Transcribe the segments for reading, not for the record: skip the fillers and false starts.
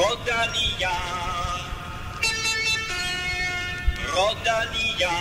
Rodalia, Rodalia.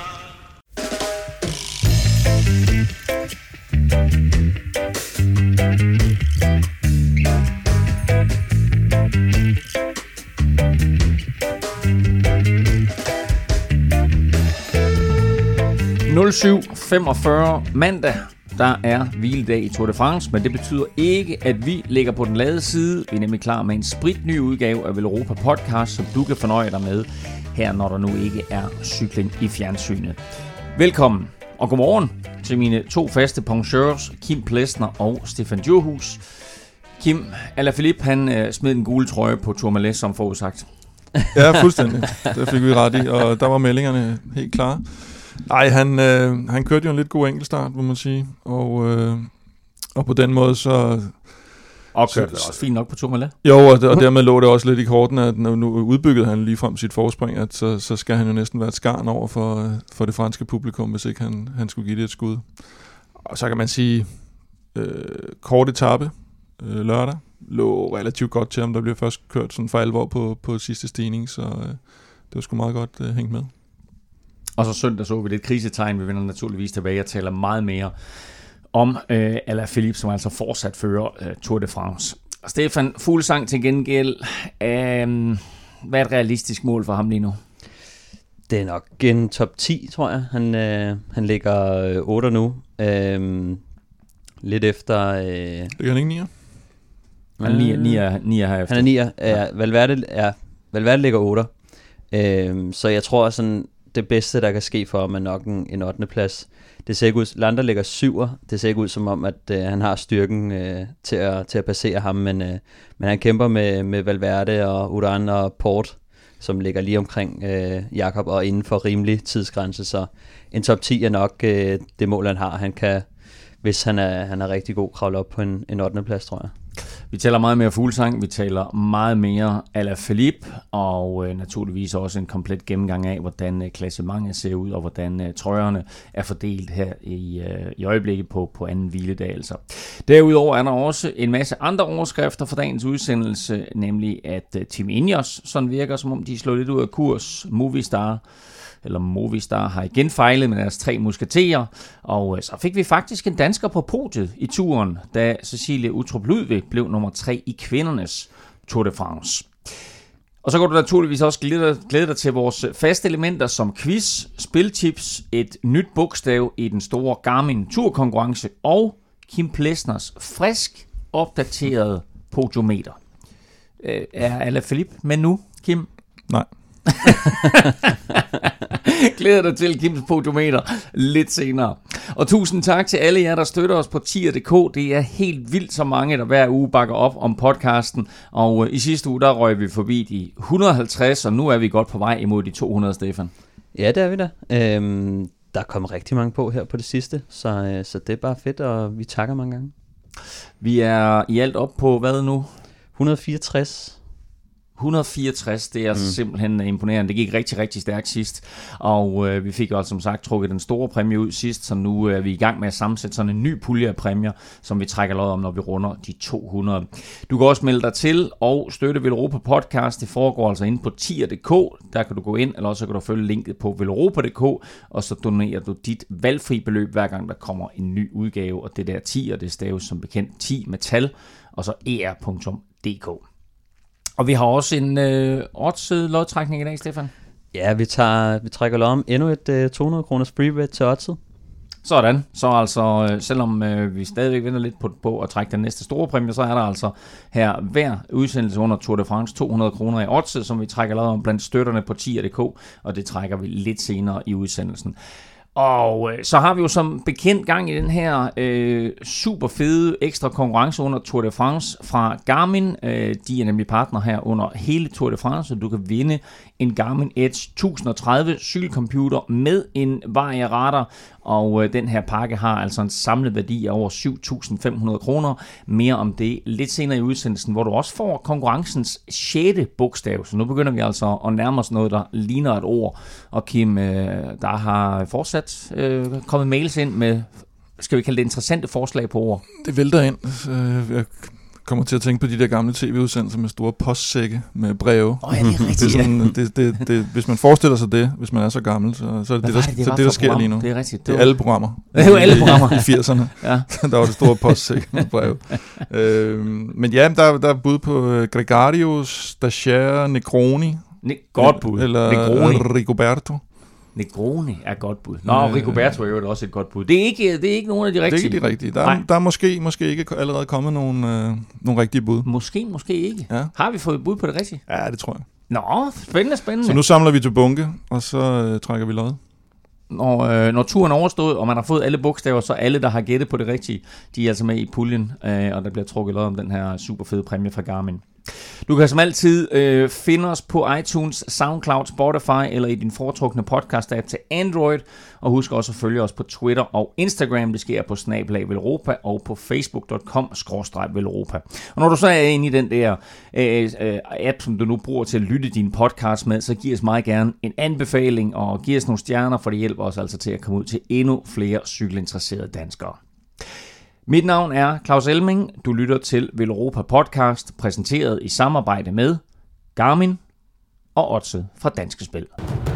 07:45 mandag, der er hviledag i Tour de France, men det betyder ikke, at vi ligger på den lade side. Vi er nemlig klar med en spritny udgave af Velropa Podcast, som du kan fornøje dig med her, når der nu ikke er cykling i fjernsynet. Velkommen og godmorgen til mine to faste poncheurs, Kim Plesner og Stefan Djurhus. Kim, Alaphilippe, han smed den gule trøje på Tourmalet, som forudsagt. Ja, fuldstændig. Det fik vi ret i, og der var meldingerne helt klare. Nej, han kørte jo en lidt god enkeltstart, må man sige, og på den måde så... Og kørte det også fint nok på Tourmalet. Jo, og dermed lå det også lidt i korten, at nu udbyggede han ligefrem sit forspring, at så skal han jo næsten være et skarn over for det franske publikum, hvis ikke han skulle give det et skud. Og så kan man sige, kort etape lørdag lå relativt godt til ham. Der bliver først kørt sådan for alvor på sidste stigning, så det var sgu meget godt hængt med. Og så søndag så vi lidt krisetegn. Vi vender naturligvis tilbage og taler meget mere om Alaphilippe, som altså fortsat fører Tour de France. Stefan, fuglsang til gengæld. Hvad er et realistisk mål for ham lige nu? Det er nok en top 10, tror jeg. Han ligger 8 nu. Lidt efter... Ligger han ikke 9'er? Han er 9'er herefter. Han er 9'er. Valverde ligger 8'er. Så jeg tror sådan... Det bedste, der kan ske for ham, er nok en 8. plads. Det ser ikke ud, Landa ligger 7'er. Det ser ikke ud som om, at han har styrken til at passere ham, men han kæmper med Valverde og Uran og Port, som ligger lige omkring Jakob og inden for rimelig tidsgrænse. Så en top 10 er nok det mål, han har. Han kan, hvis han er rigtig god, kravle op på en 8. plads, tror jeg. Vi taler meget mere fuglsang, vi taler meget mere Alaphilippe, og naturligvis også en komplet gennemgang af, hvordan klassementet ser ud, og hvordan trøjerne er fordelt her i øjeblikket på anden hviledag. Altså. Derudover er der også en masse andre overskrifter for dagens udsendelse, nemlig at Team Ineos sådan virker, som om de slår lidt ud af kurs. Movistar har igen fejlet med deres 3 musketerer, og så fik vi faktisk en dansker på podiet i turen, da Cecilie Uttrup Ludwig blev nummer 3 i kvindernes Tour de France. Og så kan du naturligvis også glæde dig til vores faste elementer som quiz, spiltips, et nyt bogstav i den store Garmin Tour-konkurrence og Kim Plesners frisk opdaterede podiometer. Er Alaphilippe med nu, Kim? Nej. Glæder dig til Kims podiometer lidt senere. Og tusind tak til alle jer, der støtter os på tier.dk. Det er helt vildt så mange, der hver uge bakker op om podcasten. Og i sidste uge, der røg vi forbi de 150, og nu er vi godt på vej imod de 200, Stefan. Ja, det er vi da. Der er kommet rigtig mange på her på det sidste, så det er bare fedt, og vi takker mange gange. Vi er i alt op på, hvad nu? 164. 164, det er altså simpelthen imponerende. Det gik rigtig, rigtig stærkt sidst, og vi fik også som sagt trukket den store præmie ud sidst, så nu er vi i gang med at sammensætte sådan en ny pulje af præmier, som vi trækker lod om, når vi runder de 200. Du kan også melde dig til og støtte Velropa Podcast. Det foregår altså inde på tier.dk. Der kan du gå ind, eller også kan du følge linket på velropa.dk, og så donerer du dit valgfri beløb, hver gang der kommer en ny udgave, og det der tier, det staves som bekendt 10 med tal, og så er.dk. Og vi har også en oddset lodtrækning i dag, Stefan. Ja, vi trækker lod om endnu et 200 kroners free bet til oddset. Sådan. Så altså, selvom vi stadigvæk venter lidt på at trække den næste store præmie, så er der altså her hver udsendelse under Tour de France 200 kroner i oddset, som vi trækker lod om blandt støtterne på tier.dk, og det trækker vi lidt senere i udsendelsen. Og så har vi jo som bekendt gang i den her super fede ekstra konkurrence under Tour de France fra Garmin. De er nemlig partner her under hele Tour de France, så du kan vinde en Garmin Edge 1030 cykelcomputer med en varieradar. Og den her pakke har altså en samlet værdi af over 7.500 kroner. Mere om det lidt senere i udsendelsen, hvor du også får konkurrencens 6. bogstav. Så nu begynder vi altså at nærme os noget, der ligner et ord. Og Kim, der har fortsat kommet mails ind med, skal vi kalde det interessante forslag på ord? Det vælter ind. Jeg kommer til at tænke på de der gamle tv-udsendelser med store postsække med breve. Ja, det er rigtigt. Det er sådan, hvis man forestiller sig det, hvis man er så gammel, så er det det, der sker lige nu. Det er rigtigt. Det er alle programmer. Det er jo alle programmer. I 80'erne. Ja. Der var det store postsække med breve. Men ja, der er bud på Gregario, Stagiaire, Negroni. Godt bud. Eller Rigoberto. Negroni er godt bud. Rigoberto er jo også et godt bud. Det er ikke nogen af de rigtige. Det er ikke de rigtige. Der er måske ikke allerede kommet nogle rigtige bud. Måske ikke. Ja. Har vi fået bud på det rigtige? Ja, det tror jeg. Nå, spændende. Så nu samler vi til bunke, og så trækker vi lod. Når turen er overstået, og man har fået alle bogstaver, så alle, der har gættet på det rigtige, de er altså med i puljen, og der bliver trukket lod om den her super fede præmie fra Garmin. Du kan som altid finde os på iTunes, SoundCloud, Spotify eller i din foretrukne podcast-app til Android. Og husk også at følge os på Twitter og Instagram. Det sker på @Velropa og på facebook.com/Velropa. Og når du så er inde i den der app, som du nu bruger til at lytte din podcast med, så giv os meget gerne en anbefaling og giv os nogle stjerner, for det hjælper os altså til at komme ud til endnu flere cykelinteresserede danskere. Mit navn er Claus Elming. Du lytter til Velropa Podcast, præsenteret i samarbejde med Garmin og Odset fra Danske Spil.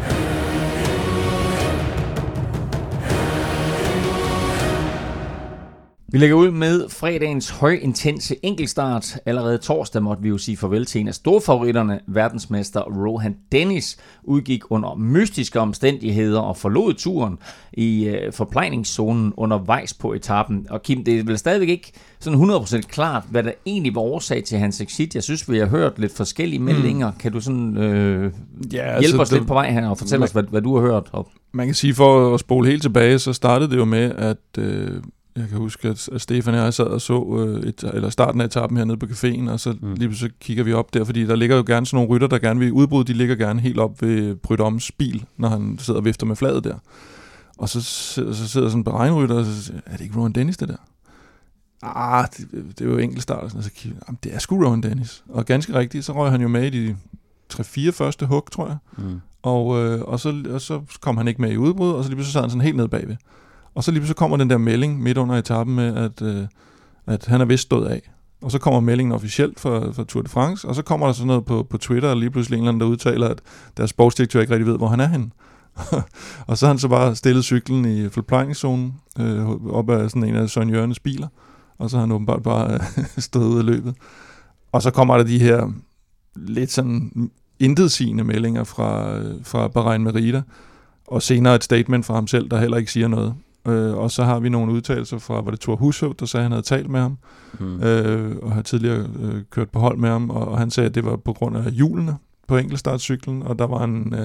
Vi lægger ud med fredagens højintense enkeltstart. Allerede torsdag måtte vi jo sige farvel til en af storfavoritterne, verdensmester Rohan Dennis, udgik under mystiske omstændigheder og forlod turen i forplejningszonen undervejs på etappen. Og Kim, det er vel stadigvæk ikke sådan 100% klart, hvad der egentlig var årsag til hans exit. Jeg synes, vi har hørt lidt forskellige meldinger. Kan du sådan hjælpe os lidt på vej her og fortælle os, hvad du har hørt? Man kan sige, for at spole helt tilbage, så startede det jo med, at jeg kan huske, at Stefan og jeg sad og så starten af etappen hernede på caféen, og så lige så kigger vi op der, fordi der ligger jo gerne sådan nogle rytter, der gerne vil udbryde, de ligger gerne helt op ved Brydoms bil, når han sidder og vifter med flaget der. Og så sidder sådan en beregnrytter, og så siger, er det ikke Rohan Dennis, det der? Det er jo enkeltstart, og så kigger jeg, det er sgu Rohan Dennis. Og ganske rigtigt, så røg han jo med i de 3-4 første hug, tror jeg. Og så kom han ikke med i udbrud, og så lige så sad han sådan helt nede bagved. Og så lige så kommer den der melding midt under etappen med, at han er vist stået af. Og så kommer meldingen officielt for Tour de France, og så kommer der sådan noget på Twitter, og lige pludselig en eller anden, der udtaler, at deres sportsdirektør ikke rigtig ved, hvor han er henne. Og så har han så bare stillet cyklen i forplejningszonen, op ad sådan en af Søren Jørgens biler, og så har han åbenbart bare stået ud af løbet. Og så kommer der de her lidt sådan intetsigende meldinger fra Bahrain Merida, og senere et statement fra ham selv, der heller ikke siger noget. Og så har vi nogle udtalelser fra, var det Thor Hushovd, der sagde, at han havde talt med ham, og havde tidligere kørt på hold med ham, og han sagde, at det var på grund af hjulene på enkeltstartcyklen, og der var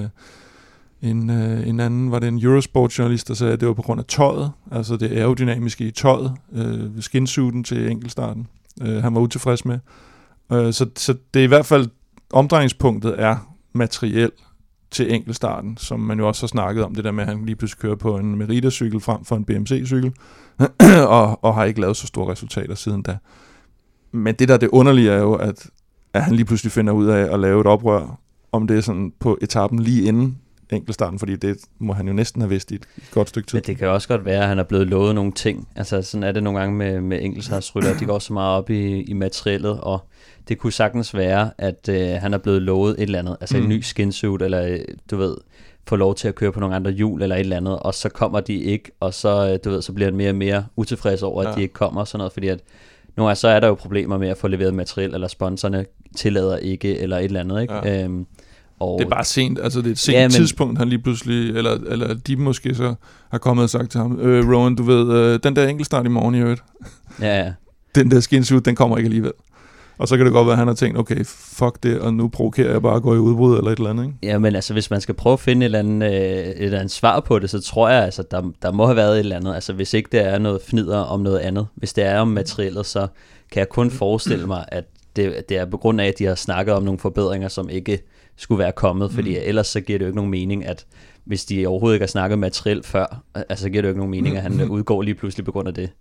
en anden, var det en Eurosport-journalist, der sagde, at det var på grund af tøjet, altså det aerodynamiske i tøjet, skinsuiten til enkeltstarten, han var utilfreds med. Så det er i hvert fald, omdrejningspunktet er materiel til enkeltstarten, som man jo også har snakket om, det der med, at han lige pludselig kører på en Merida-cykel frem for en BMC-cykel, og har ikke lavet så store resultater siden da. Men det underlige er jo, at han lige pludselig finder ud af at lave et oprør, om det er sådan på etappen lige inden enkeltstarten, fordi det må han jo næsten have vidst i et godt stykke tid. Men det kan også godt være, at han er blevet lovet nogle ting. Altså sådan er det nogle gange med enkeltstartsrytter, de går så meget op i materiellet, og det kunne sagtens være, at han er blevet lovet et eller andet, altså en ny skinsuit, eller du ved, få lov til at køre på nogle andre hjul, eller et eller andet, og så kommer de ikke, og så, du ved, så bliver han mere og mere utilfreds over, at de ikke kommer, og sådan noget, fordi at nogle gange så er der jo problemer med at få leveret materiel, eller sponsorerne tillader ikke, eller et eller andet, ikke? Ja. Og det er bare sent, altså det er et sent tidspunkt, han lige pludselig, eller de måske så har kommet og sagt til ham, Rohan, du ved, den der enkeltstart i morgen i øvrigt, den der skinsuit, den kommer ikke alligevel. Og så kan det godt være, at han har tænkt, okay, fuck det, og nu provokerer jeg bare at gå i udbrud eller et eller andet, ikke? Ja, men altså, hvis man skal prøve at finde et eller andet svar på det, så tror jeg, altså, der må have været et eller andet. Altså, hvis ikke der er noget fnider om noget andet, hvis det er om materialet, så kan jeg kun forestille mig, at det er på grund af, at de har snakket om nogle forbedringer, som ikke skulle være kommet, fordi ellers så giver det jo ikke nogen mening, at hvis de overhovedet ikke har snakket materiel før, altså så giver det jo ikke nogen mening, at han udgår lige pludselig på grund af det.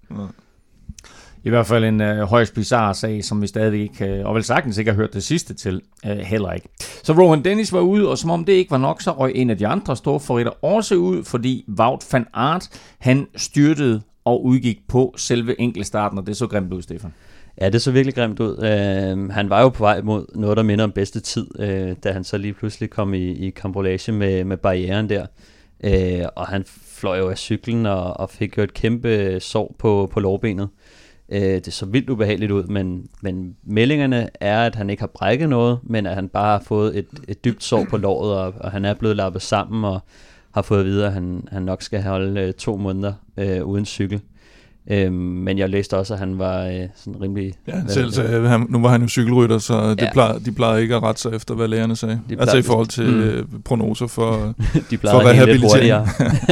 I hvert fald en højst bizarre sag, som vi stadig ikke, og vel sagtens ikke har hørt det sidste til, heller ikke. Så Rohan Dennis var ude, og som om det ikke var nok, så røg en af de andre store favoritter også ud, fordi Wout van Aert, han styrtede og udgik på selve enkeltstarten, og det så grimt ud, Stefan. Ja, det så virkelig grimt ud. Han var jo på vej mod noget, der minder om bedste tid, da han så lige pludselig kom i karambolage med barrieren der. Og han fløj jo af cyklen og fik jo et kæmpe sår på lårbenet. Det så vildt ubehageligt ud, men meldingerne er, at han ikke har brækket noget, men at han bare har fået et dybt sår på låret, og han er blevet lappet sammen og har fået at vide, at han nok skal holde 2 måneder uden cykel. Men jeg læste også, at han var sådan rimelig... Ja, nu var han jo cykelrytter, så de plejer ikke at rette sig efter, hvad lægerne sagde. Altså i forhold til prognoser for de plejer for rehabilitering.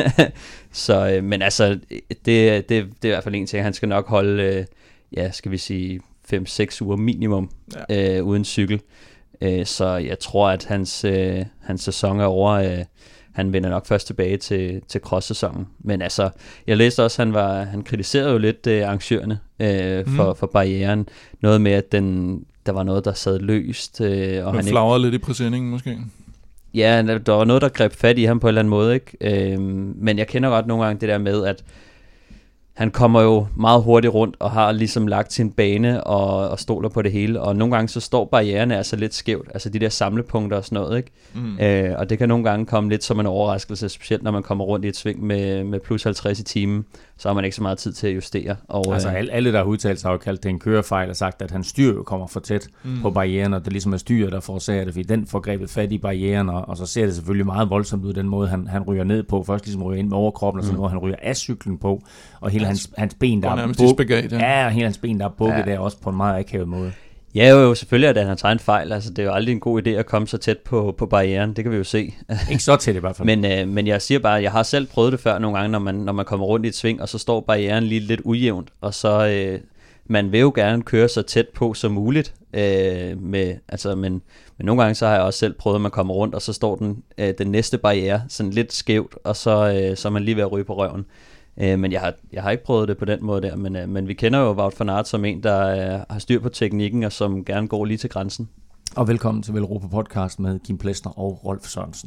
Så, men altså, det er i hvert fald en ting, han skal nok holde, skal vi sige, 5-6 uger minimum uden cykel. Så jeg tror, at hans sæson er over... Han vender nok først tilbage til cross-sæsonen. Men altså, jeg læste også, han kritiserede jo lidt arrangørerne for barrieren. Noget med, at der var noget, der sad løst. Og han flagrede lidt i præsendingen måske? Ja, der var noget, der greb fat i ham på en eller anden måde. Ikke? Men jeg kender godt nogle gange det der med, at han kommer jo meget hurtigt rundt og har ligesom lagt sin bane og stoler på det hele. Og nogle gange så står barriererne altså lidt skævt. Altså de der samlepunkter og sådan noget, ikke? Og det kan nogle gange komme lidt som en overraskelse, specielt når man kommer rundt i et sving med plus 50 i timen. Så har man ikke så meget tid til at justere. Og, altså alle, der har udtalt sig, har jo kaldt det en kørefejl og sagt, at hans styr jo kommer for tæt på barrieren, og det ligesom er styret, der forårsager det, fordi den får grebet fat i barrieren, og så ser det selvfølgelig meget voldsomt ud, den måde, han ryger ned på. Først ligesom ryger ind med overkroppen, og så noget, han ryger af cyklen på, og hele hans ben, der er bukket. Ja, og hele hans ben, der er bukket der også på en meget akavet måde. Ja, jo selvfølgelig, at han tager en fejl. Altså, det er jo aldrig en god idé at komme så tæt på barrieren. Det kan vi jo se. Ikke så tæt i hvert fald. Men jeg siger bare, jeg har selv prøvet det før nogle gange, når man kommer rundt i et sving, og så står barrieren lige lidt ujævnt, og så man vil jo gerne køre så tæt på som muligt. Men nogle gange så har jeg også selv prøvet, at man kommer rundt, og så står den næste barriere sådan lidt skævt, og så er man lige ved at ryge på røven. Men jeg har ikke prøvet det på den måde der, men vi kender jo Wout van Aert som en, der har styr på teknikken, og som gerne går lige til grænsen. Og velkommen til Velropa Podcast med Kim Plesner og Rolf Sørensen.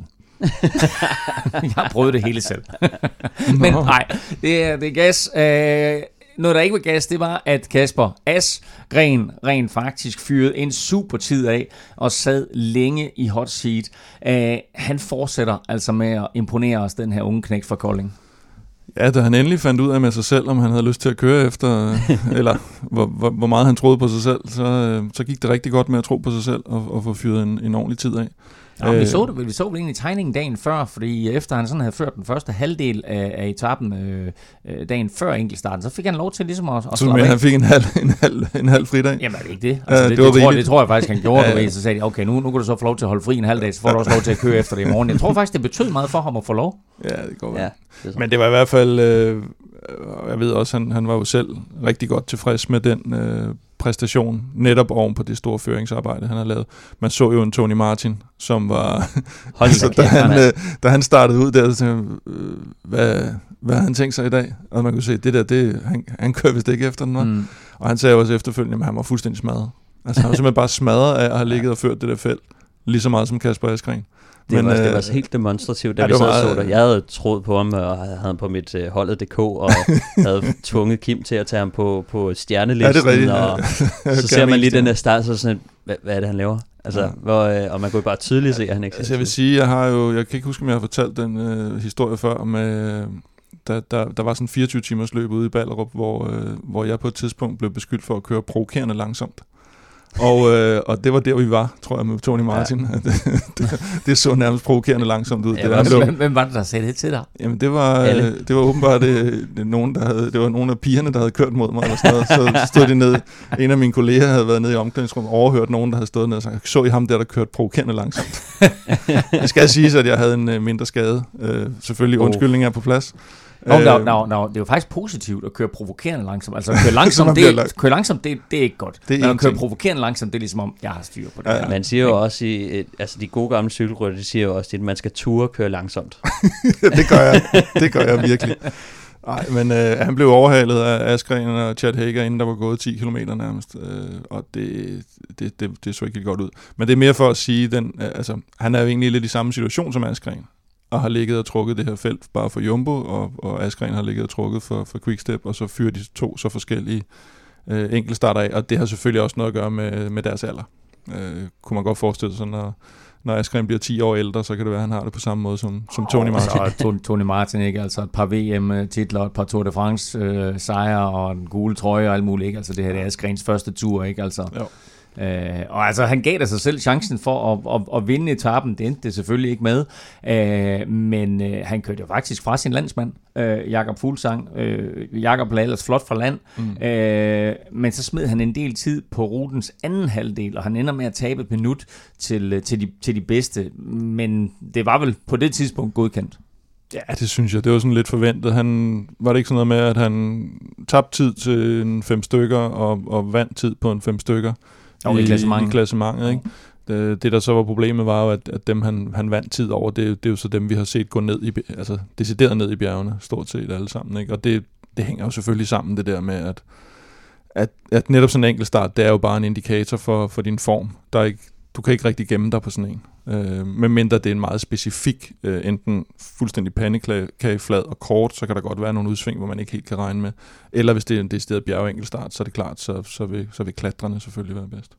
Jeg har prøvet det hele selv. Men nej, det er gas. Noget, der ikke var gas, det var, at Kasper Asgreen rent faktisk fyrede en super tid af og sad længe i hot seat. Han fortsætter altså med at imponere os, den her unge knægt fra Kolding. Ja, da han endelig fandt ud af med sig selv, om han havde lyst til at køre efter, eller hvor meget han troede på sig selv, så gik det rigtig godt med at tro på sig selv og få fyret en ordentlig tid af. Ja, vi så vel egentlig tegningen dagen før, fordi efter han sådan havde ført den første halvdel af etappen dagen før enkeltstarten, så fik han lov til ligesom at slappe af. Han fik en halv fridag? Jamen er det ikke det? Altså, det tror jeg faktisk, han gjorde. Så sagde de, okay, nu kan du så få lov til at holde fri en halv dag, så får du også lov til at køre efter det i morgen. Jeg tror faktisk, det betød meget for ham at få lov. Ja, det går vel. Men det var i hvert fald, jeg ved også, han var jo selv rigtig godt tilfreds med den præstation, netop oven på det store føringsarbejde, han har lavet. Man så jo en Tony Martin, som var... da han startede ud der, så hvad havde han tænkt sig i dag? Og man kunne se, han kører vist ikke efter den, var. Og han sagde også efterfølgende, at han var fuldstændig smadret. Altså han var simpelthen bare smadret af at have ligget og ført det der felt, lige så meget som Kasper Asgreen. Det var så helt demonstrativt, da vi så der. Jeg havde troet på ham, og havde ham på mit holdet.dk, og havde tvunget Kim til at tage ham på stjernelisten, og så ser man lige den der start, så sådan, hvad er det, han laver? Altså, og man kunne bare tydeligt se, at han ikke... Altså, jeg vil sige, jeg kan ikke huske, om jeg har fortalt den historie før, med... Der var sådan 24 timers løb ude i Ballerup, hvor jeg på et tidspunkt blev beskyldt for at køre provokerende langsomt. Og det var der, vi var, tror jeg, med Tony Martin. Ja. Det så nærmest provokerende langsomt ud. Hvem var det, der sagde det til dig? Jamen, det var åbenbart nogen af pigerne, der havde kørt mod mig. Eller sådan noget. Så stod de ned. En af mine kolleger havde været nede i omklædningsrummet og overhørt nogen, der havde stået ned og sagt, så I ham der kørte provokerende langsomt. Det skal sige, at jeg havde en mindre skade. Selvfølgelig undskyldninger på plads. Det er jo faktisk positivt at køre provokerende langsomt. Altså at køre langsomt, det er ikke godt. Men at køre provokerende langsomt, det er ligesom om, jeg har styr på det. Ja. Man siger jo også, altså de gode gamle cykelrytter, de siger jo også, at man skal ture køre langsomt. Det gør jeg virkelig. Nej, men han blev overhalet af Asgreen og Chad Hager, inden der var gået 10 km nærmest. Og det så ikke godt ud. Men det er mere for at sige, han er jo egentlig lidt i samme situation som Asgreen, og har ligget og trukket det her felt bare for Jumbo, og Asgreen har ligget og trukket for Quickstep, og så fyrer de to så forskellige enkeltstarter af, og det har selvfølgelig også noget at gøre med deres alder. Kunne man godt forestille sig, når Askren bliver 10 år ældre, så kan det være, at han har det på samme måde som Tony Martin. Så Tony Martin, ikke? Altså et par VM-titler, et par Tour de France sejre og en gule trøje og alt muligt, ikke? Altså det her det er Askrens første tur, ikke? Altså, og altså han gav da sig selv chancen for at vinde etappen. Det endte det selvfølgelig ikke med, men han kørte jo faktisk fra sin landsmand, Jakob Fuglsang. Jakob blev ellers flot fra land, men så smed han en del tid på rutens anden halvdel, og han ender med at tabe et minut til de bedste, men det var vel på det tidspunkt godkendt. Ja, det synes jeg. Det var sådan lidt forventet. Var det ikke sådan noget med, at han tabte tid til en 5 stykker og vandt tid på en 5 stykker? I klassementet, ikke? Det der så var problemet var jo, at dem han vandt tid over, det er jo så dem, vi har set gå ned decideret ned i bjergene, stort set alle sammen, ikke? Og det hænger jo selvfølgelig sammen, det der med, at netop sådan en enkelt start, det er jo bare en indikator for din form. Du kan ikke rigtig gemme dig på sådan en. Medmindre det er en meget specifik, enten fuldstændig pandekageflad og kort, så kan der godt være nogle udsving, hvor man ikke helt kan regne med. Eller hvis det er en decideret bjergenkelstart, så er det klart, så vil klatrerne selvfølgelig være bedst.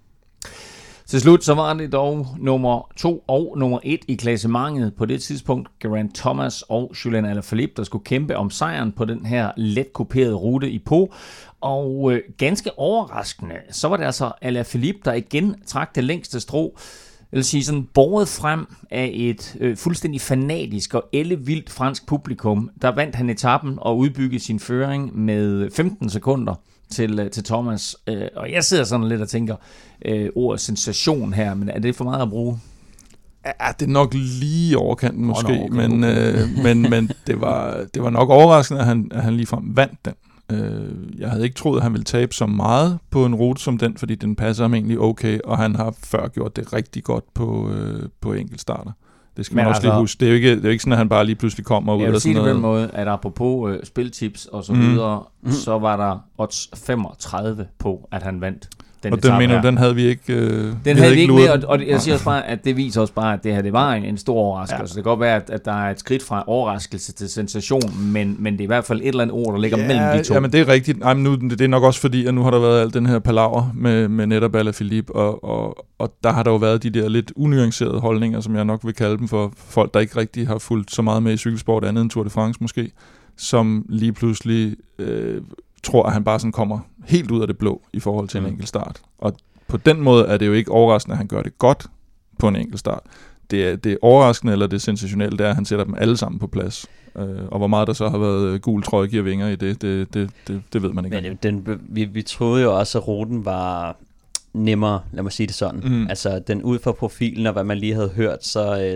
Til slut så var det dog nummer 2 og nummer 1 i klassementet på det tidspunkt, Geraint Thomas og Julian Alaphilippe, der skulle kæmpe om sejren på den her let kuperede rute i Pau. Og ganske overraskende, så var det altså Alaphilippe, der igen trak det længste strå. Jeg vil sige sådan båret frem af et fuldstændig fanatisk og ellevildt fransk publikum. Der vandt han etappen og udbyggede sin føring med 15 sekunder til Thomas. Og jeg sidder sådan lidt og tænker, ordet sensation her, men er det for meget at bruge? Ja, det er nok lige overkanten måske, okay. Men det var nok overraskende, at han ligefrem vandt den. Jeg havde ikke troet, at han ville tabe så meget på en rute som den, fordi den passer ham egentlig okay, og han har før gjort det rigtig godt på enkeltstarter. Det skal man også lige huske. Det er jo ikke sådan, at han bare lige pludselig kommer ud af sådan noget. Jeg vil sige det på den måde, at apropos spiltips og så videre, så var der odds 35 på, at han vandt. Og den mener den havde vi ikke. Den havde vi ikke med, og jeg siger også bare, at det viser også bare, at det her det var en stor overraskelse. Ja. Det kan godt være, at der er et skridt fra overraskelse til sensation, men det er i hvert fald et eller andet ord, der ligger mellem de to. Ja, men det er rigtigt. Ej, men det er nok også fordi, at nu har der været al den her palaver med netop Alaphilippe, og der har der jo været de der lidt unuancerede holdninger, som jeg nok vil kalde dem, for folk, der ikke rigtig har fulgt så meget med i cykelsport andet end Tour de France måske, som lige pludselig tror, at han bare sådan kommer helt ud af det blå i forhold til en enkelt start. Og på den måde er det jo ikke overraskende, at han gør det godt på en enkelt start. Det er overraskende, eller det sensationelle, det er, at han sætter dem alle sammen på plads. Og hvor meget der så har været gul trøje giver vinger i det ved man ikke. Men vi troede jo også, at ruten var nemmere, lad mig sige det sådan. Altså, den ud fra profilen og hvad man lige havde hørt,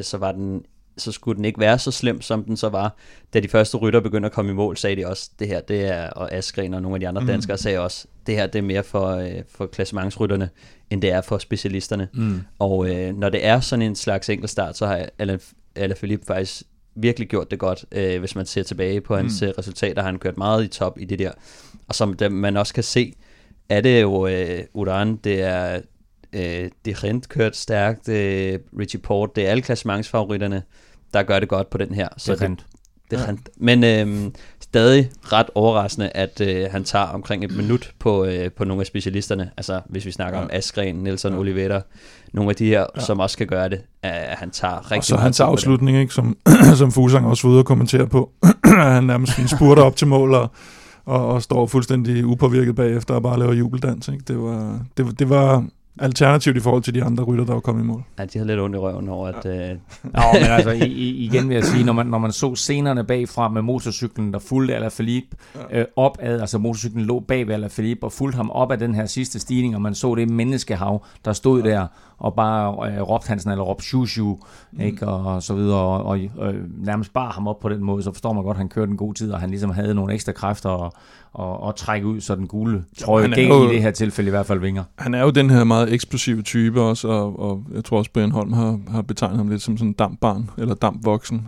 så skulle den ikke være så slem, som den så var. Da de første rytter begyndte at komme i mål, sagde de også, det her, det er, og Askren og nogle af de andre danskere sagde også, det her, det er mere for klassementsrytterne, end det er for specialisterne. Og når det er sådan en slags enkeltstart, så har Alaphilippe faktisk virkelig gjort det godt, hvis man ser tilbage på hans resultater, har han kørt meget i top i det der. Og som man også kan se, er det jo Uran, det er De Rent kørt stærkt, Richie Porte, det er alle klassementsfavoritterne, der gør det godt på den her. Så det er men stadig ret overraskende, at han tager omkring et minut på nogle af specialisterne. Altså hvis vi snakker om Askren, Nelson Oliveira, nogle af de her, som også kan gøre det, at han tager rigtig. Og så hans afslutning, ikke, som Fuglsang også var ude og kommentere på, han nærmest spurter op til mål og står fuldstændig upåvirket bagefter og bare laver jubeldans. Ikke? Det var alternativt i forhold til de andre rytter, der var kommet i mål. Ja, de havde lidt ondt i røven over, at men altså, igen vil jeg sige, når man så scenerne bagfra med motorcyklen, der fulgte Alaphilippe opad, altså motorcyklen lå bag ved Alaphilippe og fulgte ham op ad den her sidste stigning, og man så det menneskehav, der stod der og bare råbte Hansen eller råbte shoo, ikke, og så videre, og nærmest bar ham op på den måde, så forstår man godt, at han kørte en god tid, og han ligesom havde nogle ekstra kræfter og trække ud, så den gule trøje gav i det her tilfælde i hvert fald vinger. Han er jo den her meget eksplosive type også, og jeg tror også, Brian Holm har betegnet ham lidt som sådan en dampbarn, eller dampvoksen,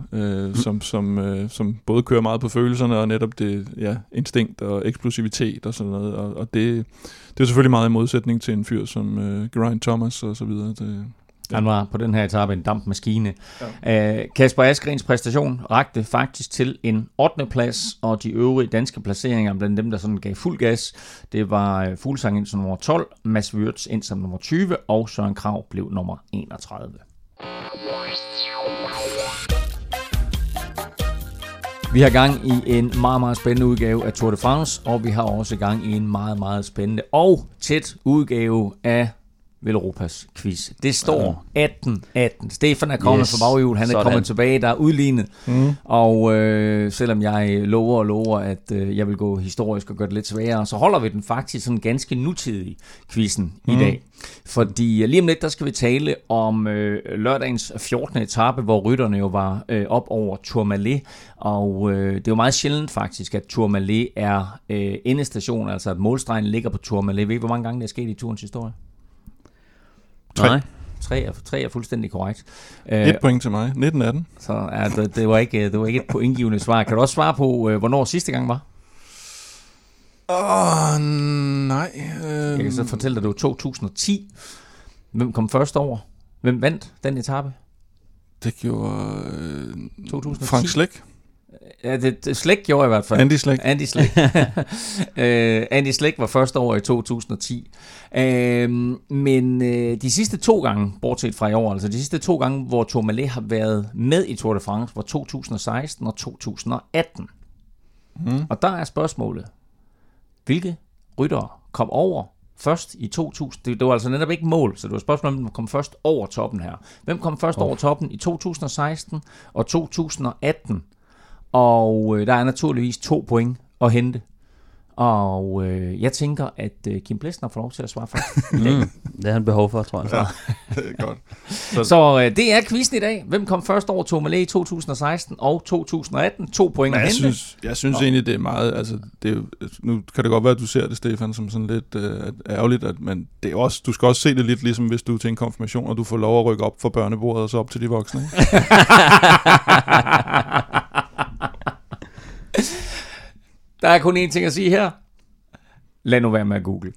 som både kører meget på følelserne, og netop det instinkt og eksplosivitet og sådan noget, og det er selvfølgelig meget i modsætning til en fyr som Geraint Thomas og så videre. Han var på den her etape en dampmaskine. Ja. Kasper Asgrens præstation rakte faktisk til en 8. plads, og de øvrige danske placeringer blandt dem, der sådan gav fuld gas, det var Fuglsang ind som nummer 12, Mads Wirtz ind som nummer 20, og Søren Kragh blev nummer 31. Vi har gang i en meget, meget spændende udgave af Tour de France, og vi har også gang i en meget, meget spændende og tæt udgave af Velropas quiz. Det står 18-18. Stefan er kommet fra baghjul, han er kommet tilbage, der er udlignet. Og selvom jeg lover, at jeg vil gå historisk og gøre det lidt sværere, så holder vi den faktisk sådan ganske nutidig quizzen i dag. Fordi lige om lidt, der skal vi tale om lørdagens 14. etape, hvor rytterne jo var op over Tourmalet. Og det er jo meget sjældent faktisk, at Tourmalet er endestation, altså at målstregen ligger på Tourmalet. Ved I, hvor mange gange det er sket i turens historie? 3. 3 er fuldstændig korrekt. 1 point til mig. 1918. Så det var ikke et pointgivende svar. Kan du også svare på, hvornår sidste gang var? Nej. Jeg kan så fortælle dig, det var 2010. Hvem kom først over? Hvem vandt den etape? Det gjorde 2010. Frank Schleck. Ja, det Schleck gjorde i hvert fald. Andy Schleck. Andy Schleck var først over i 2010. Men de sidste 2 gange, bortset fra i år, altså de sidste 2 gange, hvor Tourmalet har været med i Tour de France, var 2016 og 2018. Og der er spørgsmålet, hvilke ryttere kom over først i 2000? Det var altså netop ikke mål, så det var spørgsmålet, om de kom først over toppen her. Hvem kom først over toppen i 2016 og 2018? Og der er naturligvis 2 point at hente. Og jeg tænker, at Kim Plesner får lov til at svare først. Det har han behov for, tror jeg. Ja, det er godt. Så det er quizzen i dag. Hvem kom først over Tourmalet i 2016 og 2018? 2 point at hente. Jeg synes egentlig, det er meget... Altså, nu kan det godt være, at du ser det, Stefan, som sådan lidt ærgerligt, men det er også, du skal også se det lidt ligesom, hvis du er til en konfirmation, og du får lov at rykke op fra børnebordet og så op til de voksne. Ikke? Der er kun én ting at sige her. Lad nu være med at google.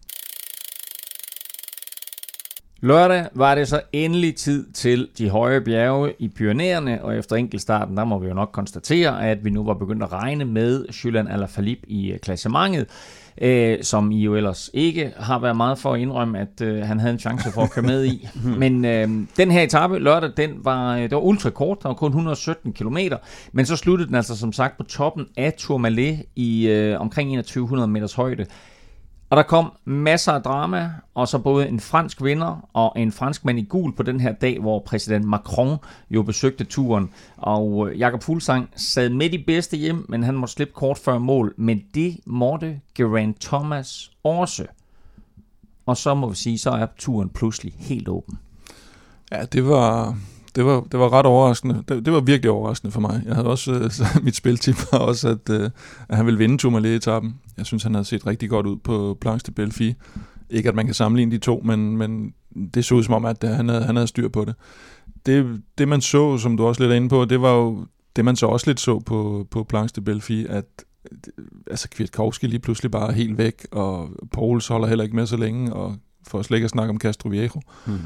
Lørdag var det så endelig tid til de høje bjerge i Pyrenæerne, og efter enkeltstarten, der må vi jo nok konstatere, at vi nu var begyndt at regne med Julian Alaphilippe i klassementet, som I jo ellers ikke har været meget for at indrømme, at han havde en chance for at køre med i. Men den her etape lørdag, det var ultrakort, der var kun 117 kilometer, men så sluttede den altså som sagt på toppen af Tourmalet i omkring 2100 meters højde. Og der kom masser af drama, og så både en fransk vinder og en franskmand i gul på den her dag, hvor præsident Macron jo besøgte turen. Og Jakob Fuglsang sad midt i bedste hjem, men han måtte slippe kort før mål. Men det måtte Geraint Thomas også. Og så må vi sige, så er turen pludselig helt åben. Ja, det var ret overraskende. Det var virkelig overraskende for mig. Jeg havde også mit spiltip var også, at han ville vinde Tourmalet-etappen. Jeg synes, han havde set rigtig godt ud på Planche de Belfi. Ikke, at man kan sammenligne de to, men det så ud som om, at han havde styr på det. Det man så, som du også lidt er inde på, det var jo det, man så også lidt så på Planche de Belfi, at altså Kwiatkowski lige pludselig bare er helt væk, og Pauls holder heller ikke med så længe, og for slet ikke at snakke om Castroviejo.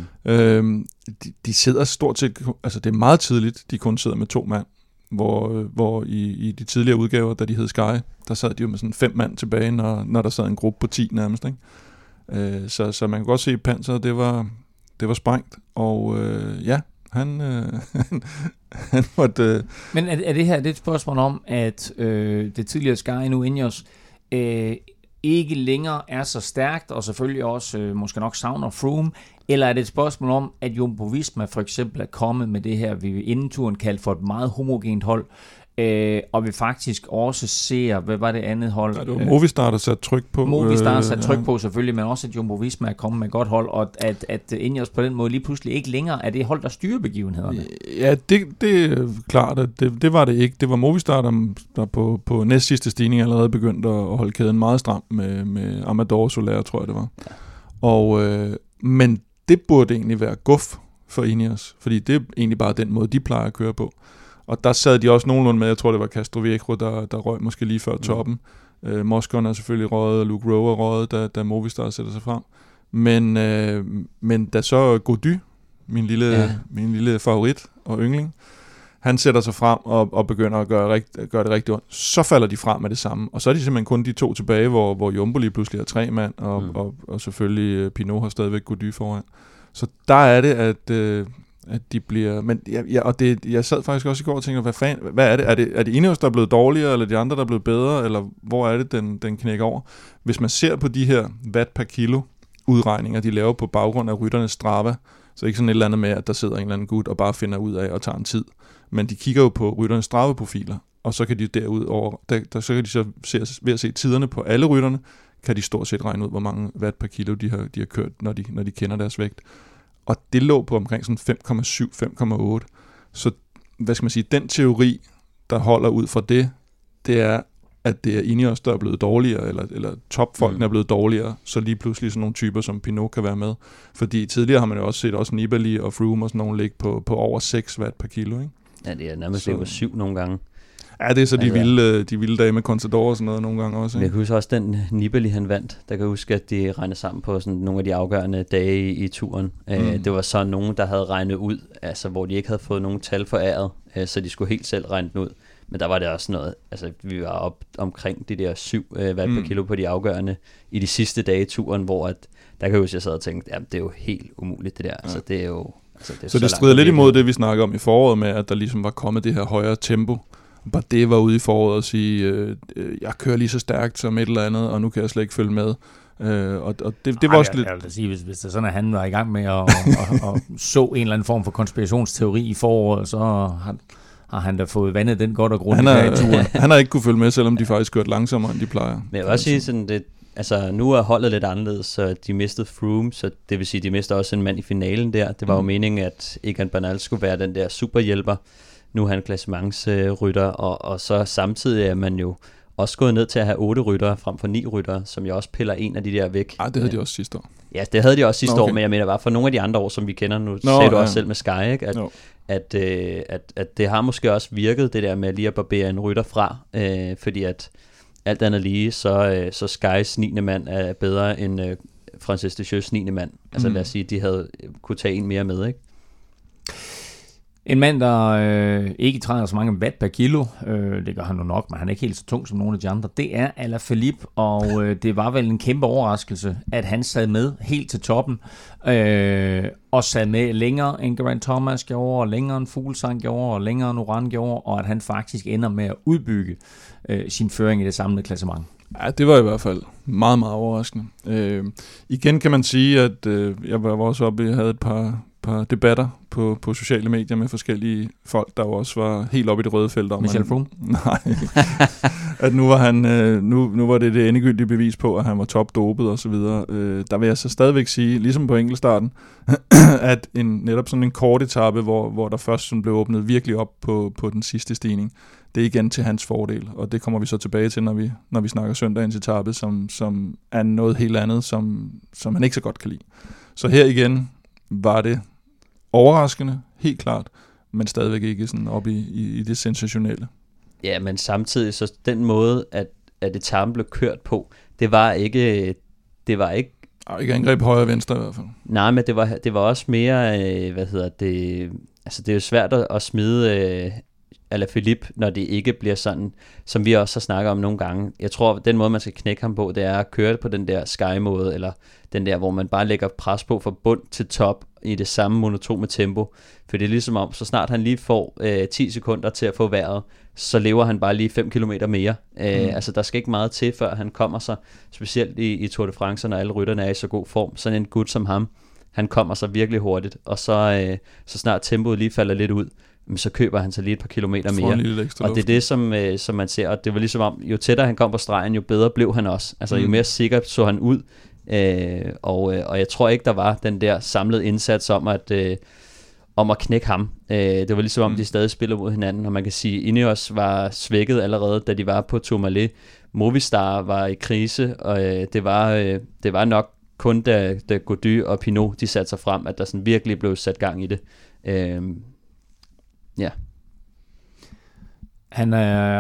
De sidder stort set, altså det er meget tidligt, de kun sidder med 2 mand, hvor i de tidligere udgaver, da de hed Sky, der sad de jo med sådan 5 mand tilbage, når der sad en gruppe på 10 nærmest, ikke? Så man kan godt se, at panseret, det var sprængt, og han måtte... Men er det her det er et spørgsmål om, at det tidligere Sky nu Ineos ikke længere er så stærkt, og selvfølgelig også måske nok savner Froome, eller er det et spørgsmål om, at Jumbo Visma for eksempel er kommet med det her, vi inden turen kaldte for et meget homogent hold, og vi faktisk også ser, hvad var det andet hold? Ja, det var Movistar, der satte tryk på. Movistar satte tryk på selvfølgelig, men også at Jumbo Visma er kommet med et godt hold, og at Ineos på den måde lige pludselig ikke længere er det hold, der styrer begivenhederne. Ja, det er klart, at det var det ikke. Det var Movistar, der på næst sidste stigning allerede begyndte at holde kæden meget stram med Amador Soler, tror jeg det var. Ja. Og, men det burde egentlig være guf for Ineos, fordi det er egentlig bare den måde, de plejer at køre på. Og der sad de også nogenlunde med, jeg tror det var Castroviejo, der røg måske lige før toppen. Moscon er selvfølgelig røget, og Luke Rowe er røget, da Movistar sætter sig frem. Men da så Gody min lille favorit og yndling, han sætter sig frem og begynder at gøre det rigtig ondt. Så falder de frem med det samme. Og så er de simpelthen kun de 2 tilbage, hvor Jumbo lige pludselig har 3 mand, og selvfølgelig Pinot har stadigvæk Gody foran. Så der er det, at de bliver... Men jeg sad faktisk også i går og tænkte, hvad er det? Er det Ineos, der er blevet dårligere, eller de andre, der er blevet bedre, eller hvor er det, den knækker over? Hvis man ser på de her watt per kilo udregninger, de laver på baggrund af rytternes Strava, så ikke sådan et eller andet med, at der sidder en eller anden gut og bare finder ud af og tager en tid. Men de kigger jo på rytternes Strava-profiler, og så kan de derudover, så kan de så ved at se tiderne på alle rytterne, kan de stort set regne ud, hvor mange watt per kilo de har kørt, når de kender deres vægt. Og det lå på omkring sådan 5,7-5,8. Så hvad skal man sige, den teori, der holder ud fra det er, at det er Ineos, der er blevet dårligere, eller topfolkene er blevet dårligere, så lige pludselig sådan nogle typer som Pinot kan være med. Fordi tidligere har man jo også set også Nibali og Froome og sådan nogle ligge på over 6 watt per kilo, ikke? Ja, det er nærmest over 7 nogle gange. Ja, det er så de vilde dage med Contador og sådan noget nogle gange også. Ikke? Jeg kan huske også den Nibali, han vandt. Der kan jeg huske, at de regnede sammen på sådan nogle af de afgørende dage i turen. Det var så nogen, der havde regnet ud, altså hvor de ikke havde fået nogen tal foræret, så de skulle helt selv regne den ud. Men der var det også noget, altså vi var op omkring de der 7 watt per kilo på de afgørende i de sidste dage i turen, hvor at, der kan jeg huske, at jeg sad og tænkte, ja, det er jo helt umuligt det der. Altså det er jo... Altså, det er så det strider lidt imod det, vi snakker om i foråret med, at der ligesom var kommet det her højere tempo. Bare det var ude i foråret og sige, jeg kører lige så stærkt som et eller andet, og nu kan jeg slet ikke følge med. Og det var også lidt... Jeg vil da sige, hvis det er sådan, at han var i gang med at så en eller anden form for konspirationsteori i foråret, så har han da fået vandet den godt og grundigt her i turen. Han har ikke kunne følge med, selvom de faktisk kørt langsommere, end de plejer. Men jeg vil også sige sådan, det, altså nu er holdet lidt anderledes, så de mistede Froome, så det vil sige, de mistede også en mand i finalen der. Det var jo meningen, at Egan Bernal skulle være den der superhjælper. Nu er han klassementsrytter, og så samtidig er man jo også gået ned til at have 8 ryttere frem for 9 ryttere, som jo også piller en af de der væk. Det havde de også sidste år. Ja, det havde de også sidste år, men jeg mener bare for nogle af de andre år, som vi kender nu, sagde du også selv med Sky, ikke? At det har måske også virket, det der med lige at barbere en rytter fra, fordi at alt andet lige, så Skys 9. mand er bedre end Francis Deschamps 9. mand. Altså lad os sige, de havde kunne tage en mere med, ikke? En mand, der ikke træder så mange watt per kilo, det gør han jo nok, men han er ikke helt så tung som nogle af de andre, det er Alaphilippe, og det var vel en kæmpe overraskelse, at han sad med helt til toppen, og sad med længere end Geraint Thomas gjorde, og længere end Fuglsang gjorde, og længere end Oran gjorde, og at han faktisk ender med at udbygge sin føring i det samlede klassement. Ja, det var i hvert fald meget, meget overraskende. Igen kan man sige, at jeg var også oppe, jeg havde et par debatter på sociale medier med forskellige folk, der jo også var helt oppe i det røde felt om. Michel Froome? Nej. At nu var han, nu var det endegyldige bevis på, at han var topdopet og så videre. Der vil jeg så stadigvæk sige, ligesom på enkeltstarten, at netop sådan en kort etape, hvor der først sådan blev åbnet virkelig op på den sidste stigning, det er igen til hans fordel, og det kommer vi så tilbage til, når vi snakker søndagens etape, som er noget helt andet, som han ikke så godt kan lide. Så her igen var det overraskende, helt klart, men stadigvæk ikke sådan op i det sensationelle. Ja, men samtidig så den måde, at etapen blev kørt på, det var ikke ikke angreb højre og venstre i hvert fald. Nej, men det var også mere, altså det er jo svært at smide Alaphilippe, når det ikke bliver sådan, som vi også har snakket om nogle gange. Jeg tror, den måde, man skal knække ham på, det er at køre på den der Sky-måde, eller den der, hvor man bare lægger pres på fra bund til top i det samme monotone tempo. For det er ligesom om, så snart han lige får 10 sekunder til at få vejret, så lever han bare lige 5 kilometer mere. Altså, der skal ikke meget til, før han kommer sig, specielt i Tour de France, når alle rytterne er i så god form. Sådan en gut som ham, han kommer sig virkelig hurtigt, og så snart tempoet lige falder lidt ud, så køber han sig lige et par kilometer mere. Og det er det, som man ser, og det var ligesom om, jo tættere han kom på stregen, jo bedre blev han også. Altså jo mere sikkert så han ud, og jeg tror ikke, der var den der samlede indsats om at knække ham. Det var ligesom om, de stadig spiller mod hinanden, og man kan sige, Ineos var svækket allerede, da de var på Tourmalet. Movistar var i krise, og det var nok kun da Gody og Pinot, de satte sig frem, at der sådan virkelig blev sat gang i det. Ja. Han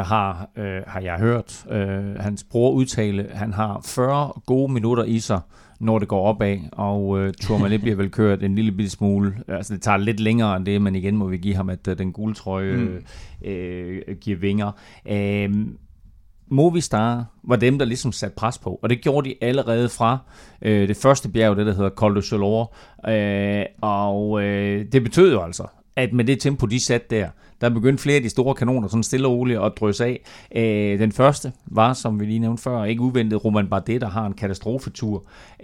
har jeg hørt, hans bror udtale, han har 40 gode minutter i sig, når det går opad, og Tourmalet bliver vel kørt en lille bitte smule. Altså det tager lidt længere end det, men igen må vi give ham, at den gule trøje giver vinger. Movistar var dem, der ligesom satte pres på, og det gjorde de allerede fra det første bjerg, det der hedder Col de Chaleur, og det betød jo altså, at med det tempo, de satte der begyndte flere af de store kanoner sådan stille og roligt at drysse af. Den første var, som vi lige nævnte før, ikke uventet Romain Bardet, der har en katastrofetur.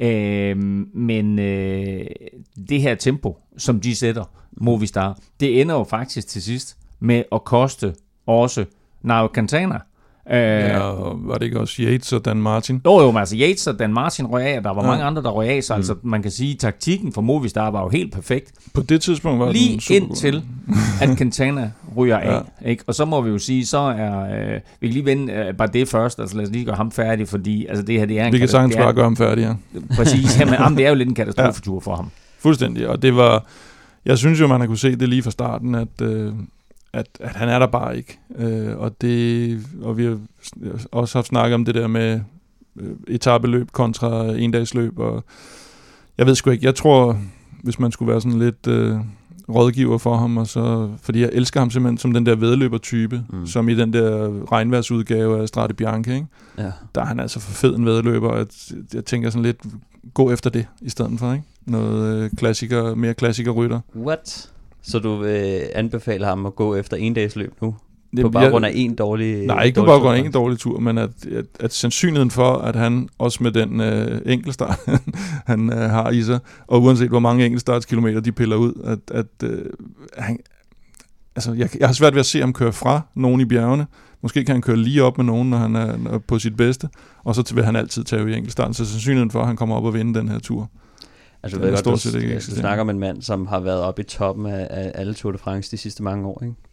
Men det her tempo, som de sætter, Movistar, det ender jo faktisk til sidst med at koste også Nairo Quintana. Var det ikke også Yates og Dan Martin? Jo, men altså Yates og Dan Martin røg af, og der var mange andre, der røg af, så altså man kan sige, at taktikken for Movistar var jo helt perfekt. På det tidspunkt var lige indtil, at Quintana ryger af. Ikke? Og så må vi jo sige, så vi kan lige vende bare det først, altså lad os lige gøre ham færdig, fordi altså det her, det er en vi kan sagtens bare gøre ham færdig, ja. Præcis, jamen, det er jo lidt en katastrofetur for ham. Fuldstændig, og det var, jeg synes jo, man har kunne se det lige fra starten, at han er der bare ikke. Og vi har også haft snakket om det der med etapeløb kontra endagsløb, og jeg ved sgu ikke, jeg tror, hvis man skulle være sådan lidt rådgiver for ham, og så, fordi jeg elsker ham simpelthen som den der væddeløber-type, som i den der regnværsudgave af Strade Bianche, ikke? Ja. Der er han altså for fed en væddeløber, og jeg tænker sådan lidt, gå efter det i stedet for, ikke? Noget mere klassiker-rytter. What? Så du vil anbefale ham at gå efter endagsløb nu? På baggrund af en dårlig... Nej, ikke på baggrund af en dårlig tur, men at sandsynligheden for, at han også med den enkeltstart, han har i sig, og uanset hvor mange enkeltstartskilometer de piller ud, han... Altså, jeg har svært ved at se ham køre fra nogen i bjergene. Måske kan han køre lige op med nogen, når han er på sit bedste, og så vil han altid tage i enkeltstarten. Så sandsynligheden for, at han kommer op og vinde den her tur. Altså, du ved godt, du snakker om en mand, som har været oppe i toppen af alle Tour de France de sidste mange år, ikke?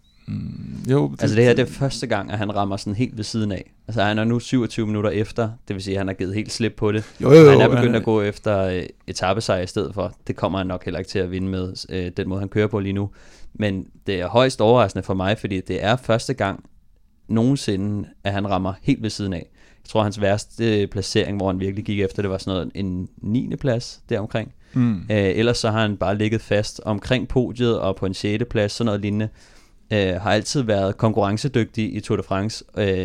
Jo. Altså det her, det er første gang, at han rammer sådan helt ved siden af. Altså han er nu 27 minutter efter, det vil sige, at han har givet helt slip på det. Jo, han er begyndt at gå efter etapesejr i stedet for. Det kommer han nok heller ikke til at vinde med den måde, han kører på lige nu. Men det er højst overraskende for mig, fordi det er første gang nogensinde, at han rammer helt ved siden af. Jeg tror, hans værste placering, hvor han virkelig gik efter, det var sådan noget en 9. plads deromkring. Ellers så har han bare ligget fast omkring podiet og på en 6. plads, sådan noget lignende. Har altid været konkurrencedygtig i Tour de France,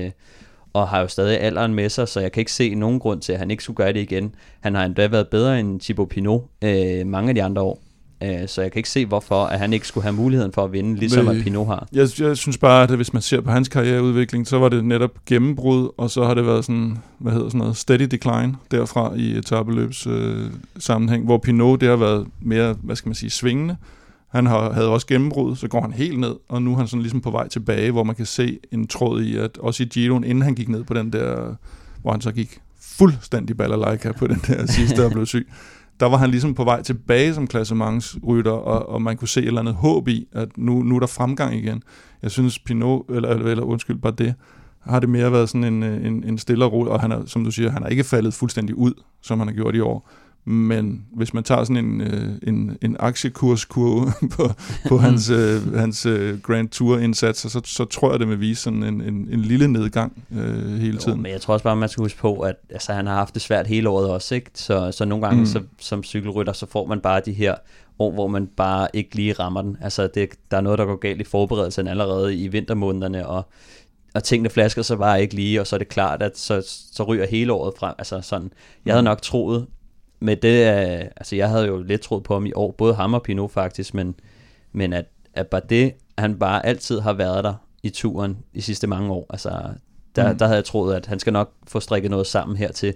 og har jo stadig alderen med sig, så jeg kan ikke se nogen grund til, at han ikke skulle gøre det igen. Han har endda været bedre end Thibaut Pinot mange af de andre år. Så jeg kan ikke se, hvorfor at han ikke skulle have muligheden for at vinde, ligesom at Pinot har. Jeg synes bare, at hvis man ser på hans karriereudvikling, så var det netop gennembrud, og så har det været sådan, steady decline derfra i etapeløbs sammenhæng, hvor Pinot, det har været mere, svingende. Han havde også gennembrud, så går han helt ned, og nu er han sådan ligesom på vej tilbage, hvor man kan se en tråd i, at også i Giroen, inden han gik ned på den der, hvor han så gik fuldstændig balalaika på den der sidste, der blev syg. Der var han ligesom på vej tilbage som klassementsrytter, og man kunne se et eller andet håb i, at nu er der fremgang igen. Jeg synes Pinot, Bardet, har det mere været sådan en stille og rolig, og han er, som du siger, han har ikke faldet fuldstændig ud, som han har gjort i år. Men hvis man tager sådan en aktiekurskurve på hans Grand Tour-indsatser, så tror jeg, det vil vise sådan en lille nedgang hele tiden. Men jeg tror også bare, man skal huske på, at altså, han har haft det svært hele året også, ikke? Så nogle gange som cykelrytter, så får man bare de her år, hvor man bare ikke lige rammer den. Altså der er noget, der går galt i forberedelsen allerede i vintermånederne, og tingene flasker sig bare ikke lige, og så er det klart, at så ryger hele året frem. Altså sådan, jeg havde nok troet, med det, altså jeg havde jo lidt troet på ham i år, både ham og Pinot faktisk, men at Bardet, han bare altid har været der i turen de sidste mange år. Altså der havde jeg troet, at han skal nok få strikket noget sammen hertil.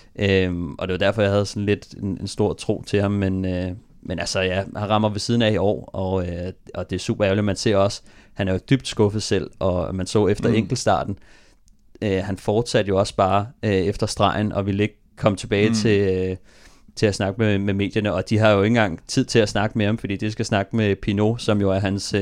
Og det var derfor, jeg havde sådan lidt en stor tro til ham, men altså ja, han rammer ved siden af i år, og det er super ærgerligt. Man ser også, han er jo dybt skuffet selv, og man så efter enkeltstarten, han fortsatte jo også bare efter stregen, og ville ikke komme tilbage til at snakke med medierne, og de har jo ikke engang tid til at snakke med ham, fordi de skal snakke med Pinot, som jo er hans,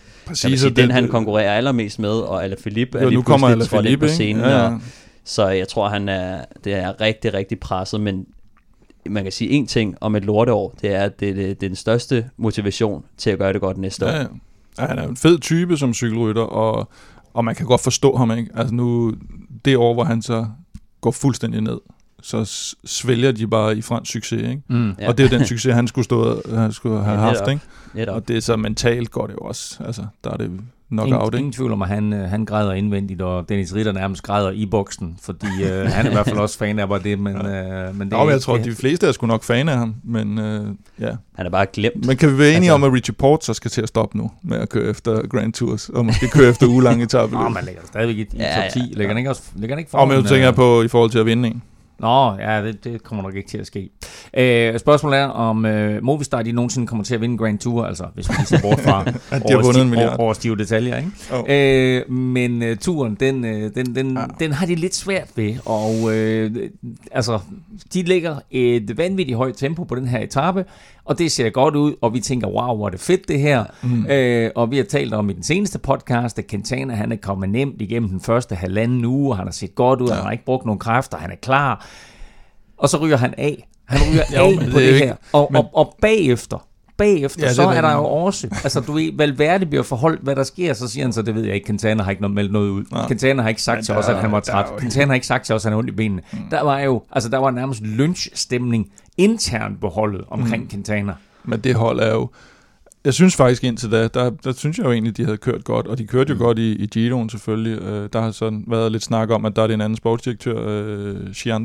den han konkurrerer allermest med, og Alaphilippe er lige pludselig trådt ind på scenen, ja. Så jeg tror, det er rigtig, rigtig presset, men man kan sige en ting om et lorteår, det er, at det er den største motivation til at gøre det godt næste år. Ja, han er en fed type som cykelrytter, og man kan godt forstå ham, ikke? Altså nu, det år, hvor han så går fuldstændig ned, så svælger de bare i fransk succes, ikke? Og det er den succes, han skulle have haft, ikke? Og det er så mentalt går det jo også. Altså, der er det knockout, ingen tvivl om, at han græder indvendigt, og Dennis Ritter nærmest græder i boksen, fordi han er i hvert fald også fan af det, men det er jeg tror, at de fleste er sgu nok fan af ham, men ja. Han er bare glemt. Men kan vi være enige om, at Richie Porte så skal til at stoppe nu med at køre efter Grand Tours, og måske køre efter ugelange etape? Man ligger stadigvæk i top 10. Ligger han ikke foran? Men du tænker på i forhold til at vinde en? Nå, ja, det kommer nok ikke til at ske. Spørgsmålet er, om Movistar de nogensinde kommer til at vinde Grand Tour, altså hvis vi ser bort fra over stive detaljer, ikke? Men turen, den har de lidt svært ved, og altså, de lægger et vanvittigt højt tempo på den her etape, og det ser godt ud, og vi tænker, wow, hvor er det fedt det her. Og vi har talt om i den seneste podcast, at Quintana, han er kommet nemt igennem den første halvanden uge, og han har set godt ud, han har ikke brugt nogen kræfter, han er klar. Og så ryger han af. Han ryger af på det her. Og bagefter, så er der jo også, altså du ved, Valverde bliver forholdt, hvad der sker, så siger han så, det ved jeg ikke, Quintana har ikke meldt noget ud. Quintana har ikke sagt til os, at han var træt. Quintana har ikke sagt til os, at han har ondt i benene. Der var nærmest lynchstemning internt på holdet omkring Quintana. Men det hold er jo, jeg synes faktisk indtil da, der synes jeg jo egentlig, de havde kørt godt, og de kørte jo godt i Giroen selvfølgelig. Der har sådan været lidt snak om, at der er det en anden sportsdirektør,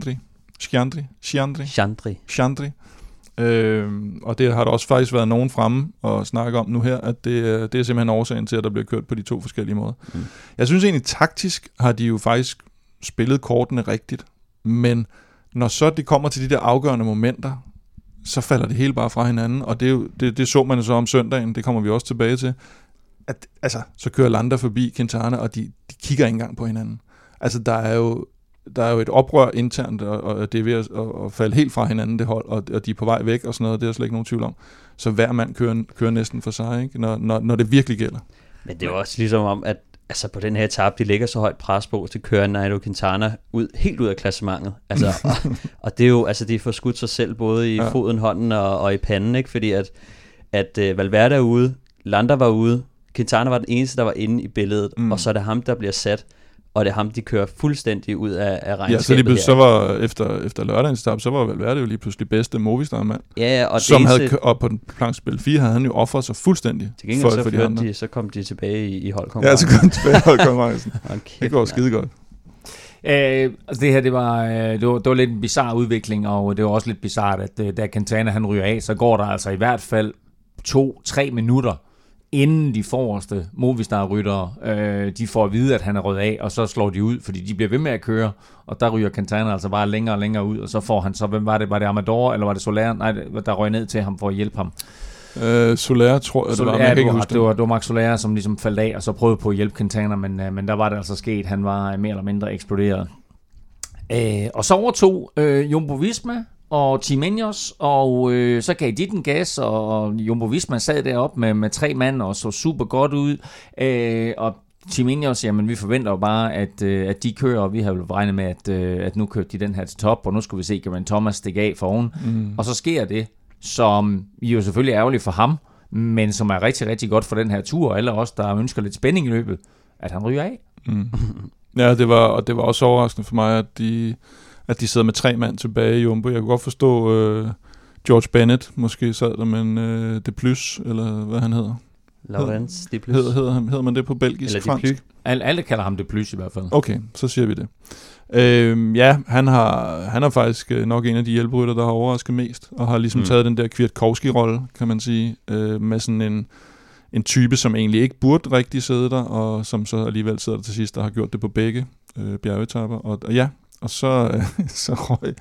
Chandri. Og det har der også faktisk været nogen fremme og snakke om nu her, at det er simpelthen årsagen til, at der bliver kørt på de to forskellige måder. Jeg synes egentlig, taktisk har de jo faktisk spillet kortene rigtigt, men når så det kommer til de der afgørende momenter, så falder det hele bare fra hinanden, og det så man så om søndagen, det kommer vi også tilbage til, at altså, så kører Landa forbi Quintana, og de kigger ikke engang på hinanden. Altså, der er jo et oprør internt, og det er ved at falde helt fra hinanden, det hold, og de er på vej væk og sådan noget, det er der slet ikke nogen tvivl om. Så hver mand kører næsten for sig, ikke? Når det virkelig gælder. Men det er også ligesom om, at altså på den her etape, de lægger så højt pres på, så kører Nairo Quintana helt ud af klassementet. Altså, og det er jo, altså de får skudt sig selv både i foden, hånden og i panden, ikke? Fordi at Valverde er ude, Landa var ude, Quintana var den eneste, der var inde i billedet, og så er det ham, der bliver sat, og det er ham, de kører fuldstændig ud af regnskabet. Ja, så lige pludselig, så var efter lørdagens etape, så var Valverde jo lige pludselig bedste Movistar-mand. Ja, og som havde, og på den plankspil 4 havde han jo offret sig fuldstændig. Til gengæld så kom de tilbage i holdkonkurrencen. Ja, så kom de tilbage i holdkonkurrencen. Det går skide godt. Altså det her, det var lidt en bizarre udvikling, og det var også lidt bizarrt, at da Quintana han ryger af, så går der altså i hvert fald 2-3 minutter, inden de forreste Movistar-ryttere, de får at vide, at han er røget af, og så slår de ud, fordi de bliver ved med at køre, og der ryger Quintana altså bare længere og længere ud, og så får han så, hvem var det? Var det Amador, eller var det Soler? Nej, der røg ned til ham for at hjælpe ham. Soler, tror jeg, det var. Ja, det var Max Soler, som ligesom faldt af, og så prøvede på at hjælpe Quintana, men der var det altså sket. Han var mere eller mindre eksploderet. Og så overtog Jumbo-Visma og Team Ineos, og så gav de den gas, og Jumbo-Visma sad deroppe med 3 mand og så super godt ud. Og Team Ineos, jamen vi forventer jo bare, at de kører, og vi har jo regnet med, at nu kørte de den her til top, og nu skulle vi se Geraint Thomas stikke af for oven. Og så sker det, som jo selvfølgelig er ærgerligt for ham, men som er rigtig, rigtig godt for den her tur, og alle os, der ønsker lidt spænding i løbet, at han ryger af. Ja, det var også overraskende for mig, at de sidder med 3 mand tilbage i Jumbo. Jeg kunne godt forstå, George Bennett måske sad der med en De Plus, eller hvad han hedder. Laurens De Plus. Hedder man det på belgisk, eller fransk? Alle kalder ham De Plus i hvert fald. Okay, så siger vi det. Ja, han har faktisk nok en af de hjælperytter, der har overrasket mest, og har ligesom taget den der Kwiatkowski-rolle, kan man sige, med sådan en type, som egentlig ikke burde rigtig sidde der, og som så alligevel sidder der til sidst, der har gjort det på begge bjergetapper. Og ja, og så røg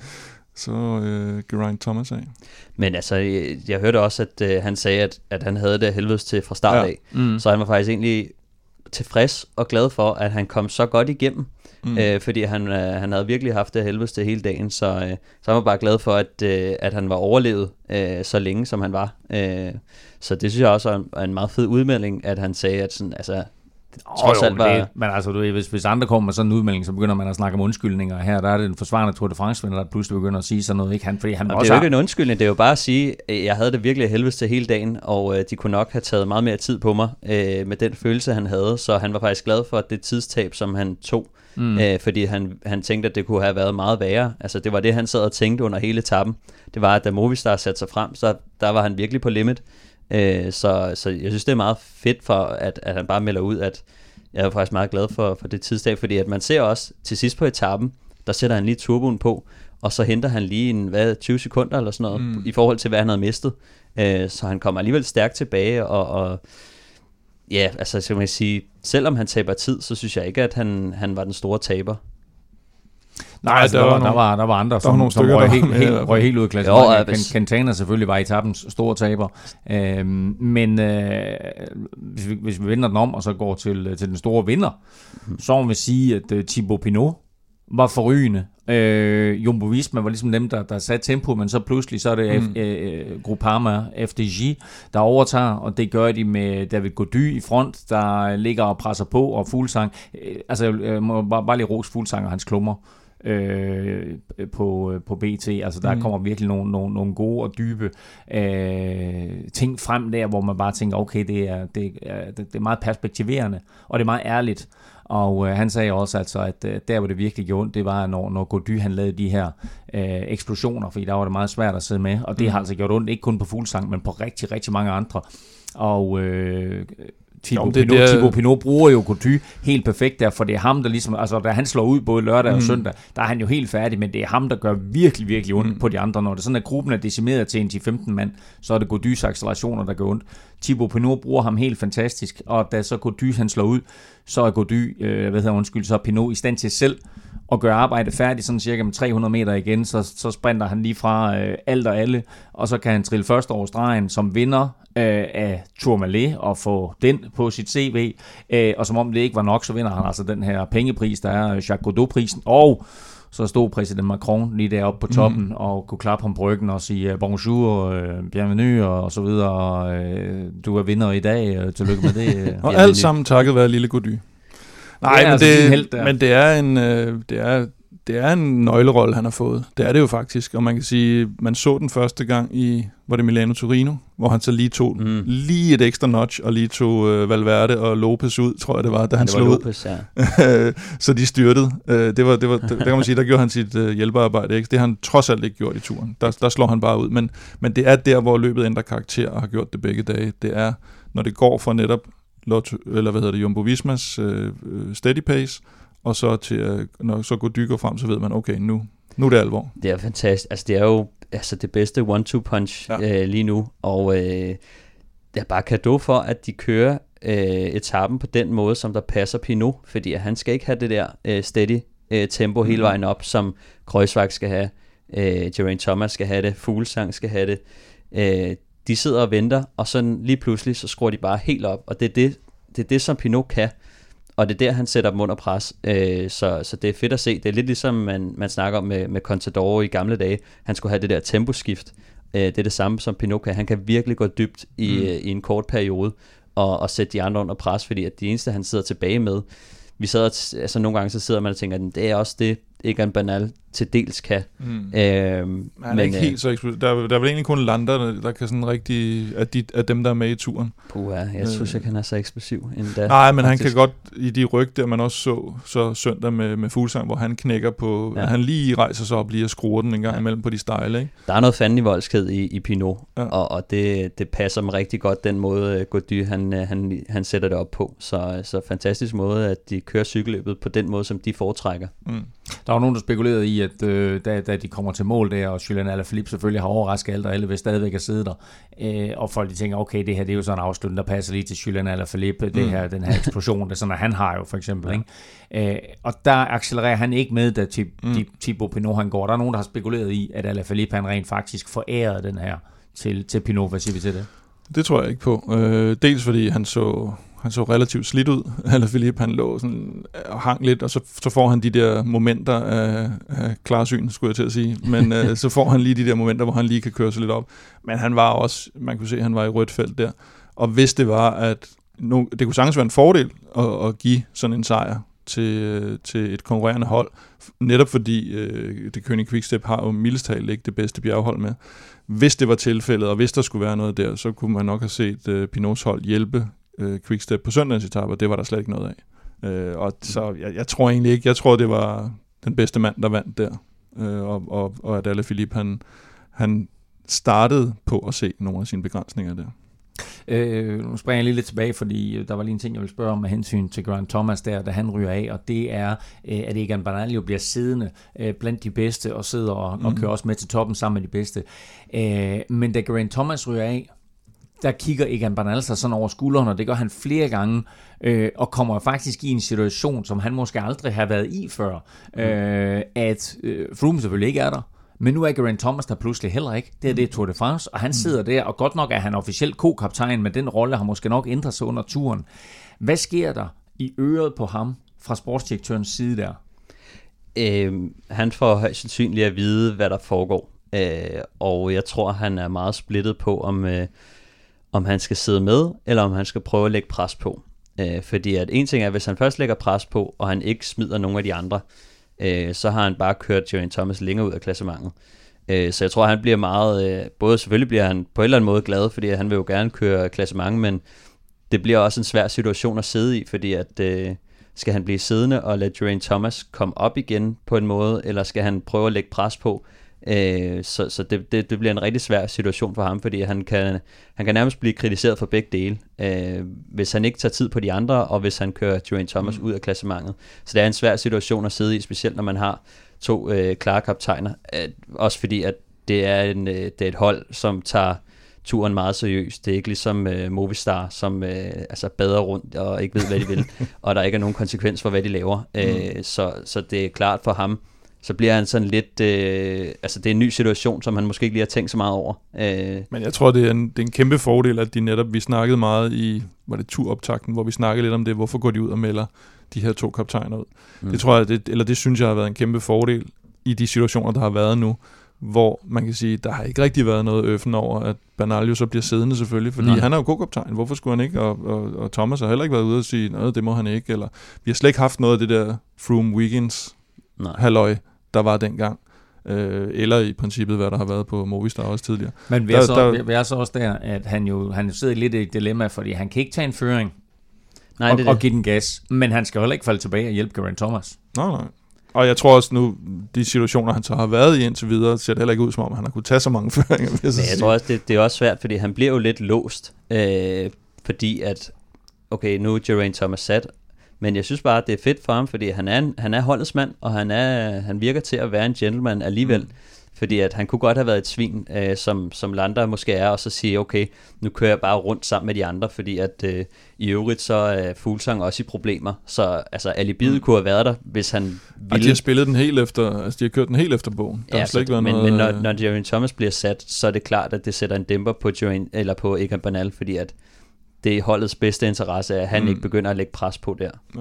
Geraint Thomas af. Men altså, jeg hørte også, at han sagde, at han havde det helvedes til fra start af. Så han var faktisk egentlig tilfreds og glad for, at han kom så godt igennem. Fordi han havde virkelig haft det helvedes til hele dagen. Så han var bare glad for, at han var overlevet så længe, som han var. Så det synes jeg også er en meget fed udmelding, at han sagde, at sådan, altså, trods alt var... Men altså, hvis andre kommer med sådan en udmelding, så begynder man at snakke om undskyldninger. Her der er det en forsvarende Tour de France-vinder, der pludselig begynder at sige sådan noget. Ikke? Han det er jo ikke en undskyldning, det er jo bare at sige, at jeg havde det virkelig helvedes til hele dagen, og de kunne nok have taget meget mere tid på mig med den følelse, han havde. Så han var faktisk glad for det tidstab, som han tog. Fordi han tænkte, at det kunne have været meget værre. Altså det var det, han sad og tænkte under hele etappen. Det var, at da Movistar satte sig frem, så der var han virkelig på limit. Så jeg synes, det er meget fedt for, at han bare melder ud, at jeg er faktisk meget glad for det tidstab, fordi at man ser også til sidst på etappen, der sætter han lige turboen på, og så henter han lige 20 sekunder eller sådan noget, i forhold til, hvad han havde mistet. Så han kommer alligevel stærkt tilbage, og ja, altså så kan man sige, selvom han taber tid, så synes jeg ikke, at han var den store taber. Nej, altså, der var andre, som røg helt ud af klassen. Quintana selvfølgelig var etapens store taber. Men hvis vi vender den om, og så går til den store vinder, så må vi sige, at Thibaut Pinot var forrygende. Jumbo Visma var ligesom dem, der satte tempo, men så pludselig så er det Groupama FDJ, der overtager, og det gør de med David Gaudu i front, der ligger og presser på, og Fuglsang, altså jeg må bare lige rose Fuglsang og hans klummer på BT. Altså der kommer virkelig nogle gode og dybe ting frem der, hvor man bare tænker, okay, det er meget perspektiverende, og det er meget ærligt. Og han sagde også, altså, at der, hvor det virkelig gjorde ondt, det var, når Gaudu han lavede de her eksplosioner, fordi der var det meget svært at sidde med, og det har altså gjort ondt, ikke kun på Fuglsang, men på rigtig, rigtig mange andre. Og Thibaut Pinot bruger jo Gaudu helt perfekt der, for det er ham, der ligesom, altså da han slår ud både lørdag og søndag, der er han jo helt færdig, men det er ham, der gør virkelig, virkelig ondt på de andre. Når det sådan, at gruppen er decimeret til en 10-15 mand, så er det Gaudus accelerationer, der gør ondt. Thibaut Pinot bruger ham helt fantastisk, og da så Gaudu han slår ud, så er Gaudu, så er Pinot i stand til selv at gøre arbejdet færdigt, sådan cirka med 300 meter igen, så sprinter han lige fra alt og alle, og så kan han trille først over stregen som vinder af Tourmalet og få den på sit CV, og som om det ikke var nok, så vinder han altså den her pengepris, der er Jacques Godot-prisen, og så stod præsident Macron lige deroppe på toppen og kunne klappe ham på ryggen og sige bonjour, bienvenue og så videre, og du er vinder i dag, tillykke med det. Og alt sammen takket være lille Gaudu. Nej, men det er en nøglerolle, han har fået. Det er det jo faktisk, og man kan sige, man så den første gang var det Milano-Torino, hvor han så lige tog lige et ekstra notch, og lige tog Valverde og Lopez ud, tror jeg det var, da han slog Lopez, ud. Ja. Så de styrtede. Der kan man sige, der gjorde han sit hjælpearbejde. Ikke? Det har han trods alt ikke gjort i turen. Der slår han bare ud. Men det er der, hvor løbet ændrer karakter, og har gjort det begge dage. Det er, når det går fra netop Jumbo Vismas steady pace, og så til, når så går dykker frem, så ved man, okay, nu er det alvor. Det er fantastisk. Altså, det er jo det bedste 1-2 punch lige nu, og det er bare cadeau for, at de kører etappen på den måde, som der passer Pinot, fordi han skal ikke have det der steady tempo hele vejen op, som Kruijswijk skal have, Geraint Thomas skal have det, Fuglsang skal have det. De sidder og venter, og så lige pludselig, så skruer de bare helt op, og det er det, som Pinot kan. Og det er der, han sætter dem under pres. Så det er fedt at se. Det er lidt ligesom, man snakker om med Contador i gamle dage. Han skulle have det der temposkift. Det er det samme, som Pinot kan. Han kan virkelig gå dybt i en kort periode og sætte de andre under pres, fordi at de eneste, han sidder tilbage med, nogle gange så sidder man og tænker, at det er også det, Egan Bernal til dels kan. Han er ikke helt så eksplosiv. Der er vel egentlig kun Landa, der kan sådan rigtig, af dem, der er med i turen. Jeg synes ikke, han er så eksplosiv endda. Nej, men faktisk. Han kan godt, i de ryg der, man også så søndag med Fuglsang, hvor han knækker på, han lige rejser sig op lige og skruer den en gang imellem på de stejle. Ikke? Der er noget fandelig voldsked i Pinot, og det passer mig rigtig godt, den måde Gaudu, han sætter det op på. Så fantastisk måde, at de kører cykelløbet på den måde, som de foretrækker. Der var nogen, der spekulerede i, at da de kommer til mål der, og Julian Alaphilippe selvfølgelig har overrasket alt, og alle vil stadigvæk at sidde der, og folk de tænker, okay, det her det er jo sådan en afslutning, der passer lige til Julian Alaphilippe, den her eksplosion, det er sådan, at han har jo for eksempel, ikke? Og der accelererer han ikke med, da Thibaut Pinot han går. Der er nogen, der har spekuleret i, at Alaphilippe han rent faktisk forærede den her til Pinot. Hvad siger vi til det? Det tror jeg ikke på. Dels fordi han så relativt slidt ud. Alaphilippe, han lå sådan og hang lidt, og så får han de der momenter af klarsyn, skulle jeg til at sige. Men så får han lige de der momenter, hvor han lige kan køre sig lidt op. Men han var også, man kunne se, han var i rødt felt der. Og hvis det var, at det kunne sagtens være en fordel at give sådan en sejr til et konkurrerende hold, netop fordi det König Quickstep har jo mildest talt ikke det bedste bjerghold med. Hvis det var tilfældet, og hvis der skulle være noget der, så kunne man nok have set Pinots hold hjælpe Quickstep på søndagens etape, og det var der slet ikke noget af. Og så jeg tror egentlig ikke, jeg tror det var den bedste mand, der vandt der, og at Alaphilippe han startede på at se nogle af sine begrænsninger der. Nu springer jeg lige lidt tilbage, fordi der var lige en ting, jeg vil spørge om med hensyn til Geraint Thomas der, da han ryger af, og det er, at Egan Bernal jo bliver siddende blandt de bedste, og sidder og kører også med til toppen sammen med de bedste. Men da Geraint Thomas ryger af, der kigger Egan Bernal sig sådan over skulderen, og det gør han flere gange, og kommer faktisk i en situation, som han måske aldrig har været i før, at Froome selvfølgelig ikke er der. Men nu er Geraint Thomas der pludselig heller ikke. Det er Tour de France, og han sidder der, og godt nok er han officielt co-kaptajn, men den rolle har måske nok ændret sig under turen. Hvad sker der i øret på ham fra sportsdirektørens side der? Han får højst sandsynligt at vide, hvad der foregår. Og jeg tror, han er meget splittet på, om han skal sidde med, eller om han skal prøve at lægge pres på. Fordi at en ting er, hvis han først lægger pres på, og han ikke smider nogen af de andre, så har han bare kørt Geraint Thomas længere ud af klassementet. Så jeg tror, han bliver meget... både selvfølgelig bliver han på en eller anden måde glad, fordi han vil jo gerne køre klassement, men det bliver også en svær situation at sidde i, fordi at skal han blive siddende og lade Geraint Thomas komme op igen på en måde, eller skal han prøve at lægge pres på? Så det bliver en rigtig svær situation for ham, fordi han kan nærmest blive kritiseret for begge dele, hvis han ikke tager tid på de andre, og hvis han kører Geraint Thomas ud af klassementet. Så det er en svær situation at sidde i, specielt når man har to klare kaptajner, også fordi at det er et hold, som tager turen meget seriøst. Det er ikke ligesom Movistar, som bader rundt og ikke ved, hvad de vil, og der ikke er nogen konsekvens for, hvad de laver. Så det er klart for ham, så bliver han sådan lidt... det er en ny situation, som han måske ikke lige har tænkt så meget over. Men jeg tror, det er en kæmpe fordel, at de netop... Vi snakkede meget i... Var det turoptakten, hvor vi snakkede lidt om det. Hvorfor går de ud og melder de her to kaptajner ud? Det tror jeg, det synes jeg har været en kæmpe fordel i de situationer, der har været nu, hvor man kan sige, der har ikke rigtig været noget øffen over, at Bernal jo så bliver siddende selvfølgelig, fordi han er jo co-kaptajn. Hvorfor skulle han ikke? Og Thomas har heller ikke været ude og sige, noget, det må han ikke. Eller vi har slet ikke haft noget af det der Froome Wiggins halløj, der var dengang. Eller i princippet, hvad der har været på Movistar også tidligere. Men vi er så også der, at han sidder lidt i et dilemma, fordi han kan ikke tage en føring og give den gas, men han skal heller ikke falde tilbage og hjælpe Geraint Thomas. Nej. Og jeg tror også nu, de situationer, han så har været i indtil videre, ser det heller ikke ud som om, han har kunnet tage så mange føringer. Jeg tror også, det er også svært, fordi han bliver jo lidt låst, fordi at, okay, nu er Geraint Thomas sat, men jeg synes bare, at det er fedt for ham, fordi han er holdets mand, og han virker til at være en gentleman alligevel. Fordi at han kunne godt have været et svin, som Landa måske er, og så sige, okay, nu kører jeg bare rundt sammen med de andre, fordi at i øvrigt så er Fuglsang også i problemer. Så altså, alibiet kunne have været der, hvis han ville. Og de har spillet den helt efter, de har kørt den helt efter bogen. Der har slet ikke været noget. Men når Geraint Thomas bliver sat, så er det klart, at det sætter en dæmper på Egan Bernal, fordi at det er holdets bedste interesse, at han ikke begynder at lægge pres på der. Ja.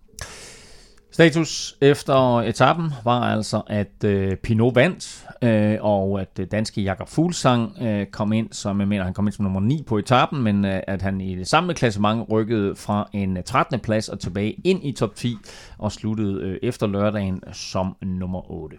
Status efter etappen var altså, at Pinot vandt, og at danske Jakob Fuglsang kom ind, som jeg mener, han kom ind som nummer 9 på etappen, men at han i det samme klassement rykkede fra en 13. plads og tilbage ind i top 10 og sluttede efter lørdagen som nummer 8.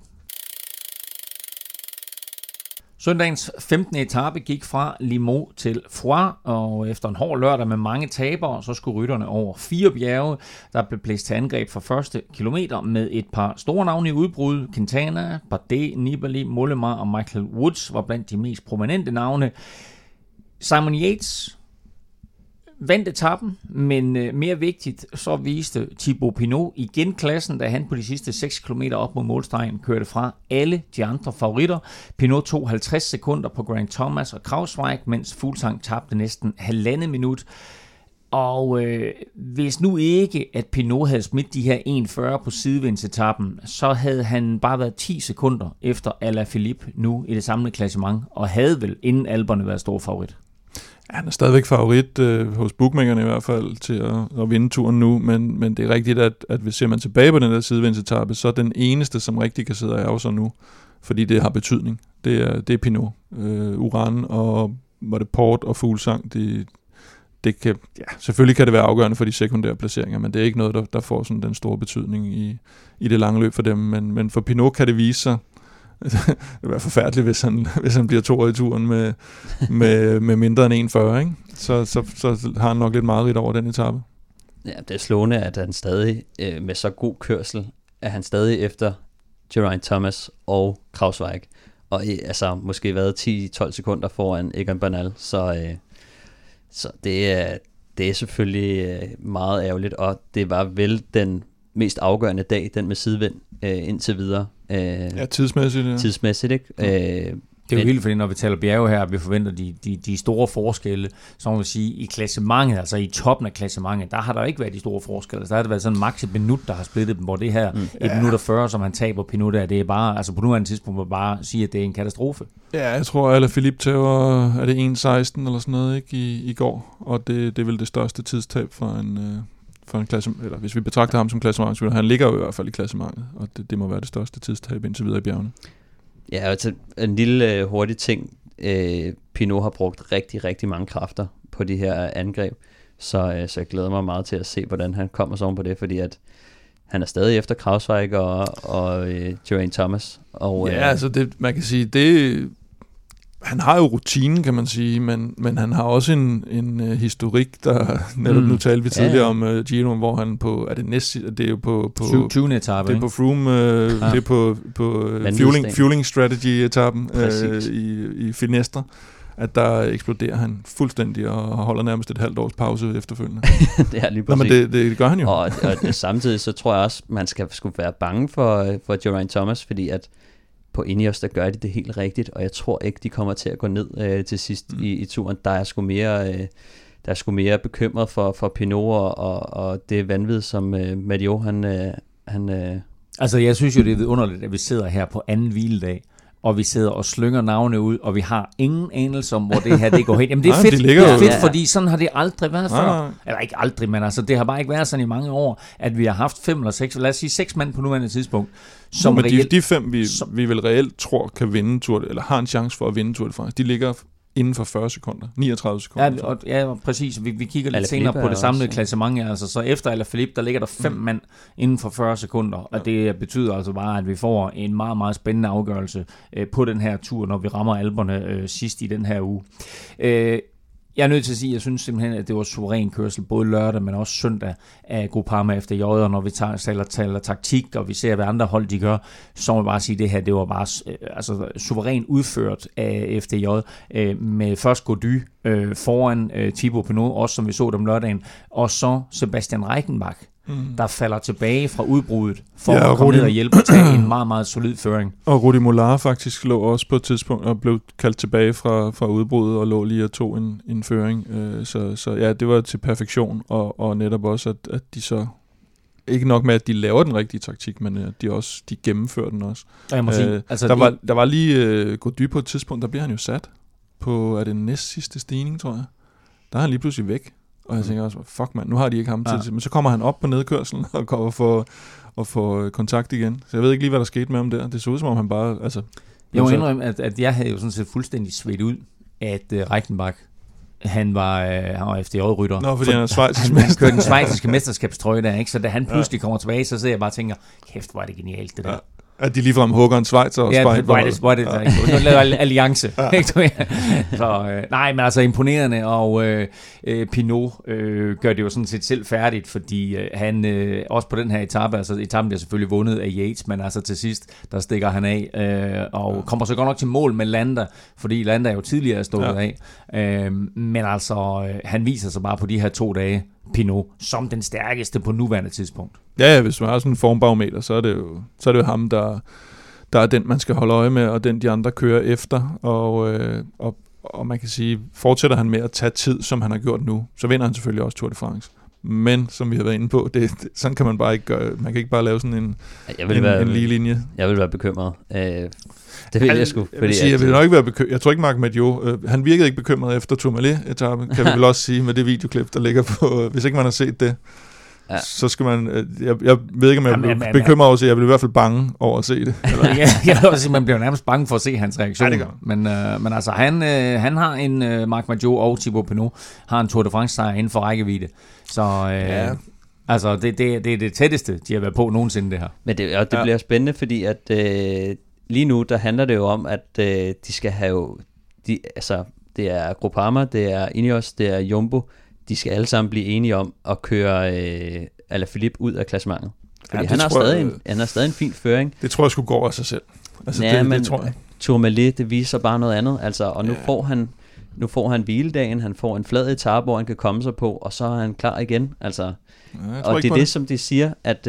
Søndagens 15. etape gik fra Limoux til Foix, og efter en hård lørdag med mange tabere, så skulle rytterne over 4 bjerge. Der blev blæst til angreb for første kilometer med et par store navne i udbrud. Quintana, Bardet, Nibali, Mollema og Michael Woods var blandt de mest prominente navne. Simon Yates vandt etappen, men mere vigtigt, så viste Thibaut Pinot igen klassen, da han på de sidste 6 km op mod målstregen kørte fra alle de andre favoritter. Pinot tog 50 sekunder på Geraint Thomas og Krausweig, mens Fuglsang tabte næsten 1,5 minut. Og hvis nu ikke, at Pinot havde smidt de her 1,40 på sidevindsetappen, så havde han bare været 10 sekunder efter Alaphilippe nu i det samlede klassement, og havde vel inden Alperne været stor favorit. Han er stadigvæk favorit hos bookmakerne i hvert fald til at vinde turen nu, men det er rigtigt, at hvis ser man tilbage på den der sidevindsetappe, så er den eneste, som rigtig kan sidde og ærge sig nu, fordi det har betydning. Det er Pinot. Uran og var det Port og Fuglsang, det kan, selvfølgelig kan det være afgørende for de sekundære placeringer, men det er ikke noget, der får sådan den store betydning i det lange løb for dem. Men for Pinot kan det vise sig, det vil være forfærdeligt, hvis han bliver 2 i turen med mindre end 1,40, ikke? Så har han nok lidt meget over den etape. Ja, det er slående, at han stadig med så god kørsel, at han stadig efter Geraint Thomas og Kruijswijk, og altså måske været 10-12 sekunder foran Egan Bernal, så det er selvfølgelig meget ærgerligt, og det var vel den mest afgørende dag, den med sidevind indtil videre. Tidsmæssigt. Ja. Tidsmæssigt, ikke? Det er jo vildt, fordi når vi taler bjerge her, vi forventer de store forskelle, så må vi sige, i klassementet, altså i toppen af klassementet, der har der ikke været de store forskelle. Altså, der har det været sådan max et minut, der har splittet dem, hvor det her 1 minut og 40, som han taber Pinot der, det er bare, altså på nuværende tidspunkt, må bare sige, at det er en katastrofe. Ja, jeg tror, at Alaphilippe tager, er det 1.16 eller sådan noget, ikke, i går, og det er vel det største tidstab for en klasse, eller hvis vi betragter ham som klassementsvinder, han ligger jo i hvert fald i klassementet, og det må være det største tidstab indtil videre i bjergene. Ja, altså en lille hurtig ting. Pinot har brugt rigtig, rigtig mange kræfter på de her angreb, så jeg glæder mig meget til at se, hvordan han kommer sådan på det, fordi at han er stadig efter Kruijswijk og Geraint Thomas. Og, altså man kan sige, han har jo rutinen, kan man sige, men han har også en historik, der netop nu talte vi tidligere om Giro, hvor han på, er det næste, det er jo på 20. etape, det er på Froome, det er på fueling strategy etappen i Finestre, at der eksploderer han fuldstændig og holder nærmest et halvt års pause efterfølgende. Det er lige præcis. Nå, men det gør han jo. Og samtidig så tror jeg også, man skulle være bange for Geraint Thomas, fordi at på Ineos, der gør de det helt rigtigt, og jeg tror ikke, de kommer til at gå ned til sidst i turen. Der er sgu mere bekymret for Pinot og det vanvid, som Madio, han Altså, jeg synes jo, det er vidunderligt, at vi sidder her på anden hviledag, og vi sidder og slynger navne ud, og vi har ingen anelse om, hvor det her det går hen. Jamen, det er fedt, det er fedt, fordi sådan har det aldrig været før. Eller ikke aldrig, men altså, det har bare ikke været sådan i mange år, at vi har haft 5 eller 6, lad os sige 6 mand på nuværende tidspunkt. Som men de 5, vi vel reelt tror kan vinde Tour, eller har en chance for at vinde Tour de France, de ligger inden for 40 sekunder, 39 sekunder. Ja, præcis. Vi kigger lidt senere på det samlede klassement. Altså, så efter Alaphilippe, der ligger der 5 mand inden for 40 sekunder, og det betyder altså bare, at vi får en meget, meget spændende afgørelse på den her tur, når vi rammer Alperne sidst i den her uge. Jeg er nødt til at sige, at jeg synes simpelthen, at det var suveræn kørsel, både lørdag, men også søndag af Groupama FDJ, og når vi taler taktik, og vi ser, hvad andre hold de gør, så må jeg bare sige, at det her, det var bare suveræn udført af FDJ, med først Gody foran Thibaut Pinot, også som vi så dem lørdagen, og så Sebastian Reichenbach, der falder tilbage fra udbruddet for at komme ned og hjælpe at tage en meget, meget solid føring. Og Rudi Mollard faktisk lå også på et tidspunkt og blev kaldt tilbage fra udbruddet og lå lige og tog en føring. Så ja, det var til perfektion, og netop også, at de så ikke nok med, at de laver den rigtige taktik, men at de gennemfører den også. Jeg må sige, altså der var lige Gody på et tidspunkt, der bliver han jo sat på, er det næst sidste stigning, tror jeg. Der er han lige pludselig væk. Og jeg tænker også, fuck mand, nu har de ikke ham til. Men så kommer han op på nedkørslen og kommer for få kontakt igen. Så jeg ved ikke lige, hvad der skete med ham der. Det så ud som om han bare... Altså, jeg må indrømme, at jeg havde jo sådan set fuldstændig svedt ud, at Reichenbach, han var FDJ-rytter. Nå, fordi han er schweizisk mester. Han kørte den schweiziske mesterskabstrøje der, ikke? Så da han pludselig kommer tilbage, så sidder jeg bare og tænker, kæft, hvor er det genialt, det der. Ja. At de ligefrem hugger en Schweizer og Spejl. Hvor er det der, ikke? Nu laver alliance. Så, nej, men altså imponerende, og Pinot gør det jo sådan set selv færdigt, fordi han også på den her etape, altså etappen bliver selvfølgelig vundet af Yates, men altså til sidst, der stikker han af, og kommer så godt nok til mål med Landa, fordi Landa er jo tidligere stået af, men altså, han viser sig bare på de her 2 dage, Pinot, som den stærkeste på nuværende tidspunkt. Ja, hvis man har sådan en formbarometer, så er det jo ham, der er den, man skal holde øje med, og den, de andre kører efter, og man kan sige, fortsætter han med at tage tid, som han har gjort nu, så vinder han selvfølgelig også Tour de France. Men, som vi har været inde på, sådan kan man bare ikke gøre. Man kan ikke bare lave sådan en lige linje. Jeg vil være bekymret. Det vil jeg sgu. Jeg vil nok ikke være bekymret. Jeg tror ikke, Marc Madio, han virkede ikke bekymret efter Tourmalet-etappen, kan vi vel også sige, med det videoklip, der ligger på, hvis ikke man har set det, så skal man... Jeg ved ikke, om jeg bliver bekymret over at se, jeg bliver i hvert fald bange over at se det. Jeg vil også sige, man bliver nærmest bange for at se hans reaktion. Ja, men altså, han har en Marc Margeau og Thibaut Pinot har en Tour de France-sejr inden for rækkevidde. Så altså, det er det tætteste, de har været på nogensinde, det her. Men det bliver spændende, fordi at lige nu, der handler det jo om, at de skal have... det er Groupama, det er Ineos, det er Jumbo. De skal alle sammen blive enige om at køre Alaphilippe ud af klassementet. Fordi han har stadig en fin føring. Det tror jeg skulle gå af sig selv. Altså, det tror jeg. Tourmalet, det viser bare noget andet. Altså, og nu får han hviledagen, han får en flad etape, hvor han kan komme sig på, og så er han klar igen. Altså, og det er det, som de siger,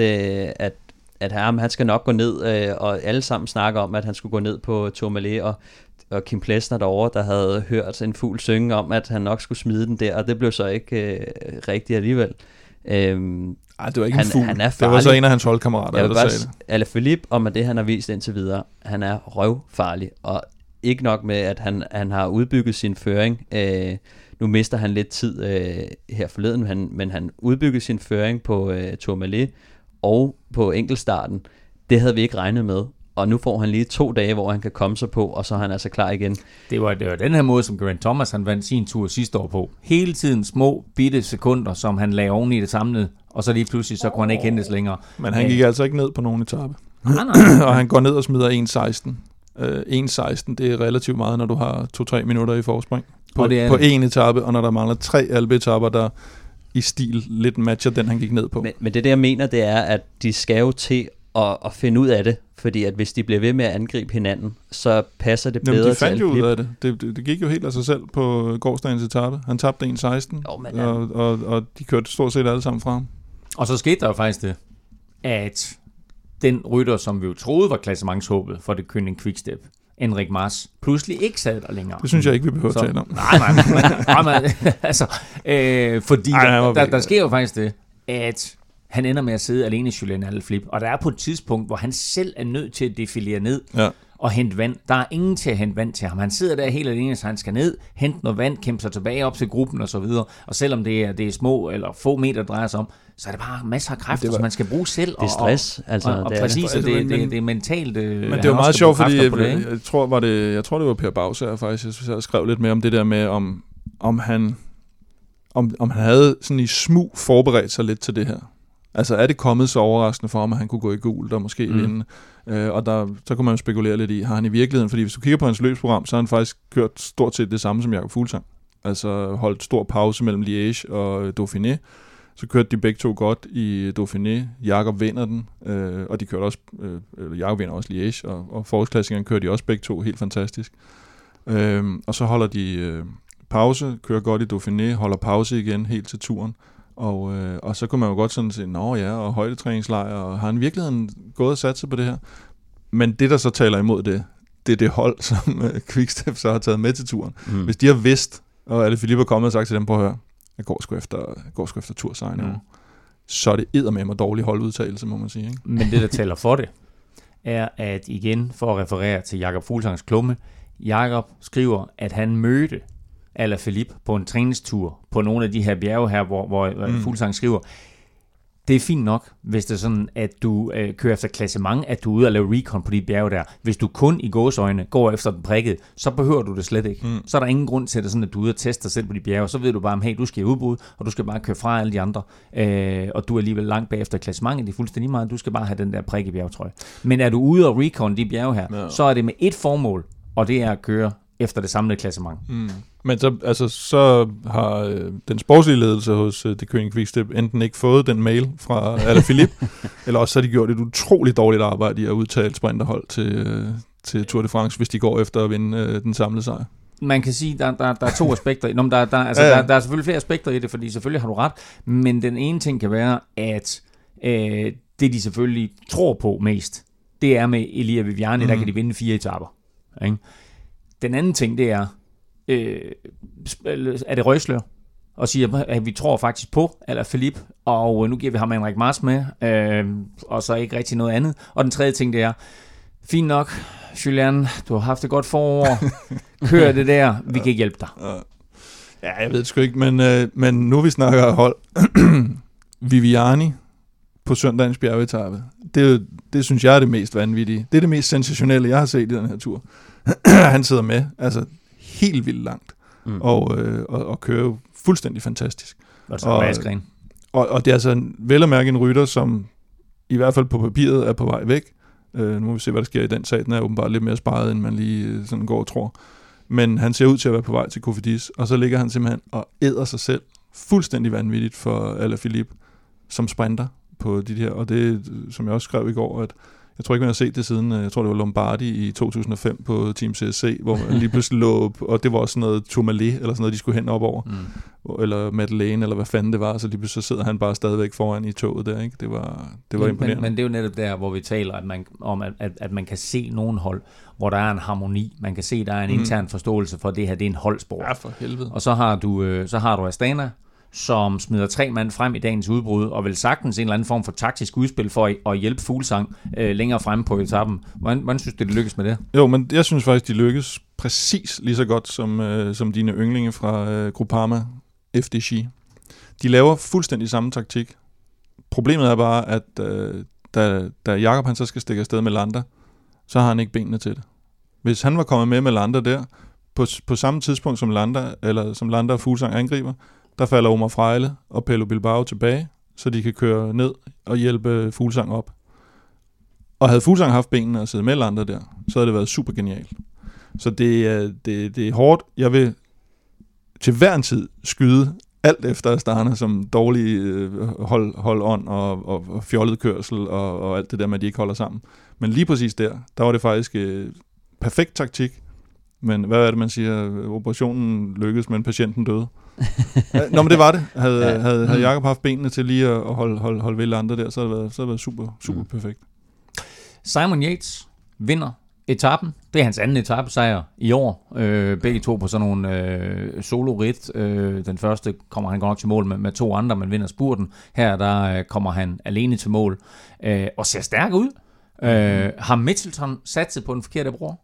at han skal nok gå ned, og alle sammen snakker om, at han skulle gå ned på Tourmalet, og Kim Plesner derovre, der havde hørt en fugl synge om, at han nok skulle smide den der, og det blev så ikke rigtigt alligevel. Det var ikke en fugl. Han er det var så en af hans holdkammerater, der sagde det. Alaphilippe, og med det, han har vist indtil videre, han er røvfarlig, og ikke nok med, at han har udbygget sin føring. Nu mister han lidt tid her forleden, men han udbyggede sin føring på Tourmalet og på enkeltstarten. Det havde vi ikke regnet med. Og nu får han lige 2 dage, hvor han kan komme sig på, og så er han altså klar igen. Det var den her måde, som Geraint Thomas han vandt sin tur sidste år på. Hele tiden små, bitte sekunder, som han lagde oven i det samlede, og så lige pludselig, så kunne han ikke hentes længere. Men han gik altså ikke ned på nogen etape. Nej. Og han går ned og smider 1.16. 1.16, det er relativt meget, når du har 2-3 minutter i forspring på en etape, og når der mangler 3 alpeetapper, der i stil lidt matcher den, han gik ned på. Men det, jeg mener, det er, at de skal jo til at finde ud af det, fordi at hvis de bliver ved med at angribe hinanden, så passer det bedre til Alaphilippe. De fandt jo ud af det. Det gik jo helt af sig selv på gårsdagens etape. Han tabte 1.16, og de kørte stort set alle sammen fra ham. Og så skete der jo faktisk det, at den rytter, som vi jo troede var klassementshåbet for det Koenig Quickstep, Enric Mas, pludselig ikke sad der længere. Det synes jeg ikke, vi behøver at tale om. Nej, altså, fordi der sker jo faktisk det, at han ender med at sidde alene i Julian Alaphilippe, og der er på et tidspunkt, hvor han selv er nødt til at defilere ned og hente vand. Der er ingen til at hente vand til ham. Han sidder der helt alene, så han skal ned, hente noget vand, kæmpe sig tilbage op til gruppen og så videre. Og selvom det er små eller få meter, der drejer sig om, så er det bare masser af kræfter, som man skal bruge selv. Det er stress. Og præcis, det er mentalt. Men det er jo meget sjovt, fordi jeg tror, det var Per Bauser faktisk, jeg skrev lidt mere om det der med, om han havde sådan i smug forberedt sig lidt til det her. Altså er det kommet så overraskende for ham, at han kunne gå i gult og måske vinde? Og så kunne man jo spekulere lidt i, har han i virkeligheden, fordi hvis du kigger på hans løbsprogram, så har han faktisk kørt stort set det samme som Jakob Fuglsang. Altså holdt stor pause mellem Liège og Dauphiné. Så kørte de begge to godt i Dauphiné. Jakob vinder den, og de kørte også, Jakob vinder også Liège, og forårsklassikeren kørte de også begge to helt fantastisk. Og så holder de pause, kører godt i Dauphiné, holder pause igen helt til turen. Og så kunne man jo godt sådan sige, og højdetræningslejr, og har han virkelig gået og sat sig på det her? Men det, der så taler imod det er det hold, som Quickstep så har taget med til turen. Hvis de har vidst, og Alaphilippe er kommet og sagt til dem, på at høre, jeg går sgu efter tursejren over, så er det eddermame og dårlig holdudtagelse, må man sige. Ikke? Men det, der taler for det, er, at igen, for at referere til Jakob Fuglsangs klumme, Jakob skriver, at han mødte Alaphilippe på en træningstur på nogle af de her bjerge her, hvor Fuglsang skriver, det er fint nok, hvis det er sådan, at du kører efter klassement, at du er ude og lave recon på de bjerge der. Hvis du kun i gåseøjne går efter den prikket, så behøver du det slet ikke. Så er der ingen grund til det sådan, at du er ude og teste dig selv på de bjerge. Så ved du bare, hey, du skal i udbrud, og du skal bare køre fra alle de andre. Og du er alligevel langt bagefter klassementet. Det er fuldstændig meget. Du skal bare have den der prikke bjergetrøje. Men er du ude og recon de bjerge her, så er det med et formål, og det er at køre efter det samlede klassement. Men så har den sportslige ledelse hos det Koenig Quickstep enten ikke fået den mail fra Alaphilippe, eller også har de gjort et utroligt dårligt arbejde i at udtale sprinterhold til Tour de France, hvis de går efter at vinde den samlede sejr. Man kan sige, der er 2 aspekter. Der er selvfølgelig flere aspekter i det, fordi selvfølgelig har du ret, men den ene ting kan være, at det de selvfølgelig tror på mest, det er med Elia Viviani, der kan de vinde 4 etaper. Ikke? Den anden ting, det er, er det røgslør, og siger, at vi tror faktisk på Alaphilippe, og nu giver vi ham Enric Mas med, og så ikke rigtig noget andet. Og den tredje ting, det er, fint nok, Julian, du har haft et godt forår, kør det der, vi kan ikke hjælpe dig. Ja, jeg ved det sgu ikke, men nu vi snakker hold, Viviani på søndagens bjergetappe. Det synes jeg er det mest vanvittige. Det er det mest sensationelle, jeg har set i den her tur. Han sidder med, altså helt vildt langt, og kører jo fuldstændig fantastisk. Og det er altså vel at mærke en rytter, som i hvert fald på papiret er på vej væk. Nu må vi se, hvad der sker i den sag. Den er åbenbart lidt mere sparet, end man lige sådan går og tror. Men han ser ud til at være på vej til Cofidis, og så ligger han simpelthen og æder sig selv fuldstændig vanvittigt for Alaphilippe som sprinter på de her. Og det, som jeg også skrev i går, at jeg tror ikke, man har set det siden, jeg tror det var Lombardi i 2005 på Team CSC, hvor man lige pludselig lå, og det var også sådan noget Tourmalet, eller sådan noget, de skulle hen op over, eller Madeleine, eller hvad fanden det var, så lige pludselig så sidder han bare stadigvæk foran i toget der, ikke? Det var imponerende. Men det er jo netop der, hvor vi taler at man kan se nogen hold, hvor der er en harmoni, man kan se, der er en intern forståelse for, at det her, det er en holdsport. Ja, for helvede. Og så har du Astana, som smider 3 mand frem i dagens udbrud, og vil sagtens en eller anden form for taktisk udspil for at hjælpe Fuglsang længere fremme på etappen. Hvordan synes du, det lykkes med det? Jo, men jeg synes faktisk, de lykkes præcis lige så godt som dine yndlinge fra Groupama FDG. De laver fuldstændig samme taktik. Problemet er bare, at da Jakob han så skal stikke afsted med Landa, så har han ikke benene til det. Hvis han var kommet med Landa der, på samme tidspunkt som Landa og Fuglsang angriber, der falder Omar Freile og Pello Bilbao tilbage, så de kan køre ned og hjælpe Fuglsang op. Og havde Fuglsang haft benene og siddet med Landa der, så havde det været super genialt. Så det er hårdt. Jeg vil til hver en tid skyde alt efter Astana som dårlig hold on og fjollet kørsel og alt det der med, at de ikke holder sammen. Men lige præcis der var det faktisk perfekt taktik. Men hvad er det, man siger? Operationen lykkedes, men patienten døde. Nå, men det var det. Havde Jakob haft benene til lige at holde ved andre der, så havde det været super perfekt. Simon Yates vinder etappen. Det er hans anden etapesejr i år. Begge to på sådan nogle solo-rit. Den første kommer han godt nok til mål med 2 andre, men vinder spurten. Her der kommer han alene til mål og ser stærk ud. Har Mitchelton satset på den forkerte bror?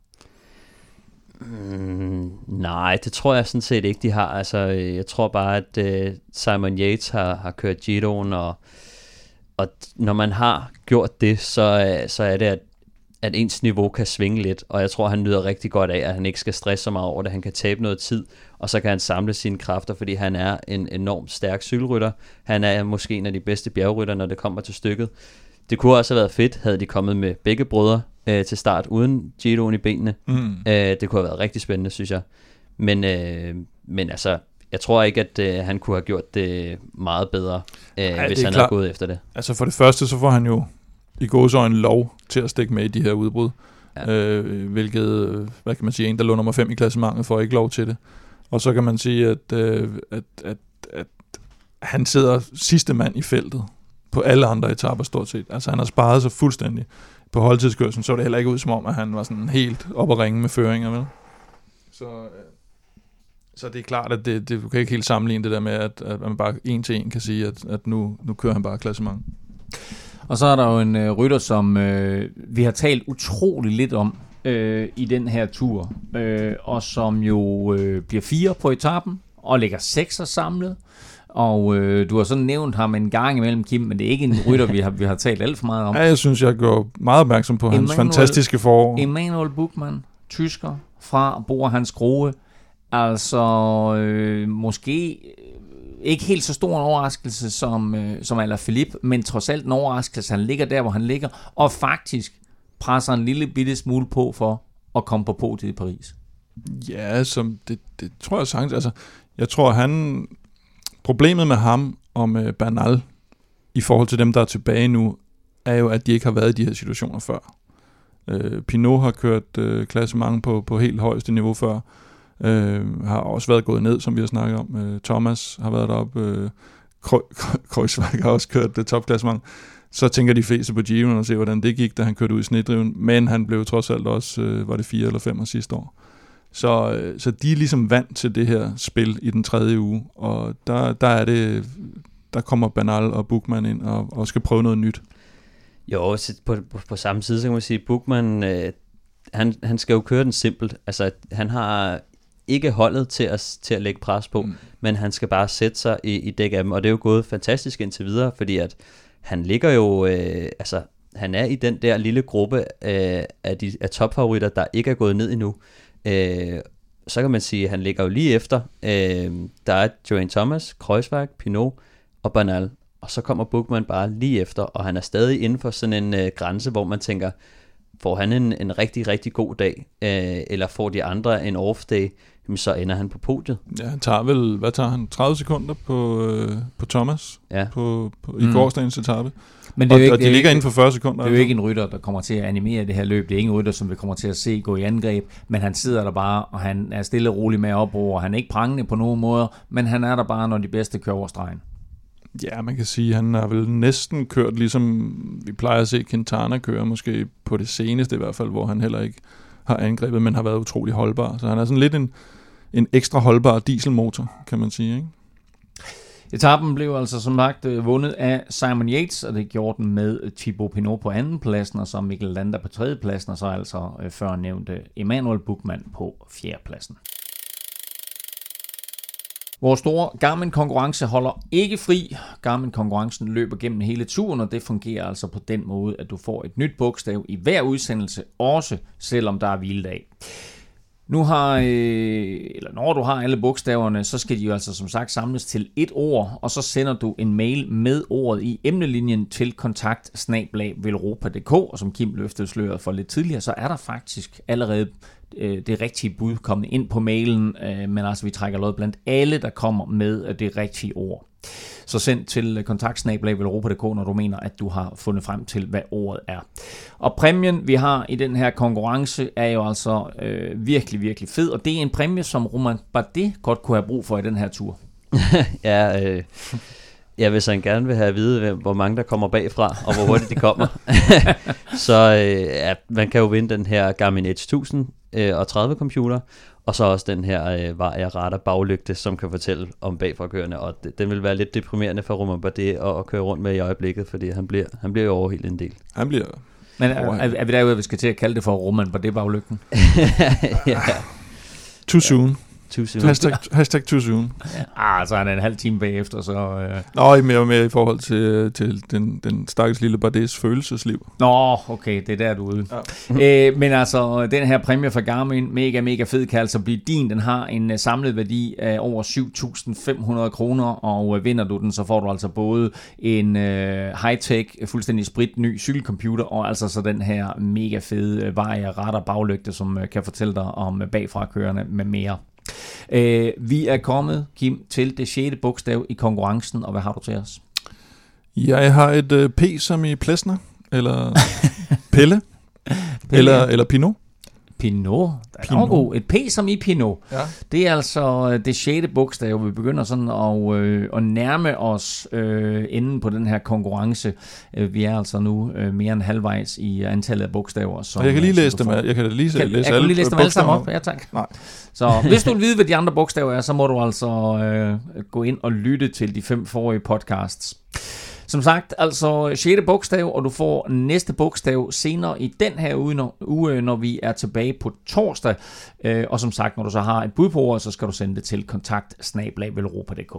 Nej, det tror jeg sådan set ikke, de har. Altså, jeg tror bare, at Simon Yates har kørt Giroen, og når man har gjort det, så er det, at ens niveau kan svinge lidt, og jeg tror, han nyder rigtig godt af, at han ikke skal stresse så meget over det. Han kan tabe noget tid, og så kan han samle sine kræfter, fordi han er en enormt stærk cykelrytter. Han er måske en af de bedste bjergrytter, når det kommer til stykket. Det kunne også have været fedt, havde de kommet med begge brødre til start uden Giroen i benene. Det kunne have været rigtig spændende, synes jeg. Men altså, jeg tror ikke, at han kunne have gjort det meget bedre, hvis han havde gået efter det. Altså for det første, så får han jo i gåseøjne lov til at stikke med i de her udbrud. Ja. Hvilket, hvad kan man sige, en, der lå nummer 5 i klassementet, får ikke lov til det. Og så kan man sige, at han sidder sidste mand i feltet på alle andre etaper stort set. Altså han har sparet sig fuldstændig. På holdtidskørslen så det heller ikke ud som om, at han var sådan helt op at ringe med føringer, vel? Så det er klart, at du kan ikke helt sammenligne det der med, at man bare en til en kan sige, at nu kører han bare klassement. Og så er der jo en rytter, som vi har talt utrolig lidt om i den her tur, og som jo bliver 4 på etappen, og ligger 6'er samlet. Og du har sådan nævnt ham en gang imellem, Kim, men det er ikke en rytter, vi har talt alt for meget om. Ja, jeg synes, jeg går meget opmærksom på hans fantastiske forår. Emanuel Buchmann, tysker, fra Bor Hans Grohe. Altså, måske ikke helt så stor en overraskelse som Alaphilippe, men trods alt en overraskelse, han ligger der, hvor han ligger, og faktisk presser en lille bitte smule på for at komme på podiet i Paris. Ja, det tror jeg sagtens. Altså, jeg tror, problemet med ham og med Bernal i forhold til dem, der er tilbage nu, er jo, at de ikke har været i de her situationer før. Pinot har kørt klassement på helt højeste niveau før. Har også været gået ned, som vi har snakket om. Thomas har været deroppe. Kreuzweig har også kørt topklassement. Så tænker de fleste på Giroen og se, hvordan det gik, da han kørte ud i snedriven. Men han blev trods alt også, var det 4 eller 5 sidste år. Så de er ligesom vant til det her spil i den 3. uge, og der kommer Bernal og Buchmann ind og skal prøve noget nyt. Jo, på samme side, så kan man sige, Buchmann, han skal jo køre den simpelt. Altså, han har ikke holdet til at lægge pres på, men han skal bare sætte sig i dæk af dem, og det er jo gået fantastisk indtil videre, fordi at han ligger jo, han er i den der lille gruppe af topfavoritter, der ikke er gået ned endnu. Så kan man sige, at han ligger jo lige efter. Der er Geraint Thomas, Kruijswijk, Pinot og Bernal, og så kommer Buchmann bare lige efter, og han er stadig inden for sådan en grænse, hvor man tænker, får han en rigtig, rigtig god dag, eller får de andre en off-day, så ender han på podiet. Ja, han tager vel, hvad tager han? 30 sekunder på Thomas i gårsdagens etape. Men det er jo ikke, de ligger inden for 40 sekunder. Det er jo ikke en rytter, der kommer til at animere det her løb. Det er ikke en rytter, som vi kommer til at se gå i angreb, men han sidder der bare, og han er stille og rolig med at opbruge, og han er ikke prangende på nogen måder, men han er der bare, når de bedste kører over stregen. Ja, man kan sige, at han har vel næsten kørt, ligesom vi plejer at se Quintana køre, måske på det seneste i hvert fald, hvor han heller ikke har angrebet, men har været utrolig holdbar. Så han er sådan lidt en ekstra holdbar dieselmotor, kan man sige, ikke? Etappen blev altså som sagt vundet af Simon Yates, og det gjorde den med Thibaut Pinot på andenpladsen, og så Mikkel Landa på tredjepladsen, og så altså før nævnte Emanuel Buchmann på fjerdepladsen. Vores store Garmin-konkurrence holder ikke fri. Garmin-konkurrencen løber gennem hele turen, og det fungerer altså på den måde, at du får et nyt bogstav i hver udsendelse, også selvom der er hviledag. Når du har alle bogstaverne, så skal de jo altså som sagt samles til et ord, og så sender du en mail med ordet i emnelinjen til kontakt@velropa.dk, og som Kim løftede sløret for lidt tidligere, så er der faktisk allerede det rigtige bud kommet ind på mailen, men altså vi trækker lod blandt alle, der kommer med det rigtige ord. Så send til kontakt@velropa.dk, når du mener, at du har fundet frem til, hvad ordet er. Og præmien, vi har i den her konkurrence, er jo altså virkelig, virkelig fed, og det er en præmie, som Romain Bardet godt kunne have brug for i den her tur. Ja, hvis han gerne vil have at vide, hvor mange der kommer bagfra, og hvor hurtigt de kommer, så man kan jo vinde den her Garmin Edge 1000 og 30 computer, og så også den her Varia radar baglygte, som kan fortælle om bagfrakørende, og den vil være lidt deprimerende for Romain Bardet at køre rundt med i øjeblikket, fordi han bliver jo overhældt en del. Han bliver... Men er vi derude, at vi skal til at kalde det for Romain Bardet baglygten? Ja. Too soon. Hashtag too soon. Ja. Så er det en halv time bagefter, så... mere og mere i forhold til den stakkels lille Bardets følelsesliv. Nå, okay, det er der, du er ude. Ja. Men altså, den her præmie fra Garmin, mega fed, kan altså blive din. Den har en samlet værdi af over 7.500 kroner, og vinder du den, så får du altså både en high-tech, fuldstændig spritny cykelcomputer, og altså så den her mega fede Varia radar baglygte, som kan fortælle dig om bagfrakørende med mere. Vi er kommet, Kim, til det 6. bogstav i konkurrencen, og hvad har du til os? Jeg har et P som i Plesner, eller Pelle, eller Pinot. Pinot. Et P som i Pinot. Ja. Det er altså det 6. bogstav. Vi begynder sådan at nærme os enden på den her konkurrence. Vi er altså nu mere end halvvejs i antallet af bogstaver. Som, jeg kan lige læse dem. Jeg kan lige læse dem alle sammen op. Ja, tak. Nej. Så hvis du vil vide, hvad de andre bogstaver er, så må du altså gå ind og lytte til de 5 forrige podcasts. Som sagt, altså 6. bogstav, og du får næste bogstav senere i den her uge, når vi er tilbage på torsdag. Og som sagt, når du så har et bud på ordet, så skal du sende det til kontakt@velropa.dk.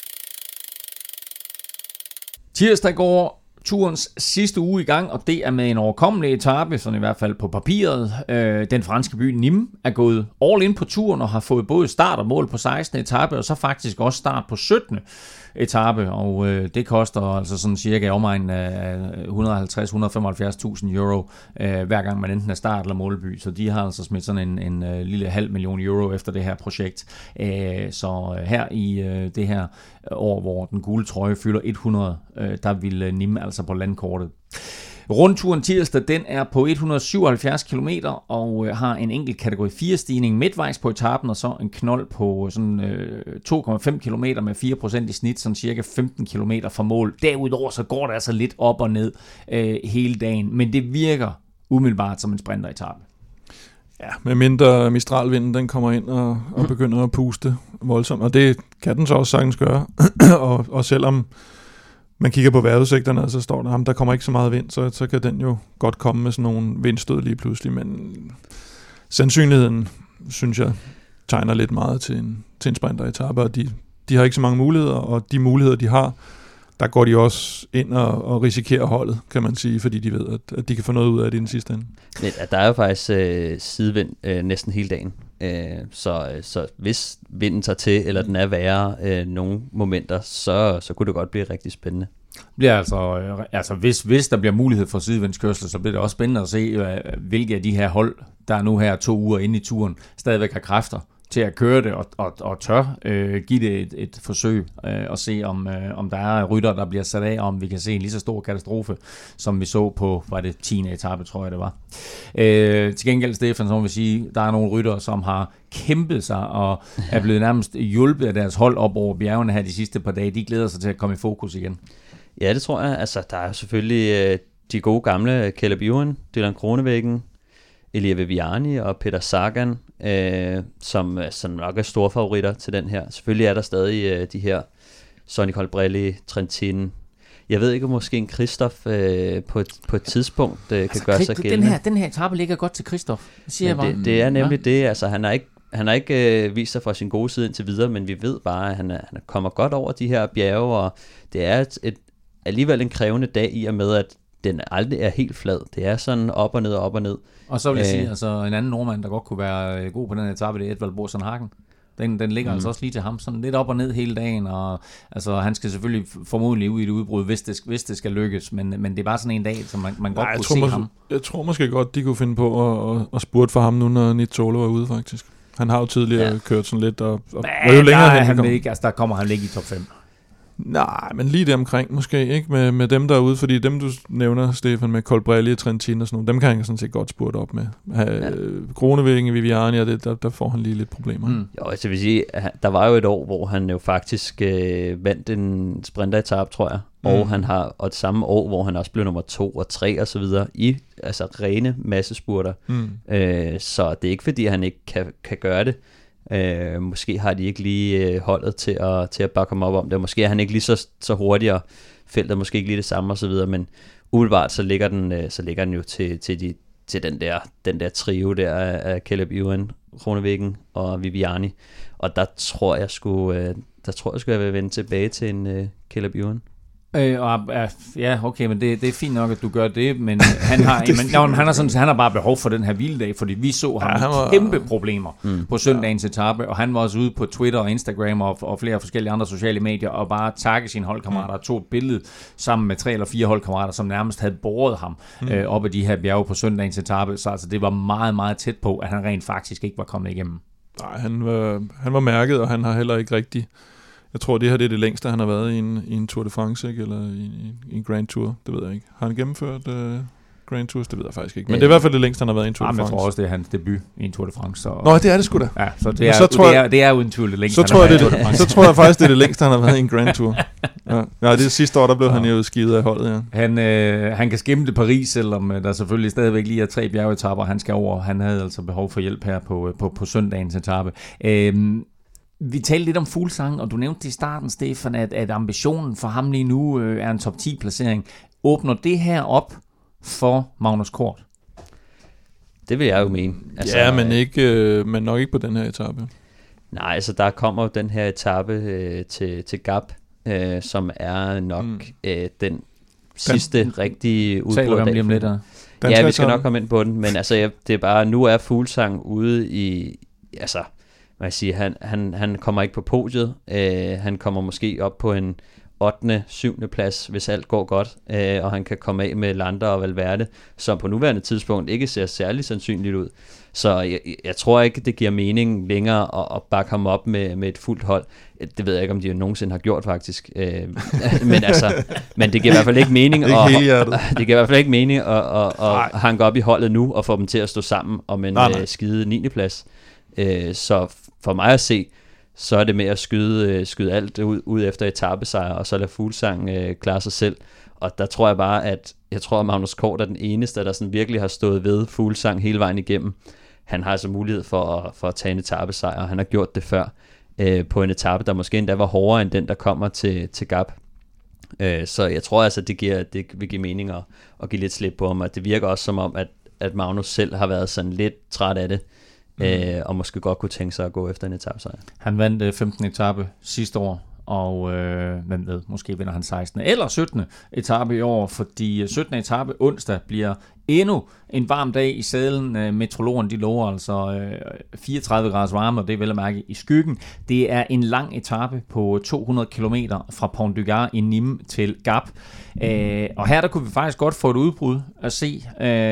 Tirsdag går turens sidste uge i gang, og det er med en overkommelig etape, sådan i hvert fald på papiret. Den franske by Nîmes er gået all in på turen og har fået både start og mål på 16. etape, og så faktisk også start på 17. etape, og det koster altså sådan cirka i omegnen af 150-175.000 euro, hver gang man enten er start eller målby, så de har altså smidt sådan en lille 500.000 euro efter det her projekt. Så her i det her år, hvor den gule trøje fylder 100, der vil Nîmes altså på landkortet. Rundturen tirsdag, den er på 177 km og har en enkelt kategori 4 stigning midtvejs på etappen, og så en knold på sådan 2,5 km med 4% i snit, sådan cirka 15 km fra mål. Derudover så går det altså lidt op og ned hele dagen, men det virker umiddelbart som en sprinteretappe. Ja, med mindre Mistralvinden, den kommer ind og begynder at puste voldsomt, og det kan den så også sagtens gøre, og selvom man kigger på vejrudsigterne, og så står der kommer ikke så meget vind, så kan den jo godt komme med sådan nogle vindstød lige pludselig, men sandsynligheden, synes jeg, tegner lidt meget til en sprinteretape, og de har ikke så mange muligheder, og de muligheder, de har, der går de også ind og risikerer holdet, kan man sige, fordi de ved, at de kan få noget ud af det i den sidste ende. Der er jo faktisk sidevind næsten hele dagen, så hvis vinden tager til, eller den er værre nogle momenter, så kunne det godt blive rigtig spændende. Bliver altså hvis der bliver mulighed for sidevindskørsel, så bliver det også spændende at se, hvilke af de her hold, der er nu her 2 uger inde i turen, stadigvæk har kræfter til at køre det og tør give det et forsøg og se, om der er rytter, der bliver sat af, og om vi kan se en lige så stor katastrofe, som vi så på, var det 10. etape, tror jeg det var. Til gengæld, Stefan, så må vi sige, der er nogle rytter, som har kæmpet sig og er blevet nærmest hjulpet af deres hold op over bjergene her de sidste par dage. De glæder sig til at komme i fokus igen. Ja, det tror jeg. Altså, der er selvfølgelig de gode gamle Caleb Ewan, Dylan Groenewegen, Elia Viviani og Peter Sagan, som nok er store favoritter til den her. Selvfølgelig er der stadig de her Sonny Colbrelli, Trentin. Jeg ved ikke, om måske en Christoph på et tidspunkt kan gøre sig gældende. Den her etape ligger godt til Christoph, siger jeg bare. Det er nemlig det. Altså, han har ikke vist sig fra sin gode side indtil videre, men vi ved bare, at han kommer godt over de her bjerge, og det er alligevel en krævende dag i og med, at den aldrig er helt flad. Det er sådan op og ned og op og ned. Og så vil jeg sige, altså en anden nordmand, der godt kunne være god på den her etape, det er Edvald Boasson Hagen. Den ligger altså også lige til ham, sådan lidt op og ned hele dagen, og altså han skal selvfølgelig formodentlig ud i et udbrud, hvis det skal lykkes, men det er bare sådan en dag, som man godt kunne se ham. Jeg tror måske godt, de kunne finde på at spurte for ham nu, når Nittolo er ude faktisk. Han har jo tidligere kørt sådan lidt, og jo længere han ikke, altså der kommer han ikke i top 5. Nej, men lige der omkring måske, ikke? Med dem derude, fordi dem, du nævner, Stefan, med Colbrelli, Trentin og sådan nogle, dem kan han sådan set godt spurte op med. Groenewegen, Viviani, og der får han lige lidt problemer. Jo, altså jeg vil sige, der var jo et år, hvor han jo faktisk vandt en sprinteretape, tror jeg, og et samme år, hvor han også blev nummer 2 og 3 og så videre, i altså rene massespurter. Så det er ikke fordi, han ikke kan gøre det. Måske har de ikke lige holdet til at bakke ham op om det. Måske er han ikke lige så hurtig, og feltet måske ikke lige det samme og så videre, men umiddelbart så ligger den jo til den der trio der af Caleb Ewan, Groenewegen og Viviani. Og der tror jeg skulle jeg vil vende tilbage til en Caleb Ewan. Ja, okay, men det er fint nok, at du gør det, men han har bare behov for den her hviledag, fordi vi så ham kæmpe problemer på søndagens etape, og han var også ude på Twitter og Instagram og flere forskellige andre sociale medier, og bare takke sine holdkammerater og tog et billede sammen med 3 eller 4 holdkammerater, som nærmest havde båret ham op ad de her bjerge på søndagens etape, så altså, det var meget, meget tæt på, at han rent faktisk ikke var kommet igennem. Nej, han var mærket, og han har heller ikke rigtig... Jeg tror, det her det er det længste, han har været i en Tour de France, ikke? Eller i en Grand Tour. Det ved jeg ikke. Har han gennemført Grand Tours? Det ved jeg faktisk ikke. Men det er i hvert fald det længste, han har været i en Tour de France. Jeg tror også, det er hans debut i en Tour de France. Så... Nå, det er det sgu da. Ja, så det er uden tvivl det længste, så tror jeg faktisk, det er det længste, han har været i en Grand Tour. Ja, det sidste år, der blev han jo skidet af holdet, ja. Han kan skimte Paris, selvom der selvfølgelig stadigvæk lige er 3 bjergetapper, han skal over. Han havde altså behov for hjælp her på søndagens etape. Vi talte lidt om Fuglsang, og du nævnte i starten, Stefan, at ambitionen for ham lige nu er en top 10-placering. Åbner det her op for Magnus Kort? Det vil jeg jo mene. Altså, ja, men nok ikke på den her etape. Nej, altså der kommer jo den her etape til Gap, som er nok den sidste rigtige udbrud af dagen. Ja, vi skal nok komme ind på den, men altså det er bare, nu er Fuglsang ude i, altså man siger, han kommer ikke på podiet, han kommer måske op på en 8. 7. plads, hvis alt går godt, og han kan komme af med Landa og Valverde, som på nuværende tidspunkt ikke ser særlig sandsynligt ud. Så jeg tror ikke, det giver mening længere at bakke ham op med et fuldt hold. Det ved jeg ikke, om de nogensinde har gjort faktisk. Men det giver i hvert fald ikke mening at hanke op i holdet nu og få dem til at stå sammen om en skide 9. plads. Så for mig at se, så er det med at skyde alt ud efter etapesejr, og så lade Fuglsang klare sig selv. Og der tror jeg bare, at Magnus Kort er den eneste, der sådan virkelig har stået ved Fuglsang hele vejen igennem. Han har altså mulighed for at tage en etapesejr, og han har gjort det før på en etape, der måske endda var hårdere end den, der kommer til Gap. Så jeg tror altså, det vil give mening at give lidt slip på ham, og det virker også som om, at Magnus selv har været sådan lidt træt af det og måske godt kunne tænke sig at gå efter en etapesejr. Han vandt 15. etape sidste år, og hvem ved, måske vinder han 16. eller 17. etape i år, fordi 17. etape onsdag bliver endnu en varm dag i sadlen. Meteorologerne, de lover altså 34 graders varme, og det er vel at mærke i skyggen. Det er en lang etape på 200 km fra Pont du Gard i Nîmes til Gap. Og her der kunne vi faktisk godt få et udbrud at se,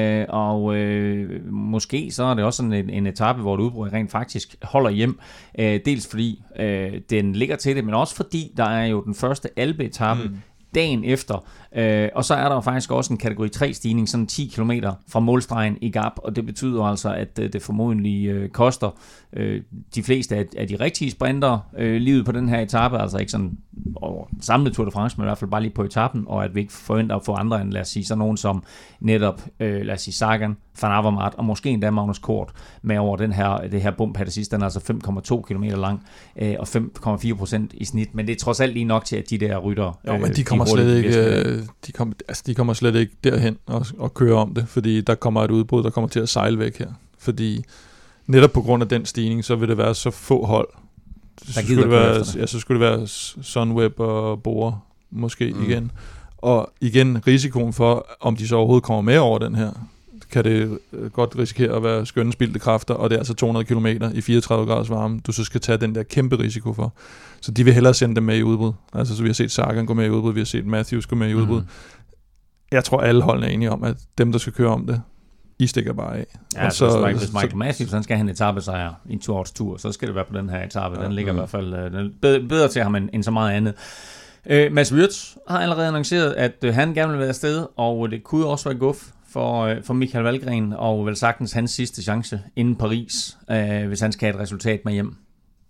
og måske så er det også sådan en etape, hvor et udbrud rent faktisk holder hjem. Dels fordi den ligger til det, men også fordi der er jo den første Alpe-etape dagen efter. Og så er der jo faktisk også en kategori 3 stigning, sådan 10 km fra målstregen i Gap, og det betyder altså, at det formodentlig koster de fleste af de rigtige sprinter livet på den her etape, altså ikke sådan over samlet Tour de France, men i hvert fald bare lige på etappen, og at vi ikke forventer at få andre end, lad os sige, sådan nogen som netop, lad os sige, Sagan, Van Avermaet, og måske endda Magnus Kort med over det her bump her til sidst. Den er altså 5,2 km lang, og 5,4% i snit, men det er trods alt lige nok til, at de der rytter... Jo, men de kommer slet ikke, de kommer slet ikke derhen og køre om det, fordi der kommer et udbrud, der kommer til at sejle væk her. Fordi netop på grund af den stigning, så vil det være så få hold. Så skulle det være Sunweb og Bora måske igen. Og igen, risikoen for, om de så overhovedet kommer med over den her, kan det godt risikere at være skønne spildte kræfter, og det er altså 200 km i 34 graders varme, du så skal tage den der kæmpe risiko for. Så de vil hellere sende dem med i udbrud. Altså, så vi har set Sagan gå med i udbrud, vi har set Matthews gå med i udbrud. Jeg tror, alle holdene er enige om, at dem, der skal køre om det, I stikker bare af. Ja, og så, hvis Michael Matthews, han skal have en etapesejr i en Tour, så skal det være på den her etape. Den ligger i hvert fald bedre til ham end så meget andet. Mads Wirtz har allerede annonceret, at han gerne vil være afsted, og det kunne også være guf for Michael Valgren, og vel sagtens hans sidste chance inden Paris, hvis han skal have et resultat med hjem.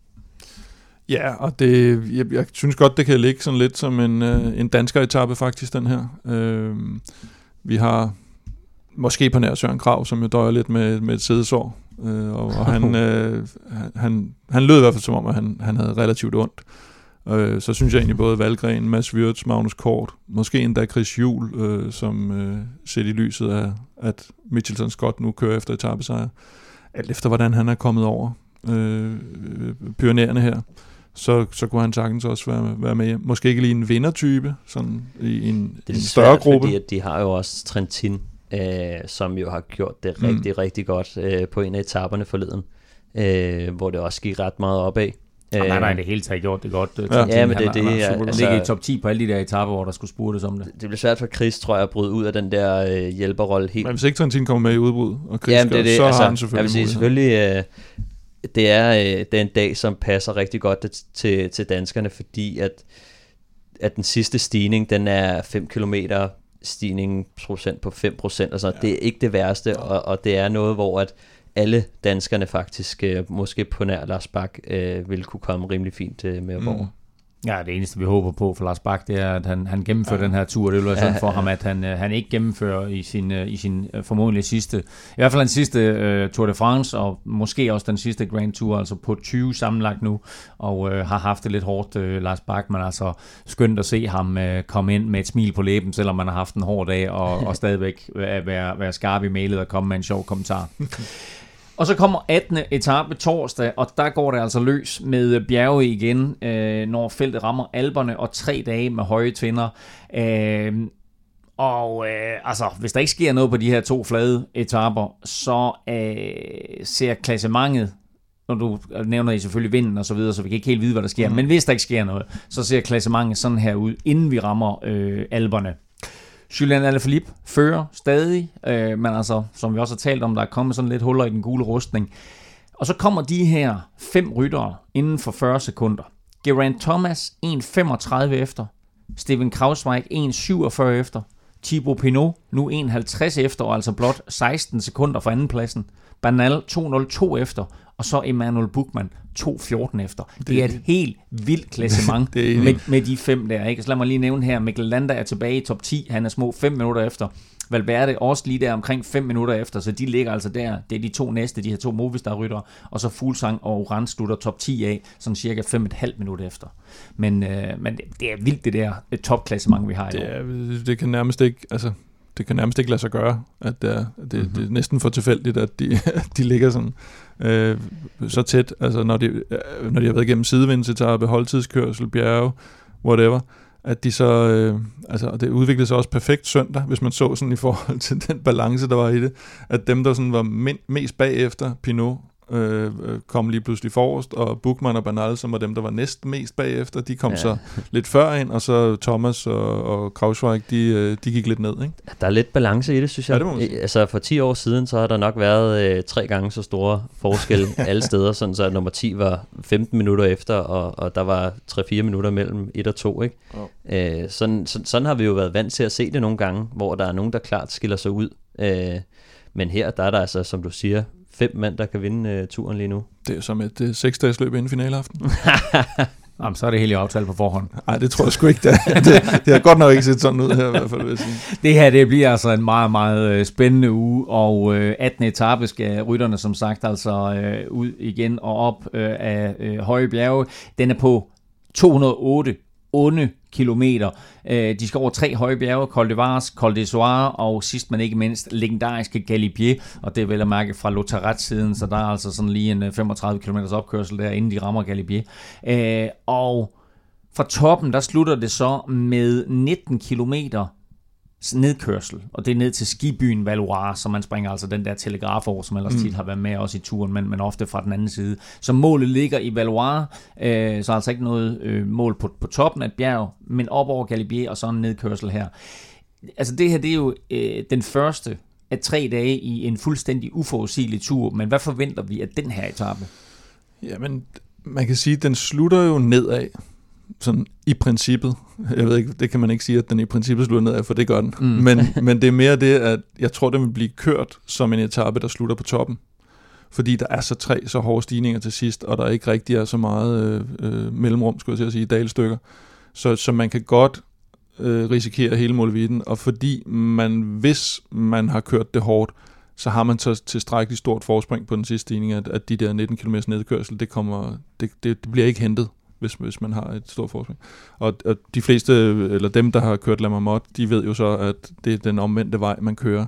Ja, og jeg synes godt, det kan ligge sådan lidt som en dansker-etape faktisk, den her. Vi har måske på nær Søren Kragh, som jo døjer lidt med et sædesår, og han lød i hvert fald som om, at han havde relativt ondt. Så synes jeg egentlig både Valgren, Mads Wirtz, Magnus Kort, måske endda Chris Juhl, som set i lyset af, at Mitchelton Scott nu kører efter etapesejr, alt efter hvordan han er kommet over Pyrenæerne her, så kunne han sagtens også være med hjem. Måske ikke lige en vindertype, sådan i en større gruppe. Fordi at de har jo også Trentin, som jo har gjort det rigtig, rigtig godt på en af etaperne forleden, hvor det også gik ret meget opad. Han har i det hele taget gjort det godt. Ja, men det ligger i top 10 på alle de der etaper, hvor der skulle spurtes om det. Det bliver svært for Chris, tror jeg, at bryde ud af den der hjælperrolle helt. Men hvis ikke Trentin kommer med i udbrud, og Chris gør, så har han selvfølgelig. Jeg vil sige, selvfølgelig det er en dag, som passer rigtig godt til danskerne, fordi at den sidste stigning, den er 5 kilometer stigning procent på 5%, og sådan. Det er ikke det værste, og det er noget, hvor at alle danskerne faktisk, måske på nær Lars Bak, vil kunne komme rimelig fint med at over. Ja, det eneste vi håber på for Lars Bak, det er, at han gennemfører den her tur. Det vil være sådan for ham, at han ikke gennemfører i sin formodentlig sidste, i hvert fald den sidste Tour de France, og måske også den sidste Grand Tour, altså på 20 sammenlagt nu, og har haft det lidt hårdt, Lars Bak, men altså skønt at se ham komme ind med et smil på læben, selvom man har haft en hård dag, og stadigvæk være skarp i mailet og komme med en sjov kommentar. Og så kommer 18. etape torsdag, og der går det altså løs med bjerge igen, når feltet rammer Alperne, og 3 dage med høje tvinder. Altså, hvis der ikke sker noget på de her 2 flade etaper, så ser klassementet, når du nævner I selvfølgelig vinden og så videre, så vi kan ikke helt vide, hvad der sker, men hvis der ikke sker noget, så ser klassementet sådan her ud, inden vi rammer Alperne. Julian Alaphilippe fører stadig, men altså, som vi også har talt om, der er kommet sådan lidt huller i den gule rustning. Og så kommer de her 5 ryttere inden for 40 sekunder. Geraint Thomas 1.35 efter, Steven Kruijswijk 1.47 efter, Thibaut Pinot nu 1.50 efter, og altså blot 16 sekunder fra andenpladsen. Bernal 2.02 efter, og så Emanuel Buchmann 2.14 efter. Det er et helt vildt klassement med de 5 der, ikke? Så lad mig lige nævne her, Mikkel Landa er tilbage i top 10, han er små 5 minutter efter. Valverde også lige der omkring 5 minutter efter, så de ligger altså der. Det er de 2 næste, de her 2 Movistar-ryttere, og så Fuglsang og Oran slutter top 10 af, sådan cirka 5,5 minutter efter. Men det er vildt, det der topklassement, vi har i år. Det kan nærmest ikke, altså det kan nærmest ikke lade sig gøre, at det er næsten for tilfældigt, at de ligger sådan så tæt, altså når de har været igennem sidevindsetappe, holdtidskørsel, bjerge, whatever, at de så, altså det udviklede sig også perfekt søndag, hvis man så sådan i forhold til den balance, der var i det, at dem, der sådan var mest bagefter, Pinot, kom lige pludselig forrest, og Buchmann og Bernal, som var dem, der var næst mest bagefter, de kom så lidt før ind, og så Thomas og Krausweig, de gik lidt ned, ikke? Der er lidt balance i det, synes jeg. Ja, det altså for 10 år siden, så har der nok været 3 gange så store forskelle alle steder, sådan så nummer 10 var 15 minutter efter, og der var 3-4 minutter mellem 1 og 2, ikke? Oh. Sådan har vi jo været vant til at se det nogle gange, hvor der er nogen, der klart skiller sig ud. Men her, der er der altså, som du siger, 5 mand, der kan vinde turen lige nu. Det er jo som et 6-dages løb inden finaleaften. Jamen, så er det helt i aftale på forhånd. Nej, det tror jeg sgu ikke. Det har godt nok ikke set sådan ud her i hvert fald, vil jeg sige. Det her, det bliver altså en meget, meget spændende uge, og 18. etape skal rytterne som sagt altså ud igen og op af høje bjerge. Den er på 208 onde kilometer. De skal over 3 høje bjerge, Col de Vars, Col de Soire og sidst men ikke mindst legendariske Galibier, og det er vel at mærke fra Lotaret-siden, så der er altså sådan lige en 35 km opkørsel der, inden de rammer Galibier. Og fra toppen, der slutter det så med 19 kilometer nedkørsel, og det er ned til skibyen Valois, så man springer altså den der telegraf over, som ellers tit har været med også i turen, men ofte fra den anden side. Så målet ligger i Valois, så altså ikke noget mål på toppen af et bjerg, men op over Galibier, og så en nedkørsel her. Altså det her, det er jo den første af 3 dage i en fuldstændig uforudsigelig tur, men hvad forventer vi af den her etape? Jamen, man kan sige, at den slutter jo nedad, sådan i princippet. Jeg ved ikke, det kan man ikke sige, at den i princippet slutter nedad, for det gør den. Men det er mere det, at jeg tror, den vil blive kørt som en etape, der slutter på toppen. Fordi der er så hårde stigninger til sidst, og der ikke rigtig er så meget mellemrum, skulle jeg til at sige, dalstykker. Så man kan godt risikere hele målvidden, og fordi hvis man har kørt det hårdt, så har man så tilstrækkeligt stort forspring på den sidste stigning, at de der 19 km nedkørsel, det bliver ikke hentet, hvis man har et stort forspring. Og de fleste, eller dem, der har kørt La Marmotte, de ved jo så, at det er den omvendte vej, man kører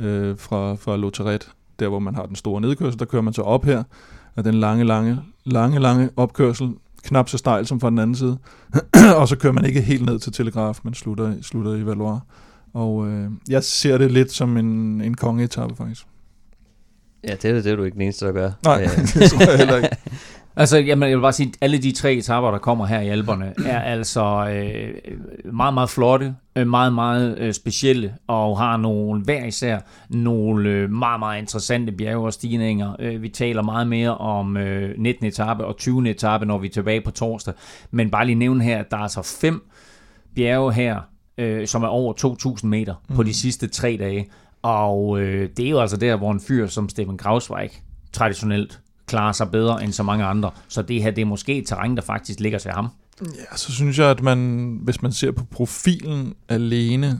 fra Lotaret, der hvor man har den store nedkørsel, der kører man så op her, og den lange opkørsel, knap så stejl som fra den anden side, og så kører man ikke helt ned til Telegraf, men slutter i Valois. Og jeg ser det lidt som en kongeetappe, faktisk. Ja, det er du ikke den eneste, der gør. Nej, det tror jeg heller ikke. Altså, jeg vil bare sige, at alle de 3 etaper, der kommer her i Alperne, er altså meget, meget flotte, meget, meget specielle, og har hver især nogle meget, meget interessante bjerge og stigninger. Vi taler meget mere om 19. etape og 20. etape, når vi er tilbage på torsdag. Men bare lige nævne her, at der er altså 5 bjerge her, som er over 2.000 meter på de sidste 3 dage. Og det er jo altså der, hvor en fyr som Stefan Krausweig traditionelt klarer sig bedre end så mange andre. Så det her, det er måske et terræn, der faktisk ligger til ham. Ja, så synes jeg, at hvis man ser på profilen alene,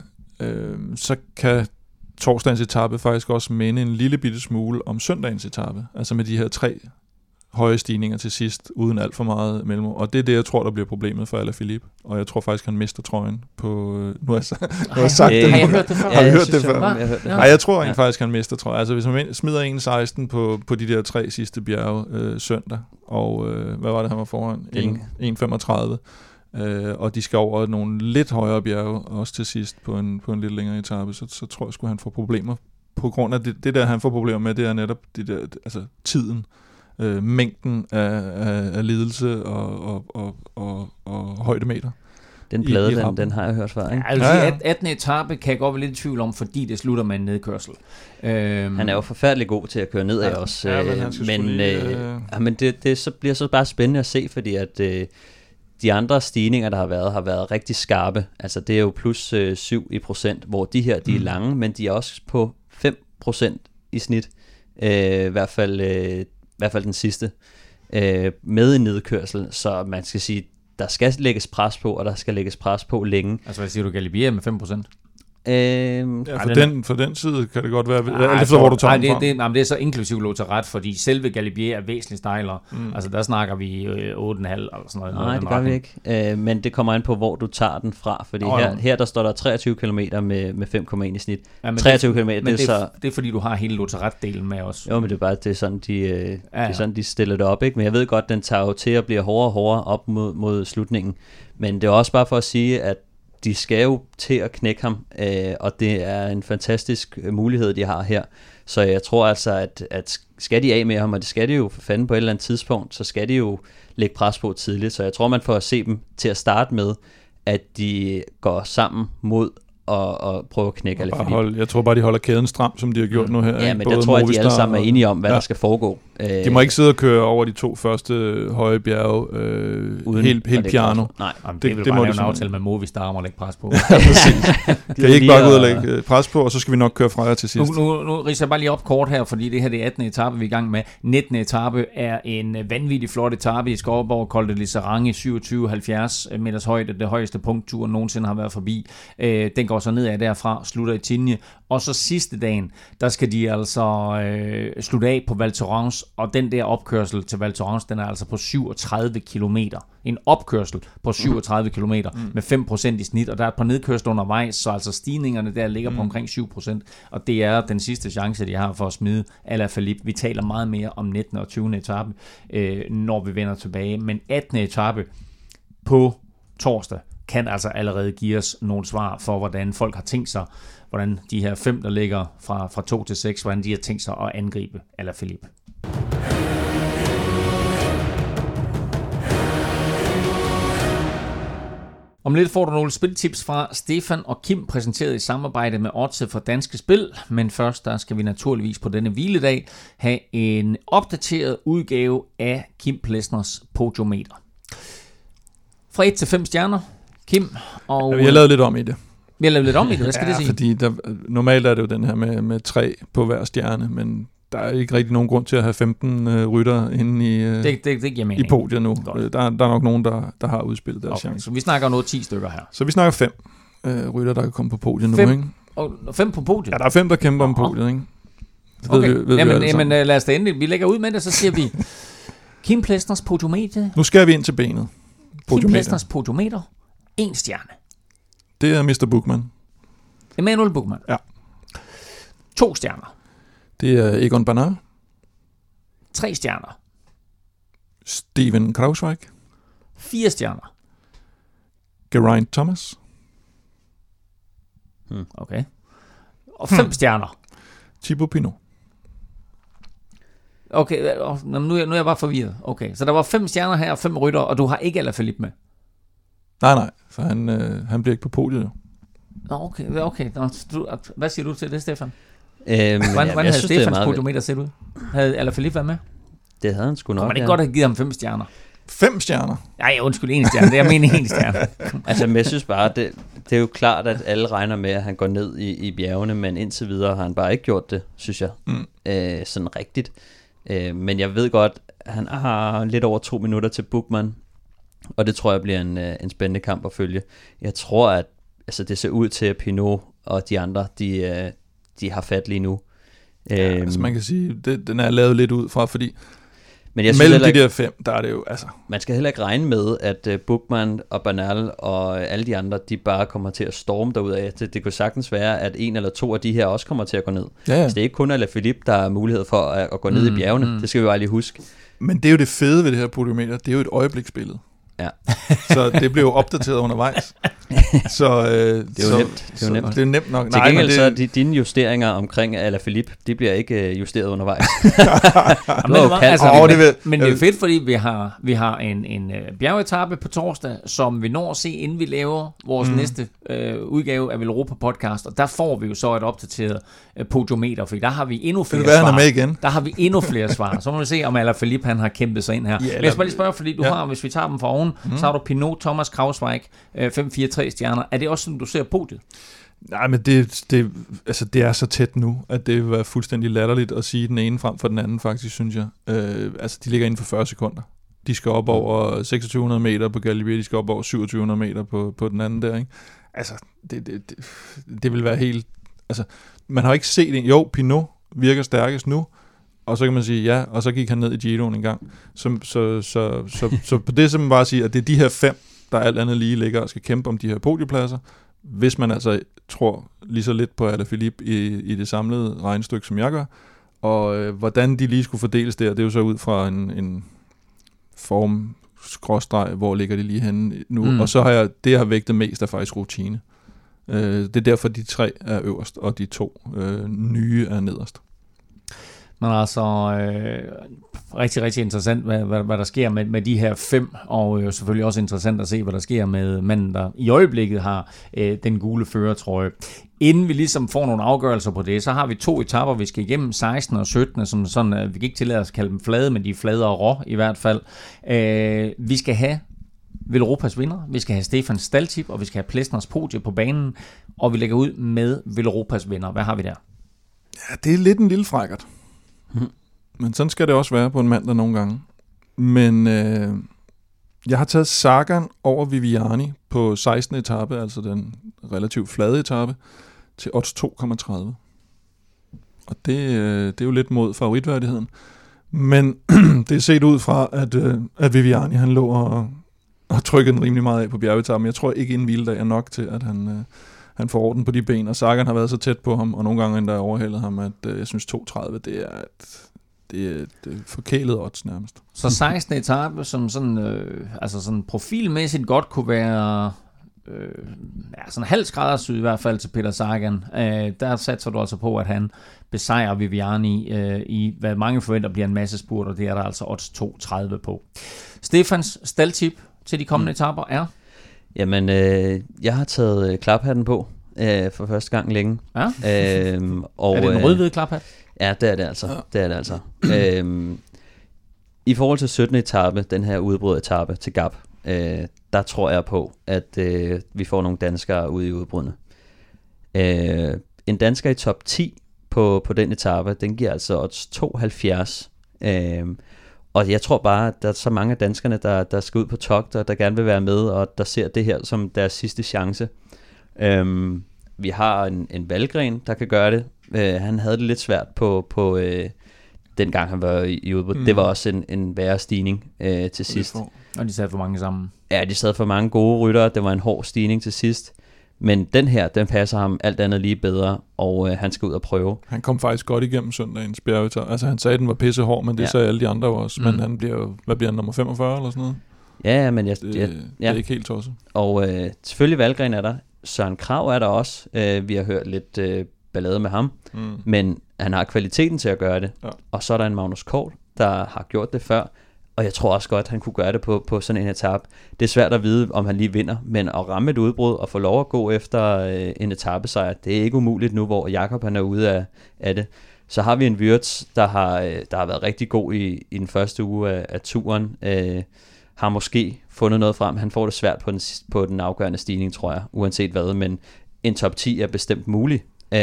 så kan torsdagens etape faktisk også minde en lille bitte smule om søndagens etape. Altså med de her 3 høje stigninger til sidst, uden alt for meget mellemrum. Og det er det, jeg tror, der bliver problemet for Alaphilippe. Og jeg tror faktisk, han mister trøjen på... Nu har jeg sagt det. Har jeg hørt det før? Har jeg hørt det før? Nej, jeg tror faktisk, han mister trøjen. Altså, hvis man smider 1.16 på de der 3 sidste bjerge søndag, og hvad var det, han var foran? 1.35. Og de skal over nogle lidt højere bjerge, også til sidst på en lidt længere etape, så tror jeg sgu, han får problemer. På grund af det der, han får problemer med, det er netop det der, altså tiden. Mængden af lidelse og højdemeter. Den plade, den har jeg hørt før, ikke? Ja. 18. etape kan jeg godt være lidt i tvivl om, fordi det slutter med en nedkørsel. Han er jo forfærdelig god til at køre nedad også. Men det bliver så bare spændende at se, fordi at de andre stigninger, der har været rigtig skarpe. Altså det er jo plus 7%, hvor de her, de er lange, men de er også på 5% i snit. I hvert fald den sidste, med en nedkørsel, så man skal sige, der skal lægges pres på, og der skal lægges pres på længe. Altså hvad siger du, Galibier med 5%? For den side kan det godt være, alt efter hvor du tager den fra. Det er så inklusiv Lotharet, fordi selve Galibier er væsentligt stejlere. Altså der snakker vi 8,5 eller sådan noget. Nej, det gør vi ikke. Men det kommer an på, hvor du tager den fra, fordi her der står der 23 km med 5,1 i snit. Ja, 23 km, det er fordi, du har hele Lotharet-delen med os. Jo, men det er sådan, det er sådan, de stiller det op, ikke? Men jeg ved godt, den tager jo til at blive hårdere og hårdere op mod slutningen. Men det er også bare for at sige, at de skal jo til at knække ham, og det er en fantastisk mulighed, de har her. Så jeg tror altså, at skal de af med ham, og det skal de jo for fanden på et eller andet tidspunkt, så skal de jo lægge pres på tidligt. Så jeg tror, man får at se dem til at starte med, at de går sammen mod og prøve at knække Alaphilippe. Jeg tror bare, de holder kæden stram, som de har gjort nu her. Ja, men jeg tror, at de alle sammen er enige om, hvad der skal foregå. De må ikke sidde og køre over de 2 første høje bjerge helt piano. Nej, det vil bare lave en aftale med Movistar om at lægge pres på. Ja, præcis. Kan I ikke bare gå ud og lægge pres på, og så skal vi nok køre fra jer til sidst. Nu ridser jeg bare lige op kort her, fordi det her det er 18. etape, vi er i gang med. 19. etape er en vanvittig flot etape i Skovborg, Col de Liserange, 27-70 meters højde, det højeste punkt turen nogensinde har været forbi. Den går så nedad derfra, slutter i Tignes, og så sidste dagen, der skal de altså slutte af på Val Thorens, og den der opkørsel til Val Thorens, den er altså på 37 kilometer. En opkørsel på 37 kilometer med 5% i snit, og der er et par nedkørsler undervejs, så altså stigningerne der ligger på omkring 7%, og det er den sidste chance, de har for at smide Alaphilippe. Vi taler meget mere om 19. og 20. etape, når vi vender tilbage, men 18. etape på torsdag kan altså allerede give os nogle svar for, hvordan folk har tænkt sig, hvordan de her 5, der ligger fra 2 til 6, hvordan de har tænkt sig at angribe Alaphilippe. Om lidt får du nogle spiltips fra Stefan og Kim, præsenteret i samarbejde med Odds for Danske Spil. Men først, der skal vi naturligvis på denne hviledag have en opdateret udgave af Kim Plesners Podiometer. Fra 1 til 5 stjerner, Kim. Og vi har lavet lidt om i det. Vi har lavet lidt om i det, hvad skal det sige? Fordi normalt er det jo den her med 3 på hver stjerne, men der er ikke rigtig nogen grund til at have 15 rytter inde i podiet nu. Der er nok nogen, der har udspillet deres chance. Så vi snakker noget 10 stykker her. Så vi snakker 5 rytter, der kan komme på podiet nu, ikke? Og 5 på podiet? Ja, der er 5, der kæmper om podiet, ikke? Jamen lad os da endelig. Vi lægger ud med det, så siger vi Kim Plesners Podiometer. Nu skal vi ind til benet. Kim Plesners Podiometer. 1 stjerne. Det er Mr. Bookman. Emanuel Bookman. Ja. 2 stjerner. Det er Egon Bernal. 3 stjerner. Steven Kruijswijk. 4 stjerner. Geraint Thomas. Okay. Og 5 stjerner. Thibaut Pinot. Okay, nu er jeg bare forvirret. Okay, så der var 5 stjerner her og 5 rytter, og du har ikke Alaphilippe med? Nej, for han bliver ikke på podiet jo. Okay. Hvad siger du til det, Stefan? Hvordan havde Stefans podiometer set ud? Havde Alaphilippe været med? Det havde han sgu nok. Kunne man ikke godt have givet ham 5 stjerner? 5 stjerner? Nej, undskyld, 1 stjerne. Det er jeg mener 1 stjerne. Altså, men jeg synes bare, det er jo klart, at alle regner med, at han går ned i bjergene, men indtil videre har han bare ikke gjort det, synes jeg. Sådan rigtigt. Men jeg ved godt, at han har lidt over 2 minutter til Bookman, og det tror jeg bliver en spændende kamp at følge. Jeg tror, at det ser ud til, at Pinot og de andre, de har fat lige nu. Altså man kan sige, den er lavet lidt ud fra, fordi men jeg mellem de der 5, der er det jo, altså. Man skal heller ikke regne med, at Bookman og Bernal og alle de andre, de bare kommer til at storme derudad. Det kunne sagtens være, at 1 eller 2 af de her også kommer til at gå ned. Ja. Altså, det er ikke kun Alaphilippe, der er mulighed for at gå ned i bjergene. Det skal vi bare lige huske. Men det er jo det fede ved det her podiometer. Det er jo et øjebliksbillede. Ja. Så det blev jo opdateret undervejs. Så det er jo nemt. Det er nemt nok. Til gengæld så dine justeringer omkring Alaphilippe, de bliver ikke justeret undervejs. Men det er fedt, fordi vi har en bjergetappe på torsdag, som vi når at se, inden vi laver vores næste udgave af Velropa podcast, og der får vi jo så et opdateret podiometer, for der har vi endnu flere svar. Med igen. Der har vi endnu flere svar. Så må vi se, om Alaphilippe han har kæmpet sig ind her. Men jeg skal bare lige spørge, fordi du har, hvis vi tager dem fra oven, så har du Pinot, Thomas, Kruijswijk, 5-4-3 stjerner. Er det også sådan, du ser podiet? Nej, men det er så tæt nu, at det vil være fuldstændig latterligt at sige den ene frem for den anden, faktisk, synes jeg. De ligger inden for 40 sekunder. De skal op over 2600 meter på Galibier, de skal op over 2700 meter på den anden der, ikke? altså, det vil være helt... Altså, man har ikke set en... Jo, Pinot virker stærkest nu, og så kan man sige ja, og så gik han ned i Giroen en gang. Så på det, så man bare sige, at det er de her 5, der alt andet lige ligger og skal kæmpe om de her podiepladser, hvis man altså tror lige så lidt på Alaphilippe i det samlede regnestykke, som jeg gør. Og hvordan de lige skulle fordeles der, det er jo så ud fra en form skråstreg, hvor ligger de lige henne nu. Og så det jeg har vægtet mest, er faktisk rutine. Det er derfor, de 3 er øverst, og de 2 nye er nederst. Men altså, rigtig, rigtig interessant, hvad der sker med de her 5, og selvfølgelig også interessant at se, hvad der sker med manden, der i øjeblikket har den gule førertrøje. Inden vi ligesom får nogle afgørelser på det, så har vi 2 etaper, vi skal igennem, 16 og 17, som sådan, vi kan ikke tillade os at kalde dem flade, men de er flade og rå i hvert fald. Vi skal have Villeuropas vinder, vi skal have Stefan Staltip, og vi skal have Plesners podie på banen, og vi lægger ud med Villeuropas vinder. Hvad har vi der? Ja, det er lidt en lille frækkert. Men sådan skal det også være på en mandag nogle gange. Men jeg har taget Sagan over Viviani på 16. etape, altså den relativt flade etape, til odds 2,30. Og det er jo lidt mod favoritværdigheden. Men det er set ud fra, at Viviani han lå og trykkede den rimelig meget af på bjergetappen. Jeg tror ikke en hviledag er nok til, at han får orden på de ben, og Sagan har været så tæt på ham, og nogle gange endda overhældet ham, at jeg synes 2,30, det er forkælet odds nærmest. Så 16. etape, som sådan, altså sådan profilmæssigt godt kunne være sådan halv skræddersyd i hvert fald til Peter Sagan. Der satser du altså på, at han besejrer Viviani i, hvad mange forventer bliver en masse spurt, og det er der altså odds 2,30 på. Stefans Staltip til de kommende etaper er? Jamen, jeg har taget klaphatten på for første gang længe. Ja? Og, er det en rød-hvid klaphat? Ja, det er det altså. Ja. Det er det altså. I forhold til 17. etape, den her udbrud-etape til Gap, der tror jeg på, at vi får nogle danskere ude i udbrudene. En dansker i top 10 på den etape, den giver altså odds 72. Og jeg tror bare, at der er så mange af danskerne, der skal ud på togt, og der gerne vil være med, og der ser det her som deres sidste chance. Vi har en Valgren, der kan gøre det. Han havde det lidt svært på dengang han var i udbrud. Det var også en værre stigning til sidst. Og de sad for mange sammen. Ja, de sad for mange gode ryttere. Det var en hård stigning til sidst. Men den her, den passer ham alt andet lige bedre, og han skal ud og prøve. Han kom faktisk godt igennem søndagens bjergetape. Altså han sagde, at den var pissehård, men det sagde alle de andre også. Men han bliver jo, hvad bliver han, nummer 45 eller sådan noget? Ja, men det er ikke helt tosset. Og selvfølgelig Valgren er der. Søren Kragh er der også. Vi har hørt lidt ballade med ham. Men han har kvaliteten til at gøre det. Ja. Og så er der en Magnus Kort, der har gjort det før. Og jeg tror også godt, at han kunne gøre det på sådan en etape. Det er svært at vide, om han lige vinder, men at ramme et udbrud og få lov at gå efter en etapesejr, det er ikke umuligt nu, hvor Jakob han er ude af det. Så har vi en Wirtz, der har været rigtig god i den første uge af turen. Har måske fundet noget frem. Han får det svært på den afgørende stigning, tror jeg, uanset hvad. Men en top 10 er bestemt mulig.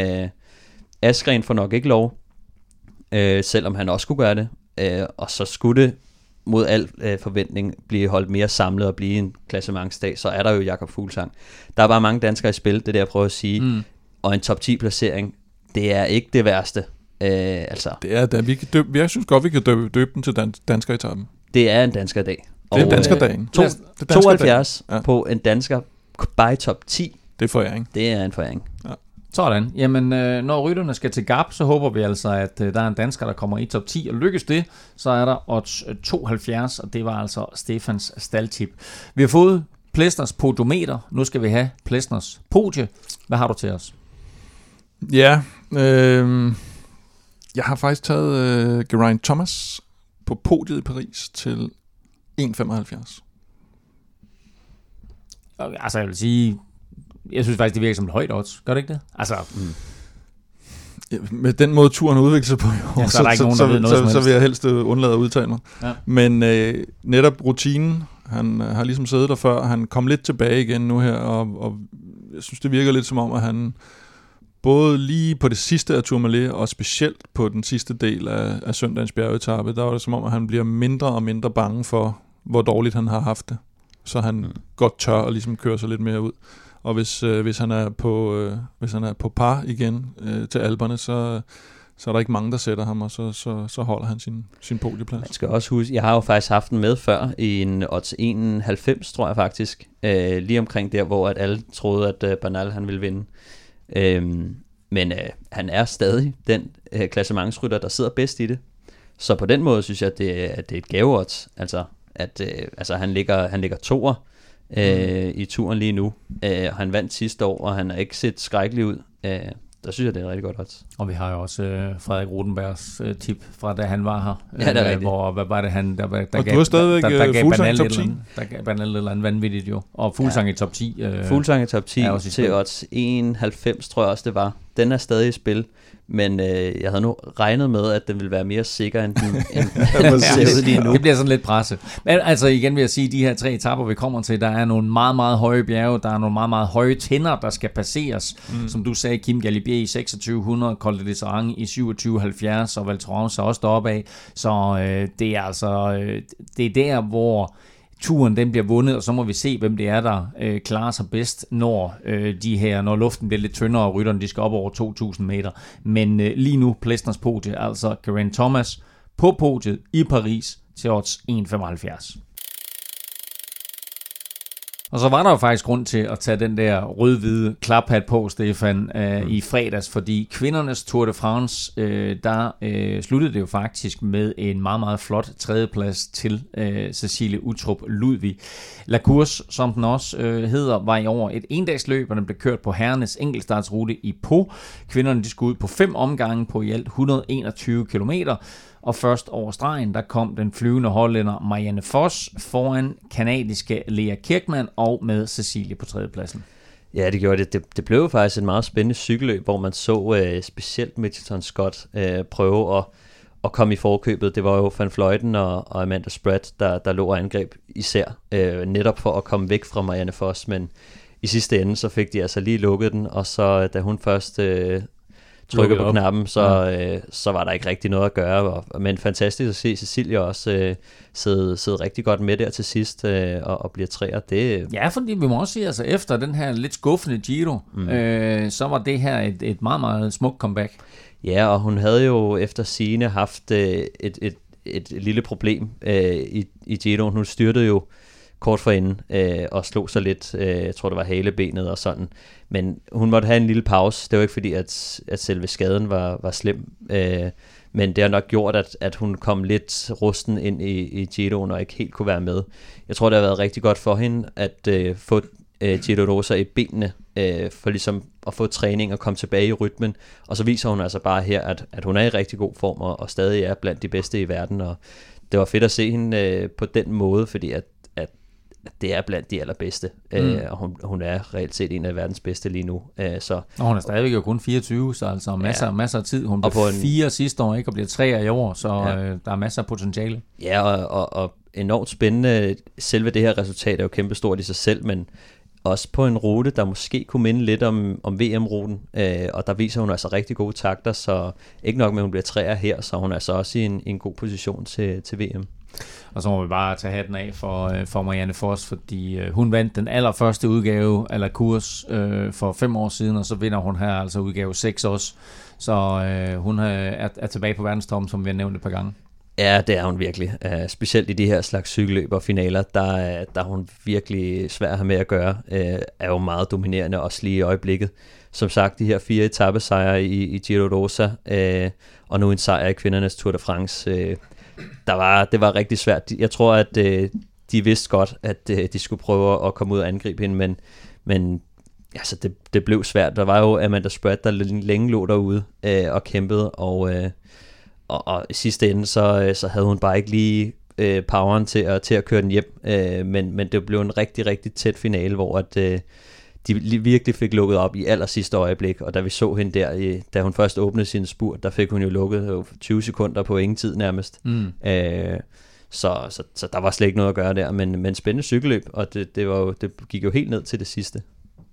Askren får nok ikke lov, selvom han også skulle gøre det. Og så skulle det mod al forventning blive holdt mere samlet og blive en klassementsdag, så er der jo Jakob Fuglsang. Der er bare mange danskere i spil, det er det, jeg prøver at sige. Og en top 10 placering, det er ikke det værste. Altså. Det er da, jeg synes godt, vi kan døbe den til danskeretappen. Det er en danskerdag. Det er danskerdagen. 72 på en dansker by top 10. Det er foræring. Det er en foræring. Ja. Sådan. Jamen, når rytterne skal til Gap, så håber vi altså, at der er en dansker, der kommer i top 10. Og lykkes det, så er der odds 72, og det var altså Stefans Staltip. Vi har fået Plesners podometer. Nu skal vi have Plesners podie. Hvad har du til os? Ja, jeg har faktisk taget Geraint Thomas på podiet i Paris til 1,75. Altså, jeg vil sige, jeg synes faktisk, det virker som et højt odds. Gør det ikke det? Altså, med den måde, turen udvikler sig på, ja, så er der ikke nogen, der ved noget så vil jeg helst undlade at udtale mig. Ja. Men netop rutinen, han har ligesom siddet der før, han kom lidt tilbage igen nu her, og jeg synes, det virker lidt som om, at han både lige på det sidste af Tourmalet, og specielt på den sidste del af søndagens bjergetape, der var det som om, at han bliver mindre og mindre bange for, hvor dårligt han har haft det. Så han godt tør at ligesom køre sig lidt mere ud. Og hvis han er på par igen til Alperne, så er der ikke mange, der sætter ham, og så holder han sin podieplads. Man skal også huske, jeg har jo faktisk haft den med før i en odds 91, tror jeg faktisk. Lige omkring der, hvor at alle troede, at Bernal han ville vinde. Men han er stadig den klassementsrytter, der sidder bedst i det. Så på den måde synes jeg, at det er et gaveodds. Altså han ligger toer i turen lige nu. Han vandt sidste år, og han har ikke set skrækkelig ud. Der synes jeg, det er et rigtig godt odds. Og vi har jo også Frederik Rodenbergs tip fra da han var her. Ja, det er hvor, hvad var det han, der og du har stadigvæk Fuglsang i top 10? Der gav Bernal et eller andet vanvittigt jo. Og Fuglsang i top 10. Fuglsang i top 10 til odds 91, tror jeg også det var. Den er stadig i spil. Men jeg havde nu regnet med, at den ville være mere sikker, end den ser ud lige nu. Det bliver sådan lidt presse. Men altså igen vil jeg sige, de her 3 etaper, vi kommer til, der er nogle meget, meget høje bjerge, der er nogle meget, meget høje tinder, der skal passeres. Som du sagde, Kim Galibier i 2600, Col de Liserang i 2770, og Val Thorens er også deroppe af. Så det er altså, det er der, hvor turen den bliver vundet, og så må vi se, hvem det er, der klarer sig bedst, når luften bliver lidt tyndere, og rytterne de skal op over 2.000 meter. Men lige nu, Plesners podie, altså Geraint Thomas på podiet i Paris til odds 1,75. Og så var der jo faktisk grund til at tage den der rød-hvide klaphat på, Stefan, i fredags, fordi kvindernes Tour de France, der sluttede det jo faktisk med en meget, meget flot tredjeplads til Cecilie Uttrup Ludwig. La Course, som den også hedder, var i år et endagsløb, og den blev kørt på herrenes enkeltstartsrute i Pau. Kvinderne de skulle ud på 5 omgange på i alt 121 kilometer. Og først over stregen, der kom den flyvende hollænder Marianne Vos foran kanadiske Lea Kirkman og med Cecilie på tredjepladsen. Ja, det gjorde det. Det blev faktisk et meget spændende cykelløb, hvor man så specielt Mitchelton Scott prøve at komme i forkøbet. Det var jo Van Vleuten og Amanda Spratt, der lå angreb især, netop for at komme væk fra Marianne Vos, men i sidste ende, så fik de altså lige lukket den, og så da hun først trykkede på knappen, så var der ikke rigtig noget at gøre, men fantastisk at se Cecilia også sidde rigtig godt med der til sidst, og bliver træer. Ja, fordi vi må også sige, altså efter den her lidt skuffende Giro, så var det her et meget, meget smukt comeback. Ja, og hun havde jo efter sigende haft et lille problem i Giro. Hun styrtede jo kort forinden og slog sig lidt, jeg tror det var halebenet og sådan, men hun måtte have en lille pause. Det var ikke fordi, at selve skaden var slem, men det har nok gjort, at hun kom lidt rusten ind i Giroen og ikke helt kunne være med. Jeg tror, det har været rigtig godt for hende at få Giro Rosa i benene, for ligesom at få træning og komme tilbage i rytmen, og så viser hun altså bare her, at hun er i rigtig god form og stadig er blandt de bedste i verden, og det var fedt at se hende på den måde, fordi at det er blandt de allerbedste, og hun er reelt set en af verdens bedste lige nu. Og hun er stadigvæk jo kun 24, så altså masser af tid. Hun blev 4 sidste år, ikke, og bliver 3 i år, så der er masser af potentiale. Ja, og enormt spændende. Selve det her resultat er jo kæmpestort i sig selv, men også på en rute, der måske kunne minde lidt om VM-ruten, og der viser hun altså rigtig gode takter, så ikke nok med, at hun bliver 3'er her, så hun er altså også i en god position til VM. Og så må vi bare tage hatten af for Marianne Vos, fordi hun vandt den allerførste udgave af La Course for 5 år siden, og så vinder hun her altså udgave 6 også. Så hun er tilbage på verdenstoppen, som vi har nævnt et par gange. Ja, det er hun virkelig. Specielt i de her slags cykelløb og finaler, der er hun virkelig svær at have med at gøre. Er jo meget dominerende, også lige i øjeblikket. Som sagt, de her 4 etapesejre i Giro Rosa, og nu en sejr i kvindernes Tour de France. Det var rigtig svært. Jeg tror, at de vidste godt, at de skulle prøve at komme ud og angribe hende, men altså, det blev svært. Der var jo Amanda Spratt, der længe lå derude og kæmpede, og i sidste ende, så havde hun bare ikke lige poweren til at køre den hjem, men det blev en rigtig, rigtig tæt finale, hvor at de virkelig fik lukket op i aller sidste øjeblik, og da vi så hende der, da hun først åbnede sin spurt, der fik hun jo lukket 20 sekunder på ingen tid nærmest. Så der var slet ikke noget at gøre der, men spændende cykelløb, og det gik jo helt ned til det sidste.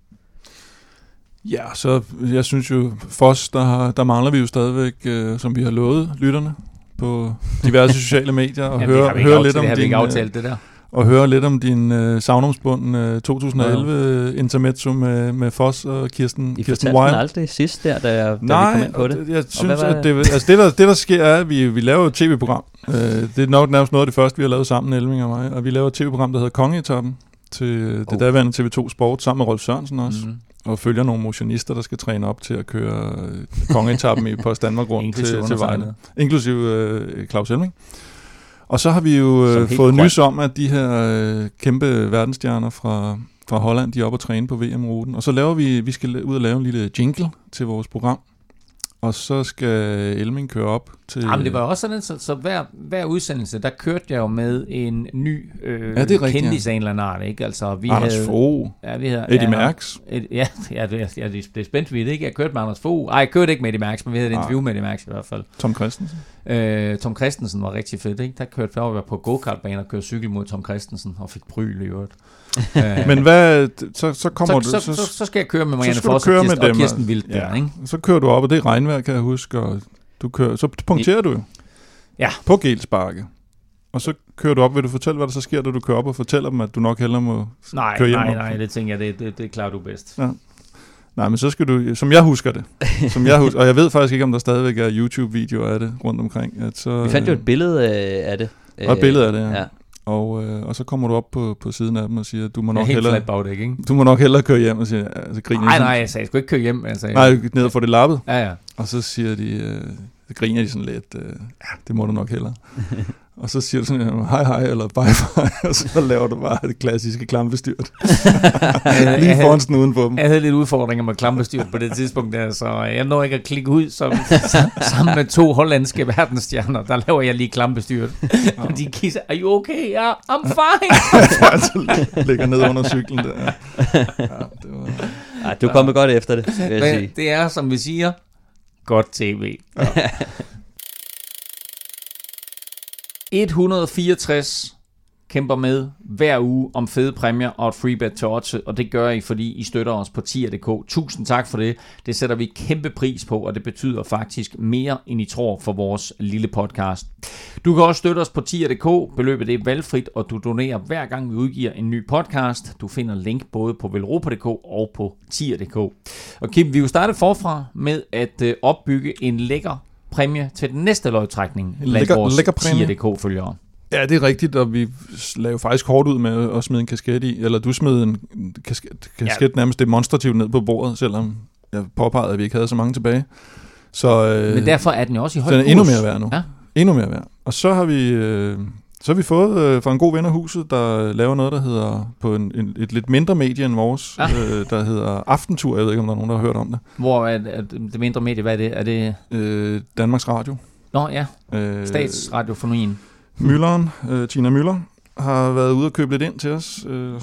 Ja, så jeg synes jo, Vos, der mangler vi jo stadigvæk, som vi har lovet lytterne på diverse sociale medier, og høre lidt om og høre lidt om din savnomsbund 2011 intermezzo med Foss og Kirsten Wild. I fortalte den aldrig sidst der, da vi kom ind på det? Nej, jeg synes, at det der sker er, at vi laver et tv-program. Det er nok nærmest noget af det første, vi har lavet sammen, Elming og mig, og vi laver et tv-program, der hedder Kongeetappen, til det daværende TV2 Sport, sammen med Rolf Sørensen også, og følger nogle motionister, der skal træne op til at køre Kongeetappen i Post Danmark rundt til Vejle. Inklusive Claus Elming. Og så har vi jo fået nys om, at de her kæmpe verdensstjerner fra Holland, de er oppe og træne på VM-ruten. Og så vi skal ud og lave en lille jingle til vores program. Og så skal Elming køre op til... Jamen, det var også sådan, så hver udsendelse, der kørte jeg jo med en ny kendis af en eller anden art, ikke? Altså, vi Anders Fogh. Ja, vi havde... Eddie Merckx. Det er spændt ved det, ikke? Jeg kørte med Anders Fogh. Jeg kørte ikke med Eddie Merckx, men vi havde et interview med Eddie Merckx i hvert fald. Tom Christensen. Tom Christensen var rigtig fedt, ikke? Der kørte vi over på go-kartbanen og kørte cykel mod Tom Christensen og fik bryl i øvrigt. Men hvad... Så kommer du... Så skal jeg køre med Marianne Foss og Kirsten Wild der, ikke? Så kører du op, og det er regnvejr, kan jeg huske, og du kører, så punkterer du jo. Ja. På Gelsbakke. Og så kører du op. Vil du fortælle, hvad der så sker, da du kører op og fortæller dem, at du nok hellere må køre hjem? Nej, det tænker jeg, det klarer du bedst. Ja. Nej, men så skal du, som jeg husker det, og jeg ved faktisk ikke, om der stadigvæk er YouTube-videoer af det rundt omkring. At så, vi fandt jo et billede af det. Og et billede af det, ja. Og så kommer du op på siden af dem og siger, du må nok hellere køre hjem og sige, altså griner. Nej, jeg sagde, jeg skulle ikke køre hjem. Altså, nej, ned og få det lappet. Ja. Og så siger de, griner de sådan lidt, det må du nok hellere. Og så siger du sådan, hej, eller bye, og så laver du bare det klassiske klampestyrt. Lige foran snuden på dem. Jeg havde lidt udfordringer med klampestyrt på det tidspunkt der, så jeg når ikke at klikke ud sammen med 2 hollandske verdensstjerner. Der laver jeg lige klampestyrt. Og de kisser, are you okay? Ja, I'm fine. Så ligger ned under cyklen der. Det var... du er kommet godt efter det, vil jeg sige. Det er, som vi siger, godt tv. Ja. 164 kæmper med hver uge om fede præmier og et freebet til odds, og det gør I, fordi I støtter os på tier.dk. Tusind tak for det. Det sætter vi kæmpe pris på, og det betyder faktisk mere, end I tror for vores lille podcast. Du kan også støtte os på tier.dk. Beløbet er valgfrit, og du donerer hver gang vi udgiver en ny podcast. Du finder link både på velropa.dk og på tier.dk. Og Kim, vi er jo startet forfra med at opbygge en lækker præmie til den næste lodtrækning blandt vores tier.dk-følgere. Ja, det er rigtigt, og vi lavede faktisk hårdt ud med at smide en kasket i, eller du smed en kasket nærmest demonstrativt ned på bordet, selvom jeg påpegede, at vi ikke havde så mange tilbage. Så, men derfor er den jo også i høj kurs. Den er endnu mere værd nu. Ja. Endnu mere værd. Og så har vi fået fra en god ven af huset, der laver noget, der hedder på et lidt mindre medie end vores, der hedder Aftentur. Jeg ved ikke, om der er nogen, der har hørt om det. Hvor er det mindre medie? Hvad er det? Er det Danmarks Radio. Nå ja, Statsradiofonien. Mülleren, Tina Müller, har været ude og købe lidt ind til os,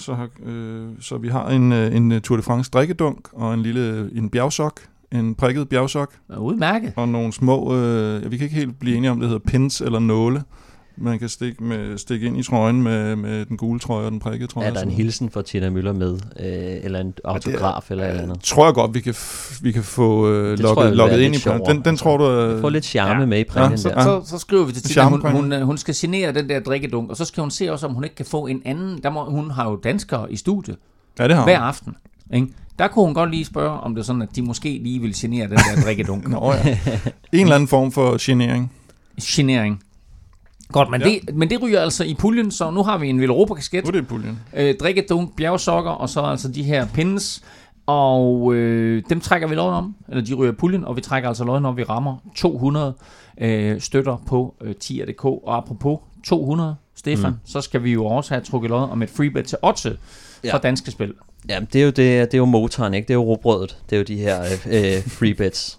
så vi har en Tour de France drikkedunk og en bjergsok, en prikket bjergsok. Udmærket. Og nogle små, vi kan ikke helt blive enige om, det hedder pins eller nåle. Man kan stikke ind i trøjen med den gule trøje og den prikkede trøje. Er der en hilsen fra Tina Müller med, eller en autograf eller andet? Tror jeg godt, vi kan få logget ind i præmien. Den tror du... Få lidt charme med i præmien der. Så skriver vi til Tina, hun skal signere den der drikkedunk, og så skal hun se også, om hun ikke kan få en anden. Hun har jo danskere i studiet hver aften. Ikke? Der kunne hun godt lige spørge, om det er sådan, at de måske lige vil signere den der drikkedunk. Nå ja. En eller anden form for genering. Genering. Godt, men det ryger altså i puljen, så nu har vi en Velropa-kasket. Nu er det i puljen. Drikkedunk, bjergsokker, og så altså de her pins. Og dem trækker vi lodden om, eller de ryger i puljen, og vi trækker altså lodden, når vi rammer 200 støtter på tier.dk. Og apropos 200, Stefan, så skal vi jo også have trukket lodden om et freebet til odds fra Danske Spil. Ja, det er jo motoren, ikke? Det er jo råbrødet. Det er jo de her freebets.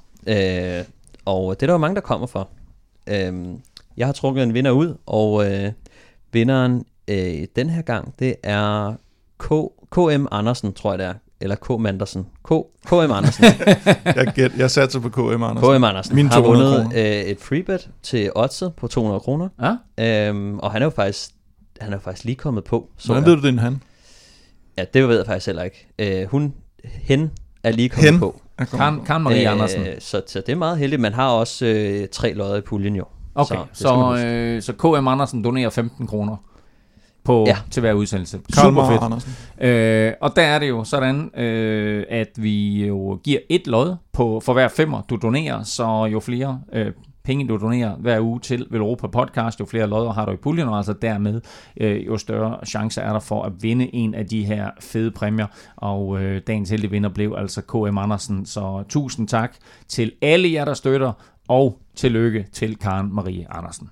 Og det er der jo mange, der kommer for. Jeg har trukket en vinder ud, og vinderen den her gang, det er KM Andersen, tror jeg det er. Eller K. Mandersen. KM Andersen. Jeg satser på KM Andersen. KM Andersen har vundet et freebet til oddset på 200 kroner. Ja? Og han er jo faktisk lige kommet på. Hvordan ved du, det er en han? Ja, det ved jeg faktisk heller ikke. Hen er lige kommet på. Karen Marie Andersen. Så det er meget heldigt. Man har også 3 lodder i puljen jo. Okay, så KM Andersen donerer 15 kroner til hver udsendelse. Super fedt. Og der er det jo sådan, at vi jo giver et lod for hver 5'er, du donerer, så jo flere penge, du donerer hver uge til Velropa Podcast, jo flere lodder har du i puljen, og altså dermed jo større chance er der for at vinde en af de her fede præmier, og dagens heldige vinder blev altså KM Andersen, så tusind tak til alle jer, der støtter, og tillykke til Karen Marie Andersen.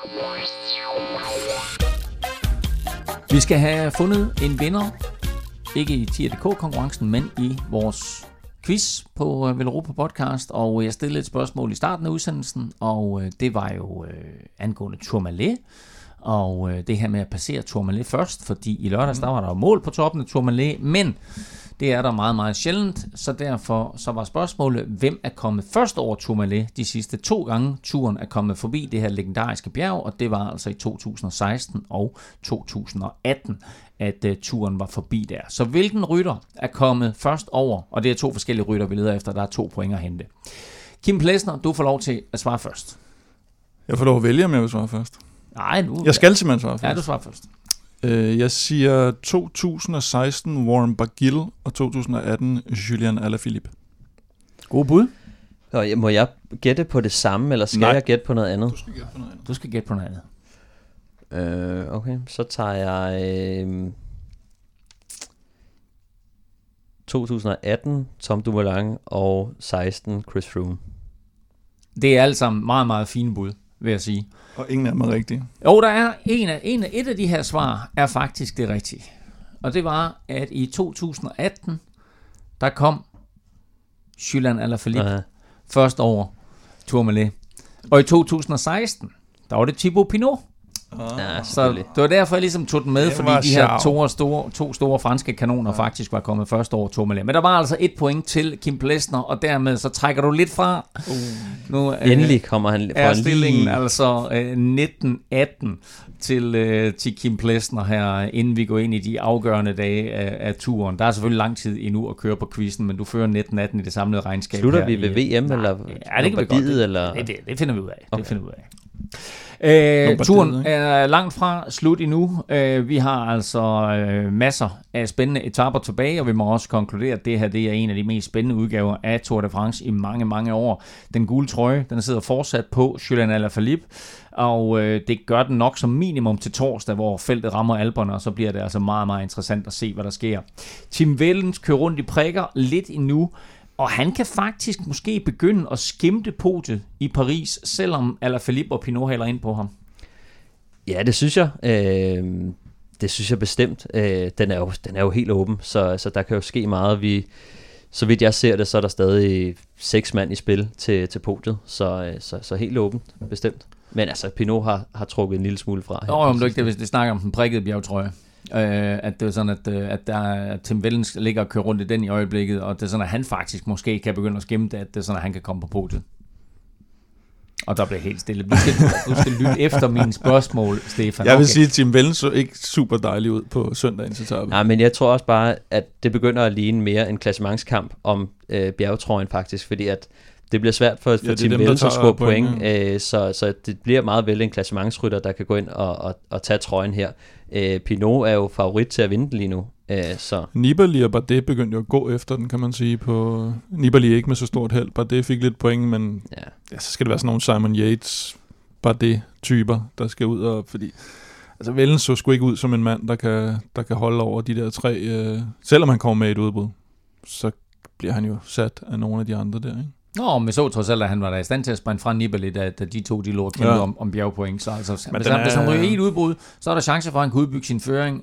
Vi skal have fundet en vinder, ikke i Tier.dk-konkurrencen, men i vores quiz på Velropa Podcast, og jeg stillede et spørgsmål i starten af udsendelsen, og det var jo angående Tourmalet, og det her med at passere Tourmalet først, fordi i lørdags der var der jo mål på toppen af Tourmalet, men det er der meget, meget sjældent, så derfor så var spørgsmålet, hvem er kommet først over Tourmalet de sidste 2 gange. Turen er kommet forbi det her legendariske bjerg, og det var altså i 2016 og 2018, at turen var forbi der. Så hvilken rytter er kommet først over? Og det er 2 forskellige rytter, vi leder efter. Der er 2 point at hente. Kim Plesner, du får lov til at svare først. Jeg får lov at vælge, om jeg vil svare først. Nej, nu... Jeg skal simpelthen svare først. Ja, du svarer først. Jeg siger 2016 Warren Barguil og 2018 Julian Alaphilippe. God bud. Må jeg gætte på det samme, eller skal jeg gætte på noget andet? Du skal gætte på noget andet. Du skal gætte på noget andet. Okay, så tager jeg 2018 Tom Dumoulin og 16 Chris Froome. Det er alle sammen meget, meget fine bud, vil jeg sige. Og ingen af dem er rigtige. Jo, der er et af de her svar er faktisk det rigtige. Og det var, at i 2018, der kom Julian Alaphilippe først over Tourmalet. Og i 2016, der var det Thibaut Pinot. Så det var derfor, jeg ligesom tog den med, fordi de her to store franske kanoner faktisk var kommet først over Tourmalet. Men der var altså 1 point til Kim Plesner, og dermed så trækker du lidt fra. Nu, endelig kommer han er stillingen altså 19-18 til Kim Plesner her, inden vi går ind i de afgørende dage af turen. Der er selvfølgelig lang tid endnu at køre på quizzen, men du fører 19-18 i det samlede regnskab. Slutter vi ved VM, eller det kan vi godt. Eller? Det finder vi ud af. Okay. Det finder vi ud af. Turen er langt fra slut endnu. Vi har altså masser af spændende etaper tilbage, og vi må også konkludere, at det her det er en af de mest spændende udgaver af Tour de France i mange, mange år. Den gule trøje, den sidder fortsat på Julian Alaphilippe, og det gør den nok som minimum til torsdag, hvor feltet rammer Alperne, og så bliver det altså meget, meget interessant at se, hvad der sker. Tim Wellens kører rundt i prikker lidt endnu, og han kan faktisk måske begynde at skimte podiet i Paris, selvom Alaphilippe og Pinot hælder ind på ham. Ja, det synes jeg. Det synes jeg bestemt. Den er jo helt åben, så der kan jo ske meget. Så vidt jeg ser det, så er der stadig 6 mand i spil til podiet, så helt åbent, bestemt. Men altså, Pinot har trukket en lille smule fra. Om du ikke det, hvis det snakker om den prikkede bjergtrøje. At det er sådan, at der Tim Wellens ligger og kører rundt i den i øjeblikket, og det er sådan, at han faktisk måske kan begynde at skimme det, at det er sådan, at han kan komme på podiet. Og der bliver helt stille. Du skal lytte efter mine spørgsmål, Stefan. Jeg vil sige, at Tim Wellens så ikke super dejlig ud på søndagens etape. Nej, men jeg tror også bare, at det begynder at ligne mere en klassementskamp om bjergetrøjen faktisk, fordi at det bliver svært for Tim Wellens at score point, så det bliver meget vel en klassementsrytter, der kan gå ind og tage trøjen her. Pinot er jo favorit til at vinde den lige nu. Så. Nibali og Bardet begyndte jo at gå efter den, kan man sige. Nibali ikke med så stort held. Bardet fik lidt point, men så skal det være sådan nogle Simon Yates, Bardet-typer, der skal ud. Og, fordi altså, Wellens så sgu ikke ud som en mand, der kan holde over de der 3. Selvom han kommer med et udbrud, så bliver han jo sat af nogle af de andre der, ikke? Men så trods alt, at han var der i stand til at sprinte fra Nibali, da de to de lå og kæmpe om bjergpoint. Så altså, hvis han ryger i et udbrud, så er der chance for, at han kan udbygge sin føring.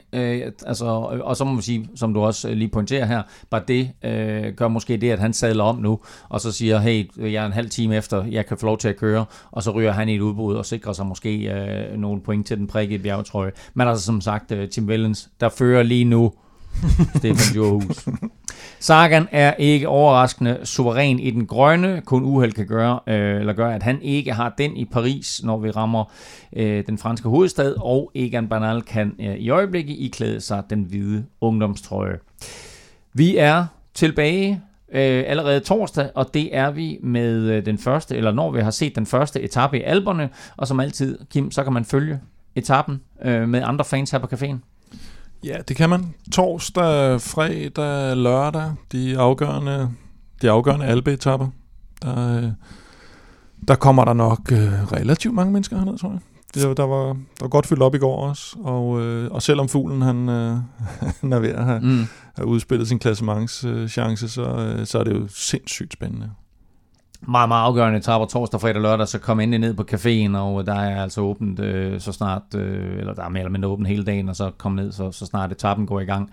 Og så må man sige, som du også lige pointerer her, Bardet gør måske det, at han sadler om nu, og så siger, hey, jeg er en halv time efter, jeg kan få lov til at køre, og så ryger han i et udbrud og sikrer sig måske nogle point til den prikkede bjergetrøje. Men altså som sagt, Tim Wellens, der fører lige nu Stefan Djurhus. Sagan er ikke overraskende suveræn i den grønne. Kun uheld kan gøre, at han ikke har den i Paris, når vi rammer den franske hovedstad, og Egan Bernal kan i øjeblikket iklæde sig den hvide ungdomstrøje. Vi er tilbage allerede torsdag, og det er vi med den første, eller når vi har set den første etape i Alperne, og som altid, Kim, så kan man følge etappen med andre fans her på caféen? Ja, det kan man. Torsdag, fredag, lørdag, de afgørende Alpe-etapper. Der kommer der nok relativt mange mennesker herned, tror jeg. Der var godt fyldt op i går også, og selvom fuglen han er ved at have udspillet sin klassementschance, så er det jo sindssygt spændende. Meget, meget afgørende etaper torsdag, fredag, lørdag, så kom endelig ned på caféen, og der er altså åbent så snart, eller der er mere eller mindre åbent hele dagen, og så kom ned, så snart etappen går i gang,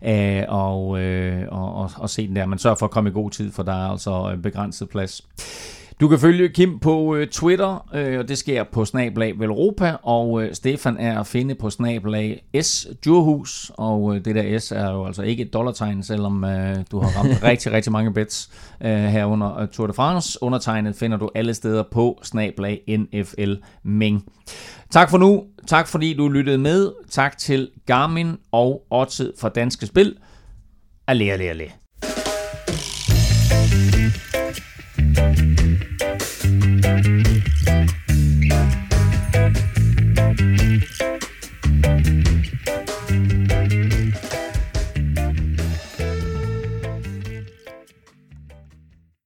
og se den der. Men sørg for at komme i god tid, for der er altså begrænset plads. Du kan følge Kim på Twitter, og det sker på @Velropa, og Stefan er at finde på @SDjurhus, og det der S er jo altså ikke et dollartegn, selvom du har ramt rigtig, rigtig mange bets herunder Tour de France. Undertegnet finder du alle steder på @NFL-Ming. Tak for nu. Tak fordi du lyttede med. Tak til Garmin og Odset fra Danske Spil. Allé.